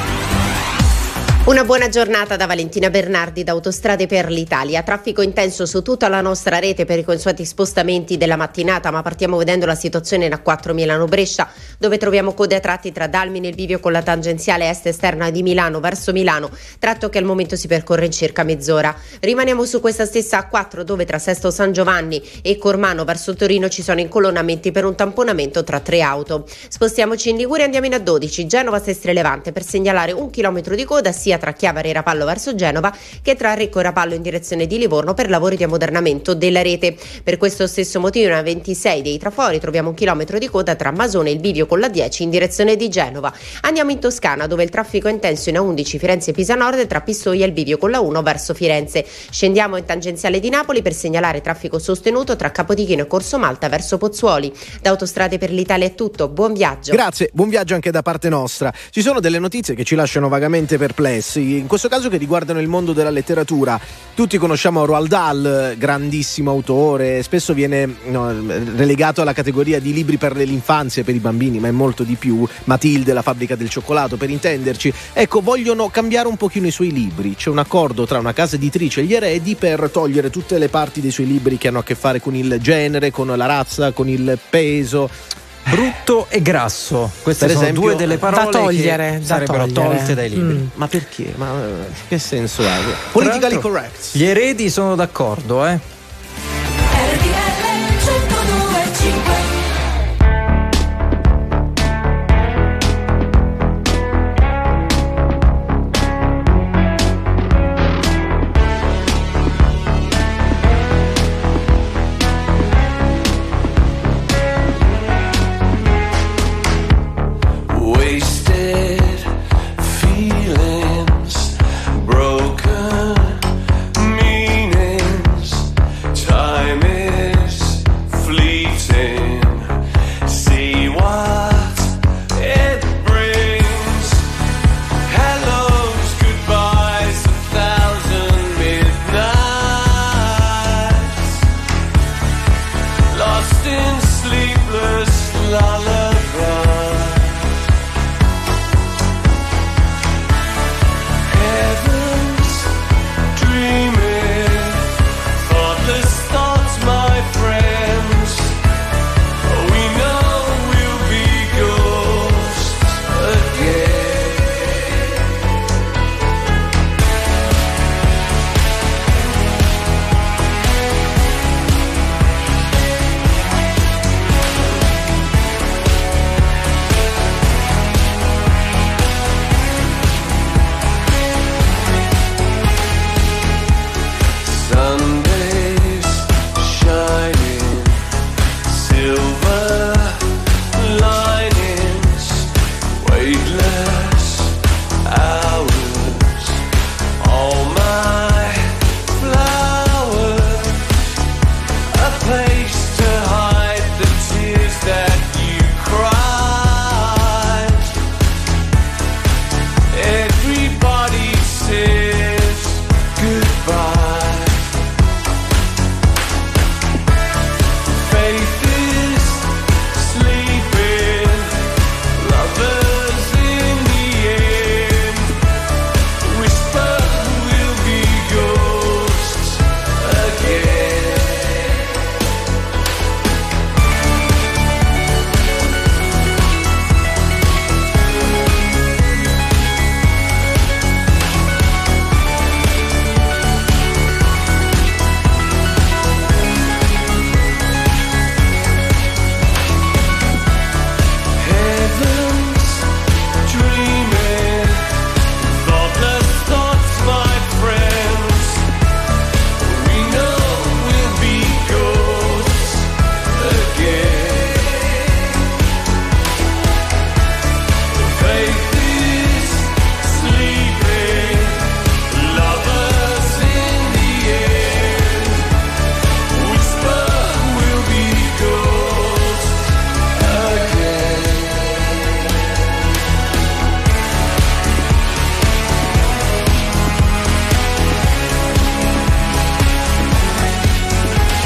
Una buona giornata da Valentina Bernardi da Autostrade per l'Italia. Traffico intenso su tutta la nostra rete per i consueti spostamenti della mattinata, ma partiamo vedendo la situazione in A quattro Milano-Brescia, dove troviamo code a tratti tra Dalmine e il bivio con la tangenziale est esterna di Milano verso Milano, tratto che al momento si percorre in circa mezz'ora. Rimaniamo su questa stessa A quattro, dove tra Sesto San Giovanni e Cormano verso Torino ci sono incolonnamenti per un tamponamento tra tre auto. Spostiamoci in Liguria e andiamo in A dodici, Genova-Sestre Levante, per segnalare un chilometro di coda sia tra Chiavari e Rapallo verso Genova che tra Recco e Rapallo in direzione di Livorno per lavori di ammodernamento della rete. Per questo stesso motivo in A ventisei dei trafori troviamo un chilometro di coda tra Masone e il bivio con la dieci in direzione di Genova. Andiamo in Toscana, dove il traffico è intenso in A undici Firenze-Pisa Nord tra Pistoia e il bivio con la uno verso Firenze. Scendiamo in tangenziale di Napoli per segnalare traffico sostenuto tra Capodichino e Corso Malta verso Pozzuoli. Da Autostrade per l'Italia è tutto, buon viaggio. Grazie, buon viaggio anche da parte nostra. Ci sono delle notizie che ci lasciano vagamente perplessi, in questo caso che riguardano il mondo della letteratura. Tutti conosciamo Roald Dahl, grandissimo autore, spesso viene no, relegato alla categoria di libri per l'infanzia, per i bambini, ma è molto di più. Matilde, la fabbrica del cioccolato, per intenderci. Ecco, vogliono cambiare un pochino i suoi libri. C'è un accordo tra una casa editrice e gli eredi per togliere tutte le parti dei suoi libri che hanno a che fare con il genere, con la razza, con il peso. Brutto e grasso, queste per sono esempio, due delle parole da togliere, che da sarebbero togliere. tolte dai libri. Mm. Ma perché? Ma che senso ha? Politically correct. Gli eredi sono d'accordo, eh?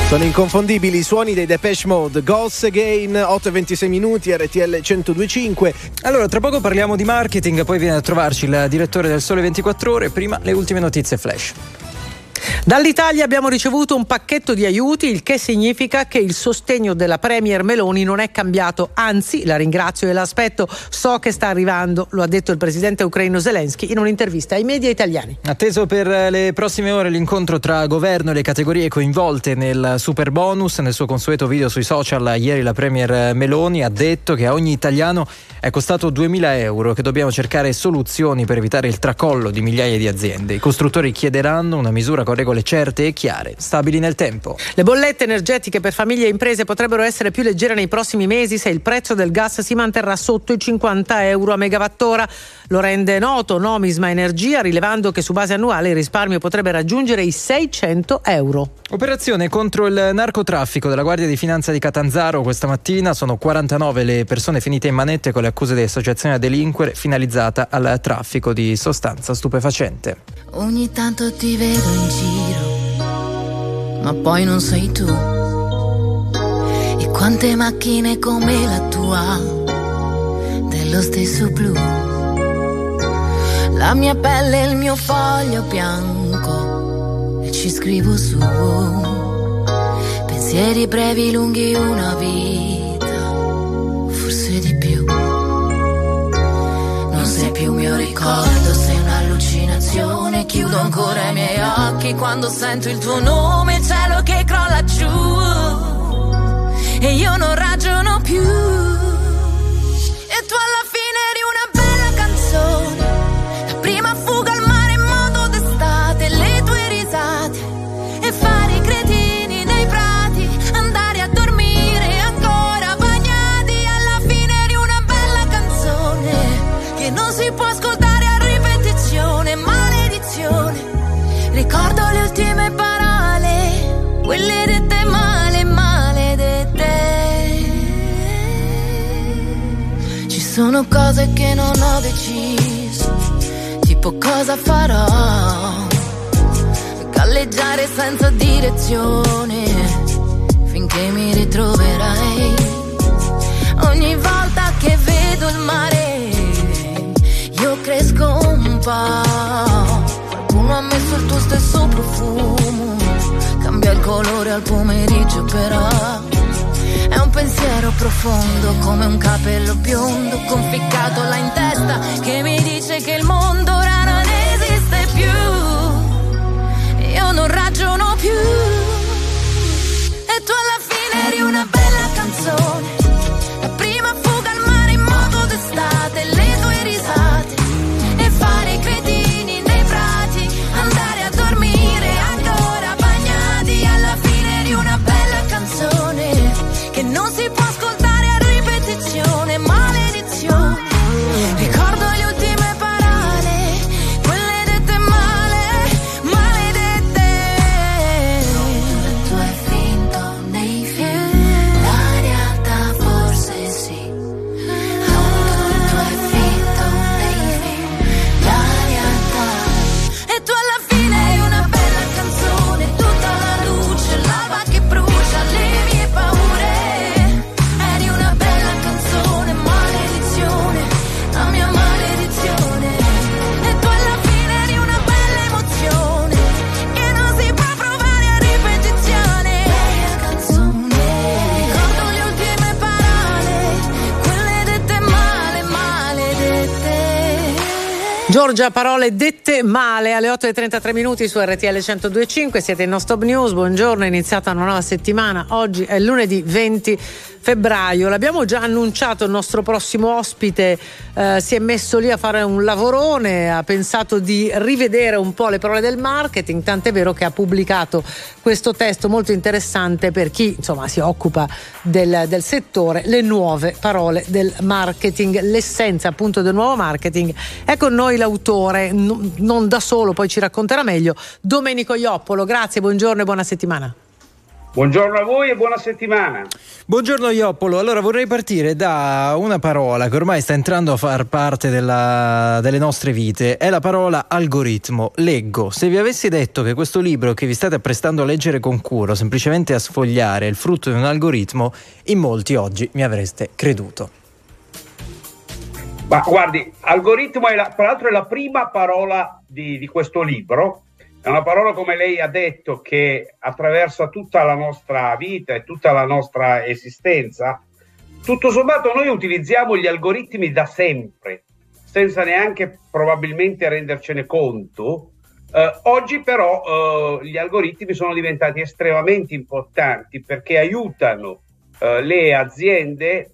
Sono inconfondibili i suoni dei Depeche Mode. Ghost Again, otto e ventisei minuti, R T L centodue e cinque. Allora, tra poco parliamo di marketing, poi viene a trovarci il direttore del Sole ventiquattro Ore. Prima le ultime notizie flash. Dall'Italia abbiamo ricevuto un pacchetto di aiuti, il che significa che il sostegno della Premier Meloni non è cambiato, anzi la ringrazio e l'aspetto, so che sta arrivando, lo ha detto il presidente ucraino Zelensky in un'intervista ai media italiani. Atteso per le prossime ore l'incontro tra governo e le categorie coinvolte nel super bonus. Nel suo consueto video sui social ieri la Premier Meloni ha detto che a ogni italiano è costato duemila euro, che dobbiamo cercare soluzioni per evitare il tracollo di migliaia di aziende. I costruttori chiederanno una misura con regole certe e chiare, stabili nel tempo. Le bollette energetiche per famiglie e imprese potrebbero essere più leggere nei prossimi mesi se il prezzo del gas si manterrà sotto i cinquanta euro a megawattora. Lo rende noto Nomisma Energia, rilevando che su base annuale il risparmio potrebbe raggiungere i seicento euro. Operazione contro il narcotraffico della Guardia di Finanza di Catanzaro questa mattina. Sono quarantanove le persone finite in manette con le accuse di associazione a delinquere finalizzata al traffico di sostanza stupefacente. Ogni tanto ti vedo in giro, ma poi non sei tu. E quante macchine come la tua, dello stesso blu. La mia pelle è il mio foglio bianco e ci scrivo su. Pensieri brevi, lunghi, una vita, forse di più. Non sei più mio ricordo, sei un'allucinazione. Chiudo ancora i miei occhi quando sento il tuo nome, il cielo che crolla giù e io non ragiono più. E tu alla fine eri una bella canzone, la prima fuga al mare in modo d'estate, le tue risate e fare i cretini nei prati, andare a dormire ancora bagnati. Alla fine eri una bella canzone che non si può ascoltare a ripetizione, maledizione. Ricordo le ultime parole, quelle dette male, maledette. Ci sono cose che non ho deciso, tipo cosa farò. Galleggiare senza direzione, finché mi ritroverai. Ogni volta che vedo il mare, io cresco un po'. Qualcuno ha messo il tuo stesso profumo, cambia il colore al pomeriggio però. È un pensiero profondo come un capello biondo conficcato là in testa che mi dice che il mondo ora non esiste più. Io non ragiono più. E tu alla fine eri una bella canzone, la prima fuga al mare in modo d'estate, le tue risate e fare i cretini nei prati, andare a dormire ancora bagnati. Alla fine eri una bella canzone che non si può ascoltare a ripetizione, maledizione. Ricordo le ultime parole, quelle dette male, maledette. Tu hai finto nei film, la realtà forse sì. Tu hai finto nei film, la realtà. E tu alla fine eri una bella canzone, tutta la luce, l'alba che brucia le mie paure. Eri una bella canzone, maledizione, la mia maledizione. E tu alla fine eri una bella emozione che non si può provare a ripetizione. Bella canzone. Ricordo le ultime parole, quelle dette male, maledette. Giorgia, parole dette male alle otto e trentatré minuti su R T L centodue e cinque. Siete in No Stop News, buongiorno, è iniziata una nuova settimana. Oggi è lunedì venti febbraio. L'abbiamo già annunciato, il nostro prossimo ospite eh, si è messo lì a fare un lavorone, ha pensato di rivedere un po' le parole del marketing, tant'è vero che ha pubblicato questo testo molto interessante per chi insomma si occupa del, del settore, le nuove parole del marketing, l'essenza appunto del nuovo marketing. È con noi l'autore, n- non da solo, poi ci racconterà meglio, Domenico Ioppolo. Grazie, buongiorno e buona settimana. Buongiorno a voi e buona settimana. Buongiorno Ioppolo, allora vorrei partire da una parola che ormai sta entrando a far parte della, delle nostre vite, è la parola algoritmo. Leggo, se vi avessi detto che questo libro che vi state apprestando a leggere con cura, semplicemente a sfogliare, è il frutto di un algoritmo, in molti oggi mi avreste creduto. Ma guardi, algoritmo è la, tra l'altro è la prima parola di, di questo libro. È una parola, come lei ha detto, che attraversa tutta la nostra vita e tutta la nostra esistenza. Tutto sommato noi utilizziamo gli algoritmi da sempre, senza neanche probabilmente rendercene conto. Eh, oggi però eh, gli algoritmi sono diventati estremamente importanti perché aiutano eh, le aziende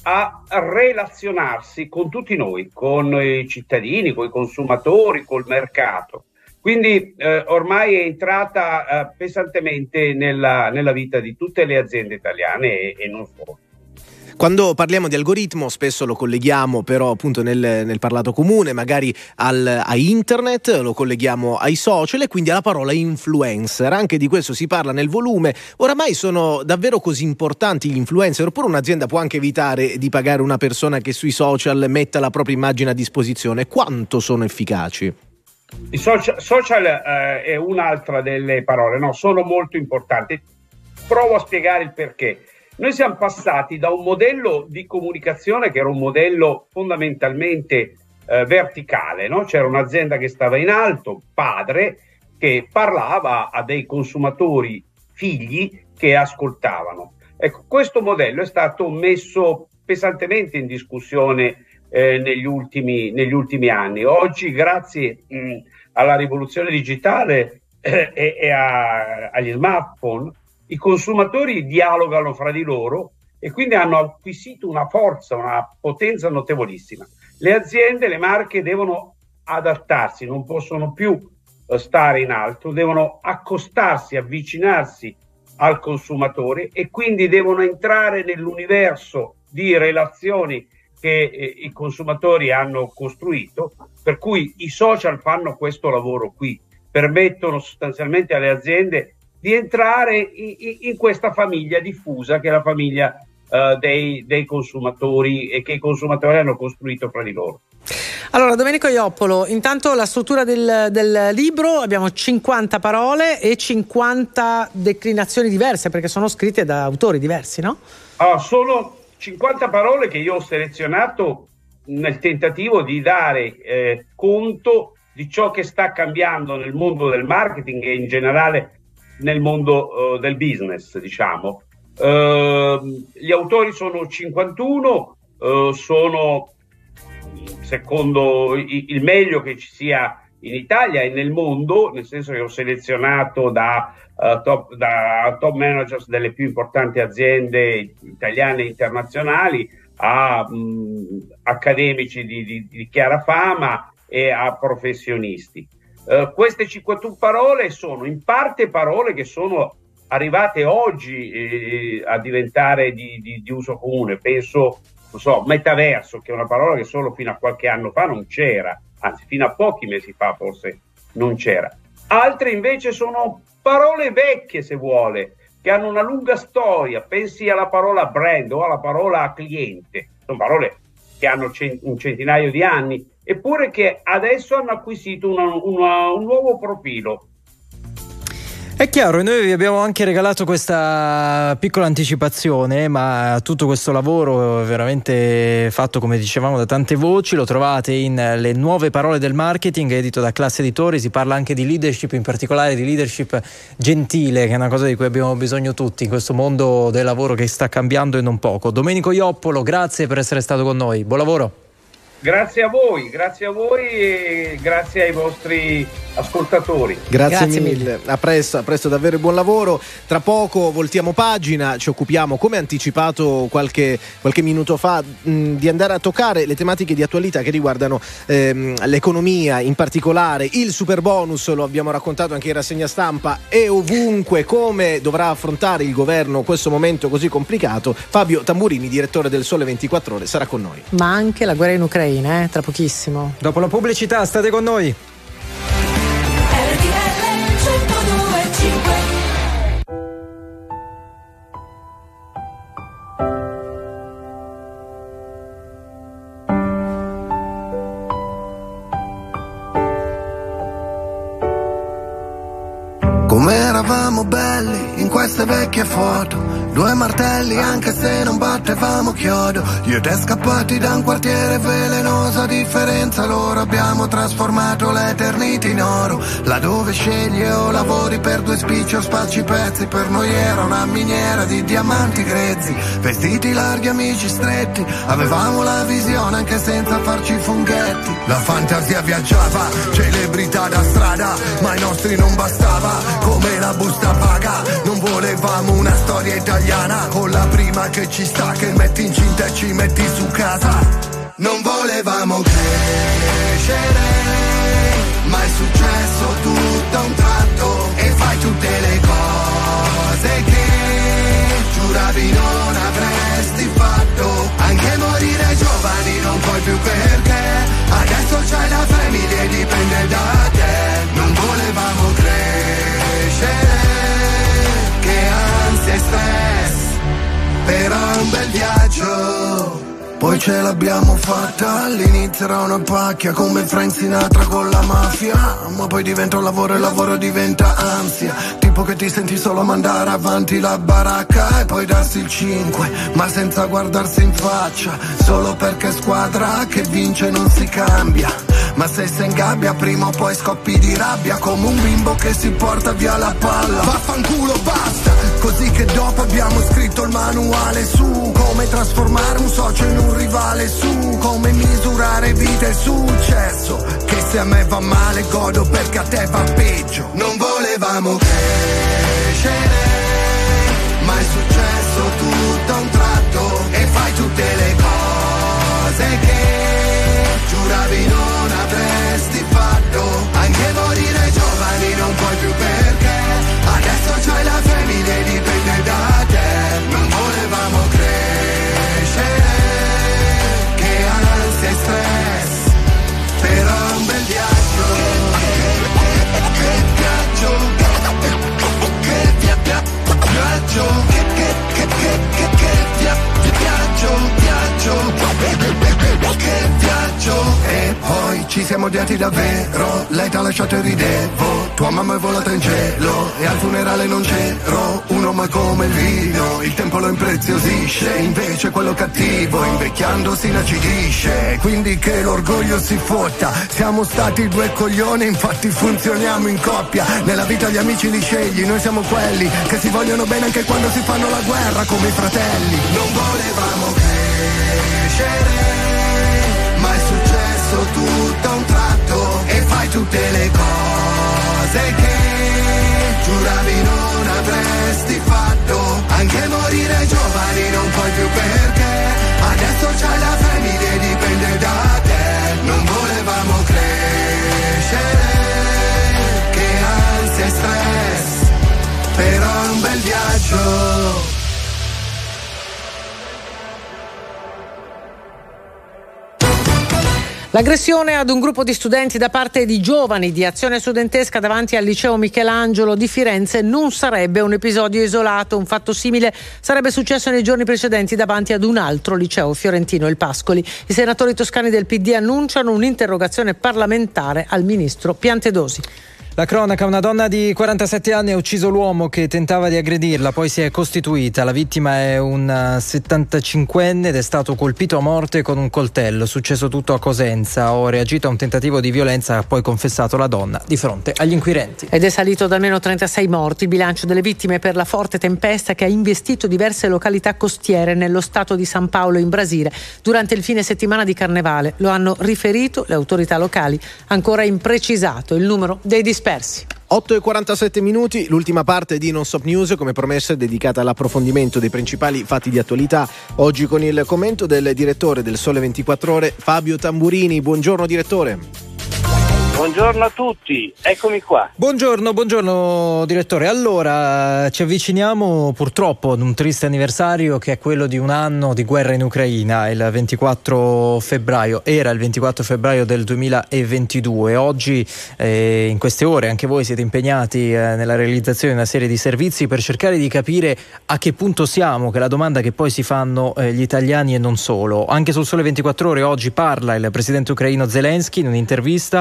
a relazionarsi con tutti noi, con i cittadini, con i consumatori, col mercato. Quindi eh, ormai è entrata eh, pesantemente nella, nella vita di tutte le aziende italiane e, e non solo. Quando parliamo di algoritmo spesso lo colleghiamo però appunto nel, nel parlato comune, magari al, a internet, lo colleghiamo ai social e quindi alla parola influencer. Anche di questo si parla nel volume. Oramai sono davvero così importanti gli influencer, oppure un'azienda può anche evitare di pagare una persona che sui social metta la propria immagine a disposizione? Quanto sono efficaci? I social, social eh, è un'altra delle parole, no, sono molto importanti. Provo a spiegare il perché. Noi siamo passati da un modello di comunicazione che era un modello fondamentalmente eh, verticale, no? C'era un'azienda che stava in alto, padre, che parlava a dei consumatori figli che ascoltavano. Ecco, questo modello è stato messo pesantemente in discussione Eh, negli ultimi, negli ultimi anni. Oggi, grazie mh, alla rivoluzione digitale eh, e, e a, agli smartphone, i consumatori dialogano fra di loro e quindi hanno acquisito una forza, una potenza notevolissima. Le aziende, le marche devono adattarsi, non possono più eh, stare in alto, devono accostarsi, avvicinarsi al consumatore e quindi devono entrare nell'universo di relazioni che eh, i consumatori hanno costruito, per cui i social fanno questo lavoro qui, permettono sostanzialmente alle aziende di entrare in, in questa famiglia diffusa che è la famiglia eh, dei, dei consumatori e che i consumatori hanno costruito fra di loro. Allora, Domenico Ioppolo, intanto la struttura del, del libro, abbiamo cinquanta parole e cinquanta declinazioni diverse perché sono scritte da autori diversi, no? Ah, sono cinquanta parole che io ho selezionato nel tentativo di dare eh, conto di ciò che sta cambiando nel mondo del marketing e in generale nel mondo eh, del business, diciamo. Eh, gli autori sono cinquantuno, eh, sono secondo il, il meglio che ci sia in Italia e nel mondo, nel senso che ho selezionato da, uh, top, da top managers delle più importanti aziende italiane e internazionali a mh, accademici di, di, di chiara fama e a professionisti. Uh, queste cinquantuno parole sono in parte parole che sono arrivate oggi eh, a diventare di, di, di uso comune. Penso, non so, metaverso, che è una parola che solo fino a qualche anno fa non c'era. Anzi, fino a pochi mesi fa forse non c'era. Altre invece sono parole vecchie, se vuole, che hanno una lunga storia. Pensi alla parola brand o alla parola cliente. Sono parole che hanno cent- un centinaio di anni, eppure che adesso hanno acquisito una, una, un nuovo profilo. È chiaro, e noi vi abbiamo anche regalato questa piccola anticipazione, ma tutto questo lavoro veramente fatto, come dicevamo, da tante voci, lo trovate in Le nuove parole del marketing, edito da Classe Editori. Si parla anche di leadership, in particolare di leadership gentile, che è una cosa di cui abbiamo bisogno tutti in questo mondo del lavoro che sta cambiando e non poco. Domenico Ioppolo, grazie per essere stato con noi, buon lavoro. Grazie a voi, grazie a voi e grazie ai vostri ascoltatori. Grazie, grazie mille. mille, a presto, a presto, davvero buon lavoro. Tra poco voltiamo pagina, ci occupiamo, come anticipato qualche, qualche minuto fa, mh, di andare a toccare le tematiche di attualità che riguardano ehm, l'economia, in particolare il super bonus, lo abbiamo raccontato anche in rassegna stampa, e ovunque come dovrà affrontare il governo questo momento così complicato. Fabio Tamburini, direttore del Sole ventiquattro Ore, sarà con noi. Ma anche la guerra in Ucraina. Eh, tra pochissimo. Dopo la pubblicità state con noi. eravamo belli in queste vecchie foto. Due martelli anche se non battevamo chiodo. Io e te scappati da un quartiere velenoso. A differenza loro abbiamo trasformato l'eternità in oro. Laddove scegli o lavori per due spicci o spacci pezzi, per noi era una miniera di diamanti grezzi. Vestiti larghi, amici stretti, avevamo la visione anche senza farci funghetti. La fantasia viaggiava, celebrità da strada, ma ai nostri non bastava, come la busta paga. Non volevamo una storia italiana con la prima che ci sta, che metti incinta e ci metti su casa. Non volevamo crescere, ma è successo tutto a un tratto. E fai tutte le cose che giuravi non avresti fatto. Anche morire giovani non puoi più perché adesso c'hai la famiglia e dipende da te. Non volevamo crescere, che ansia e stress, però è un bel viaggio. Poi ce l'abbiamo fatta, all'inizio era una pacchia come Frank Sinatra con la mafia. Ma poi diventa un lavoro e il lavoro diventa ansia. Tipo che ti senti solo mandare avanti la baracca e poi darsi il cinque, ma senza guardarsi in faccia. Solo perché squadra che vince non si cambia. Ma se sei in gabbia prima o poi scoppi di rabbia, come un bimbo che si porta via la palla. Vaffanculo basta, così che dopo abbiamo scritto il manuale su come trasformare un socio in un rivale, su come misurare vita e successo. Che se a me va male godo perché a te va peggio. Non volevamo crescere, ma è successo tutto a un tratto. E fai tutte le cose che giuravi non avresti fatto. Anche morire giovani non puoi più perché adesso c'hai la famiglia e dipende da te. Non volevamo crescere, che ansia e stress, però è un bel viaggio. Che viaggio, che viaggio, che che che che che viaggio, viaggio, che viaggio. E poi ci siamo odiati davvero, lei t'ha lasciato e ridevo, tua mamma è volata in cielo e al funerale non c'ero. Un uomo è come il vino, il tempo lo impreziosisce, invece quello cattivo invecchiando si inacidisce. Quindi che l'orgoglio si fotta, siamo stati due coglioni, infatti funzioniamo in coppia. Nella vita gli amici li scegli, noi siamo quelli che si vogliono bene anche quando si fanno la guerra come i fratelli. Non volevamo crescere, ma è successo tutto a un tratto. E fai tutte le cose che giuravi non avresti fatto. Anche morire giovani non puoi più perché adesso c'hai la famiglia e dipende da te. Non volevamo crescere, che ansia e stress, però è un bel viaggio. L'aggressione ad un gruppo di studenti da parte di giovani di Azione Studentesca davanti al liceo Michelangelo di Firenze non sarebbe un episodio isolato. Un fatto simile sarebbe successo nei giorni precedenti davanti ad un altro liceo fiorentino, il Pascoli. I senatori toscani del P D annunciano un'interrogazione parlamentare al ministro Piantedosi. La cronaca: una donna di quarantasette anni ha ucciso l'uomo che tentava di aggredirla, poi si è costituita. La vittima è un settantacinquenne ed è stato colpito a morte con un coltello. Successo tutto a Cosenza. Ho reagito a un tentativo di violenza, ha poi confessato la donna di fronte agli inquirenti. Ed è salito da almeno trentasei morti il bilancio delle vittime per la forte tempesta che ha investito diverse località costiere nello stato di San Paolo in Brasile durante il fine settimana di Carnevale. Lo hanno riferito le autorità locali, ancora imprecisato il numero dei dispersi. otto e quarantasette minuti, l'ultima parte di Non Stop News, come promesso, è dedicata all'approfondimento dei principali fatti di attualità. Oggi con il commento del direttore del Sole ventiquattro Ore, Fabio Tamburini. Buongiorno direttore. Buongiorno a tutti, eccomi qua. Buongiorno, buongiorno direttore. Allora, ci avviciniamo purtroppo ad un triste anniversario che è quello di un anno di guerra in Ucraina, il ventiquattro febbraio, era il ventiquattro febbraio del duemilaventidue. Oggi, eh, in queste ore, anche voi siete impegnati eh, nella realizzazione di una serie di servizi per cercare di capire a che punto siamo, che è la domanda che poi si fanno eh, gli italiani e non solo. Anche sul Sole ventiquattro Ore oggi parla il presidente ucraino Zelensky in un'intervista. Ucraina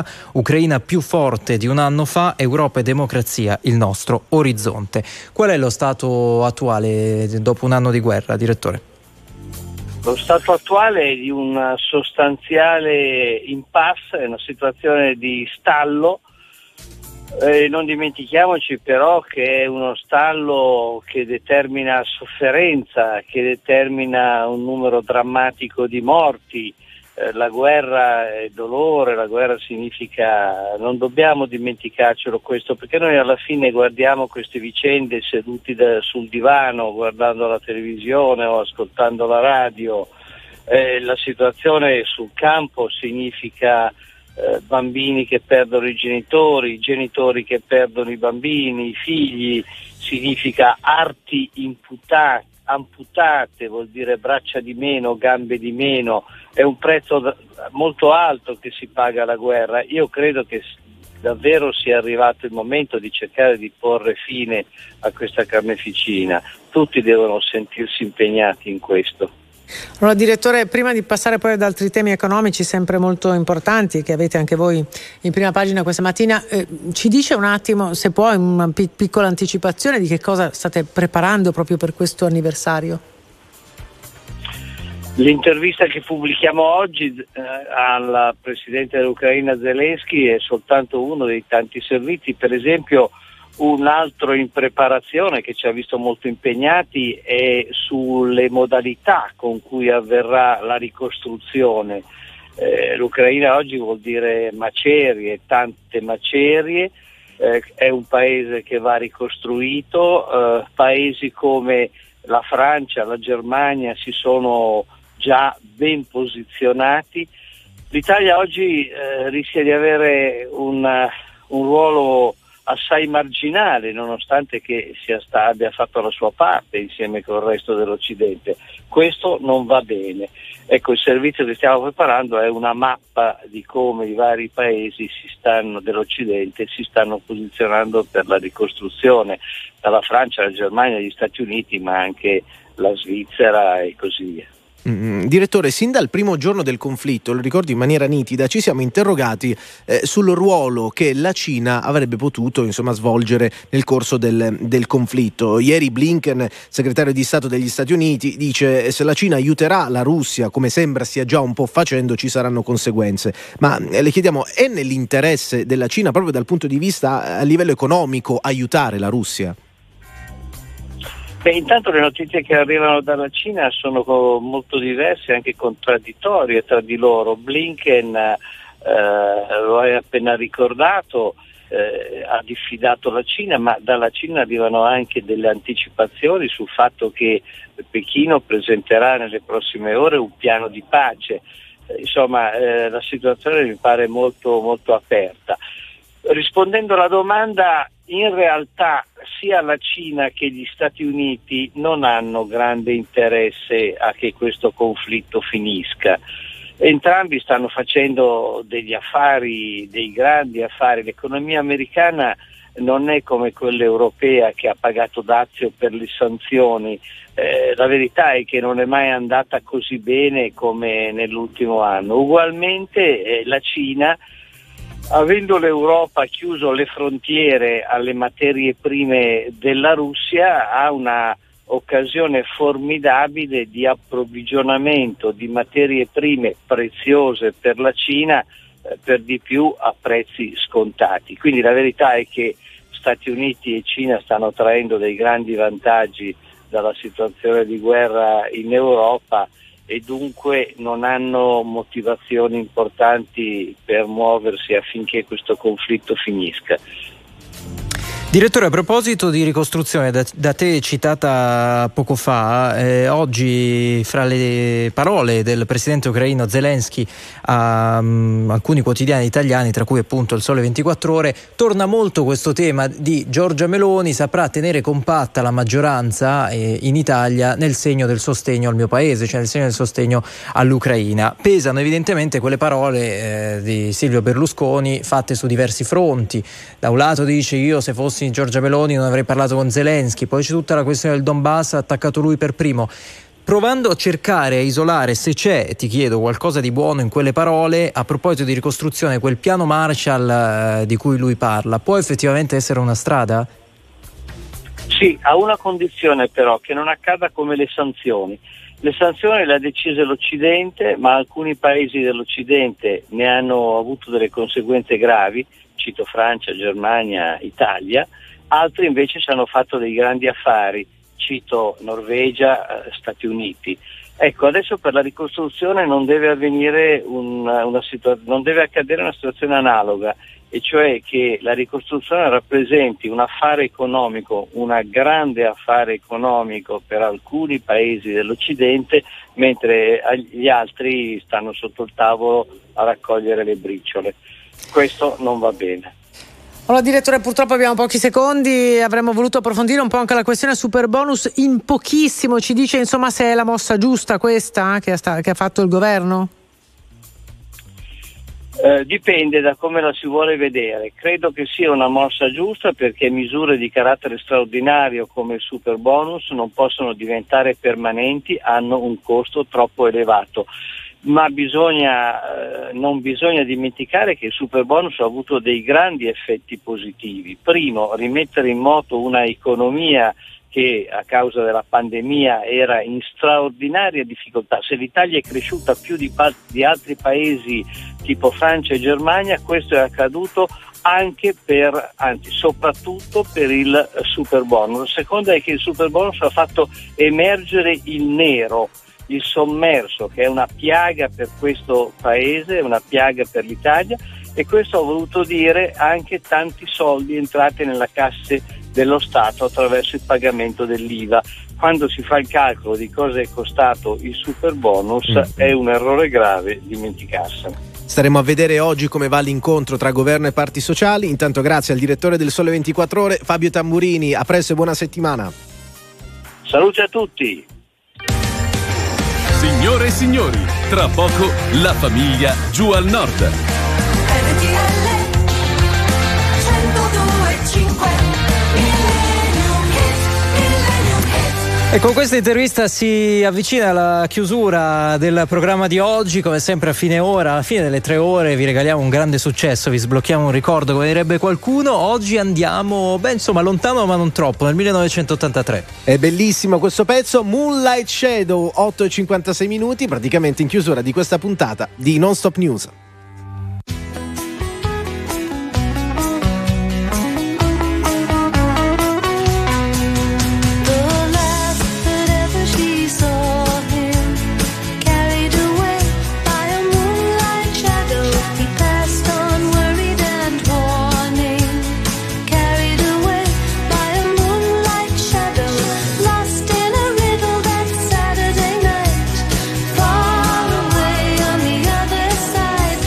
Ucraina più forte di un anno fa, Europa e democrazia il nostro orizzonte. Qual è lo stato attuale dopo un anno di guerra, direttore? Lo stato attuale è di un sostanziale impasse, è una situazione di stallo. Eh, non dimentichiamoci però che è uno stallo che determina sofferenza, che determina un numero drammatico di morti. Eh, la guerra è dolore, la guerra significa, non dobbiamo dimenticarcelo questo, perché noi alla fine guardiamo queste vicende seduti da, sul divano, guardando la televisione o ascoltando la radio. Eh, la situazione sul campo significa Eh, bambini che perdono i genitori, genitori che perdono i bambini, i figli, significa arti imputate, amputate, vuol dire braccia di meno, gambe di meno, è un prezzo d- molto alto che si paga la guerra. Io credo che davvero sia arrivato il momento di cercare di porre fine a questa carneficina, tutti devono sentirsi impegnati in questo. Allora, direttore, prima di passare poi ad altri temi economici sempre molto importanti che avete anche voi in prima pagina questa mattina, eh, ci dice un attimo, se può, una pi- piccola anticipazione di che cosa state preparando proprio per questo anniversario? L'intervista che pubblichiamo oggi eh, al presidente dell'Ucraina Zelensky è soltanto uno dei tanti servizi. Per esempio, un altro in preparazione che ci ha visto molto impegnati è sulle modalità con cui avverrà la ricostruzione. Eh, L'Ucraina oggi vuol dire macerie, tante macerie, eh, è un paese che va ricostruito, eh, paesi come la Francia, la Germania si sono già ben posizionati. L'Italia oggi eh, rischia di avere un, un ruolo assai marginale, nonostante che sia sta, abbia fatto la sua parte insieme con il resto dell'Occidente. Questo non va bene. Ecco, il servizio che stiamo preparando è una mappa di come i vari paesi si stanno, dell'Occidente si stanno posizionando per la ricostruzione, dalla Francia alla Germania agli Stati Uniti, ma anche la Svizzera e così via. Mm, direttore, sin dal primo giorno del conflitto, lo ricordo in maniera nitida, ci siamo interrogati eh, sul ruolo che la Cina avrebbe potuto insomma svolgere nel corso del, del conflitto. Ieri Blinken, segretario di Stato degli Stati Uniti, dice: se la Cina aiuterà la Russia, come sembra stia già un po' facendo, ci saranno conseguenze. Ma eh, le chiediamo, è nell'interesse della Cina proprio dal punto di vista a livello economico aiutare la Russia? Beh, intanto le notizie che arrivano dalla Cina sono molto diverse, anche contraddittorie tra di loro. Blinken, eh, lo hai appena ricordato, eh, ha diffidato la Cina, ma dalla Cina arrivano anche delle anticipazioni sul fatto che Pechino presenterà nelle prossime ore un piano di pace. Eh, insomma, eh, la situazione mi pare molto, molto aperta. Rispondendo alla domanda, in realtà sia la Cina che gli Stati Uniti non hanno grande interesse a che questo conflitto finisca. Entrambi stanno facendo degli affari, dei grandi affari. L'economia americana non è come quella europea che ha pagato dazio per le sanzioni. Eh, la verità è che non è mai andata così bene come nell'ultimo anno. Ugualmente eh, la Cina, avendo l'Europa chiuso le frontiere alle materie prime della Russia, ha una occasione formidabile di approvvigionamento di materie prime preziose per la Cina, eh, per di più a prezzi scontati. Quindi la verità è che Stati Uniti e Cina stanno traendo dei grandi vantaggi dalla situazione di guerra in Europa e dunque non hanno motivazioni importanti per muoversi affinché questo conflitto finisca. Direttore, a proposito di ricostruzione da, da te citata poco fa, eh, oggi fra le parole del presidente ucraino Zelensky a um, alcuni quotidiani italiani, tra cui appunto il Sole ventiquattro Ore, torna molto questo tema di Giorgia Meloni saprà tenere compatta la maggioranza eh, in Italia nel segno del sostegno al mio paese, cioè nel segno del sostegno all'Ucraina. Pesano evidentemente quelle parole eh, di Silvio Berlusconi fatte su diversi fronti. Da un lato dice: io se fossi Giorgia Meloni non avrei parlato con Zelensky, poi c'è tutta la questione del Donbass, ha attaccato lui per primo. provando a cercare a isolare se c'è, ti chiedo, qualcosa di buono in quelle parole a proposito di ricostruzione, quel piano Marshall eh, di cui lui parla, può effettivamente essere una strada? Sì, a una condizione però, che non accada come le sanzioni. Le sanzioni le ha decise l'Occidente, ma alcuni paesi dell'Occidente ne hanno avuto delle conseguenze gravi, cito Francia, Germania, Italia, altri invece ci hanno fatto dei grandi affari, cito Norvegia, eh, Stati Uniti. Ecco, adesso per la ricostruzione non deve avvenire una, una situa- non deve accadere una situazione analoga, e cioè che la ricostruzione rappresenti un affare economico, un grande affare economico per alcuni paesi dell'Occidente, mentre gli altri stanno sotto il tavolo a raccogliere le briciole. Questo non va bene. Allora, direttore, purtroppo abbiamo pochi secondi, avremmo voluto approfondire un po' anche la questione super bonus. In pochissimo ci dice insomma se è la mossa giusta questa che ha, sta- che ha fatto il governo? Eh, dipende da come la si vuole vedere. Credo che sia una mossa giusta, perché misure di carattere straordinario come il super bonus non possono diventare permanenti, hanno un costo troppo elevato. Ma bisogna, eh, non bisogna dimenticare che il super bonus ha avuto dei grandi effetti positivi. Primo, rimettere in moto una economia che a causa della pandemia era in straordinaria difficoltà. Se l'Italia è cresciuta più di, pa- di altri paesi tipo Francia e Germania, questo è accaduto anche per, anzi soprattutto per il super bonus. La seconda è che il super bonus ha fatto emergere il nero, il sommerso, che è una piaga per questo paese, una piaga per l'Italia, e questo ha voluto dire anche tanti soldi entrati nella casse dello Stato attraverso il pagamento dell'I V A. Quando si fa il calcolo di cosa è costato il super bonus, mm. è un errore grave dimenticarsene. Staremo a vedere oggi come va l'incontro tra governo e parti sociali. Intanto grazie al direttore del Sole ventiquattro Ore, Fabio Tamburini. A presto e buona settimana. Saluti a tutti. Signore e signori, tra poco la famiglia giù al nord. E con questa intervista si avvicina alla chiusura del programma di oggi. Come sempre a fine ora, alla fine delle tre ore vi regaliamo un grande successo, vi sblocchiamo un ricordo, come direbbe qualcuno. Oggi andiamo, beh insomma, lontano ma non troppo, nel millenovecentottantatré. È bellissimo questo pezzo, Moonlight Shadow, otto e cinquantasei minuti, praticamente in chiusura di questa puntata di Non Stop News. Side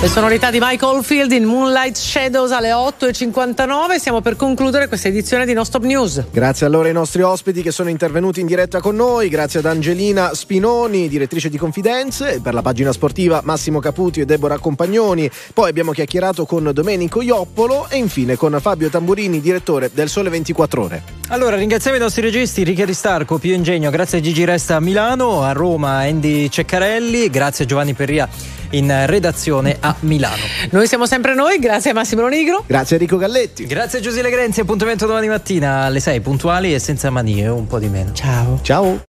Le sonorità di Mike Oldfield in Moonlight Shadows alle otto e cinquantanove. Stiamo per concludere questa edizione di Non Stop News. Grazie allora ai nostri ospiti che sono intervenuti in diretta con noi, grazie ad Angelina Spinoni, direttrice di Confidenze, per la pagina sportiva Massimo Caputi e Deborah Compagnoni. Poi abbiamo chiacchierato con Domenico Ioppolo e infine con Fabio Tamburini, direttore del Sole ventiquattro Ore. Allora ringraziamo i nostri registi Ricky Aristarco, Pio Ingegno, grazie a Gigi Resta a Milano, a Roma Andy Ceccarelli, grazie a Giovanni Perria in redazione a Milano. Noi siamo sempre noi, grazie a Massimo Lonigro. Grazie a Enrico Galletti. Grazie a Giuseppe Grenzi, appuntamento domani mattina alle sei puntuali e senza manie, un po' di meno. Ciao. Ciao.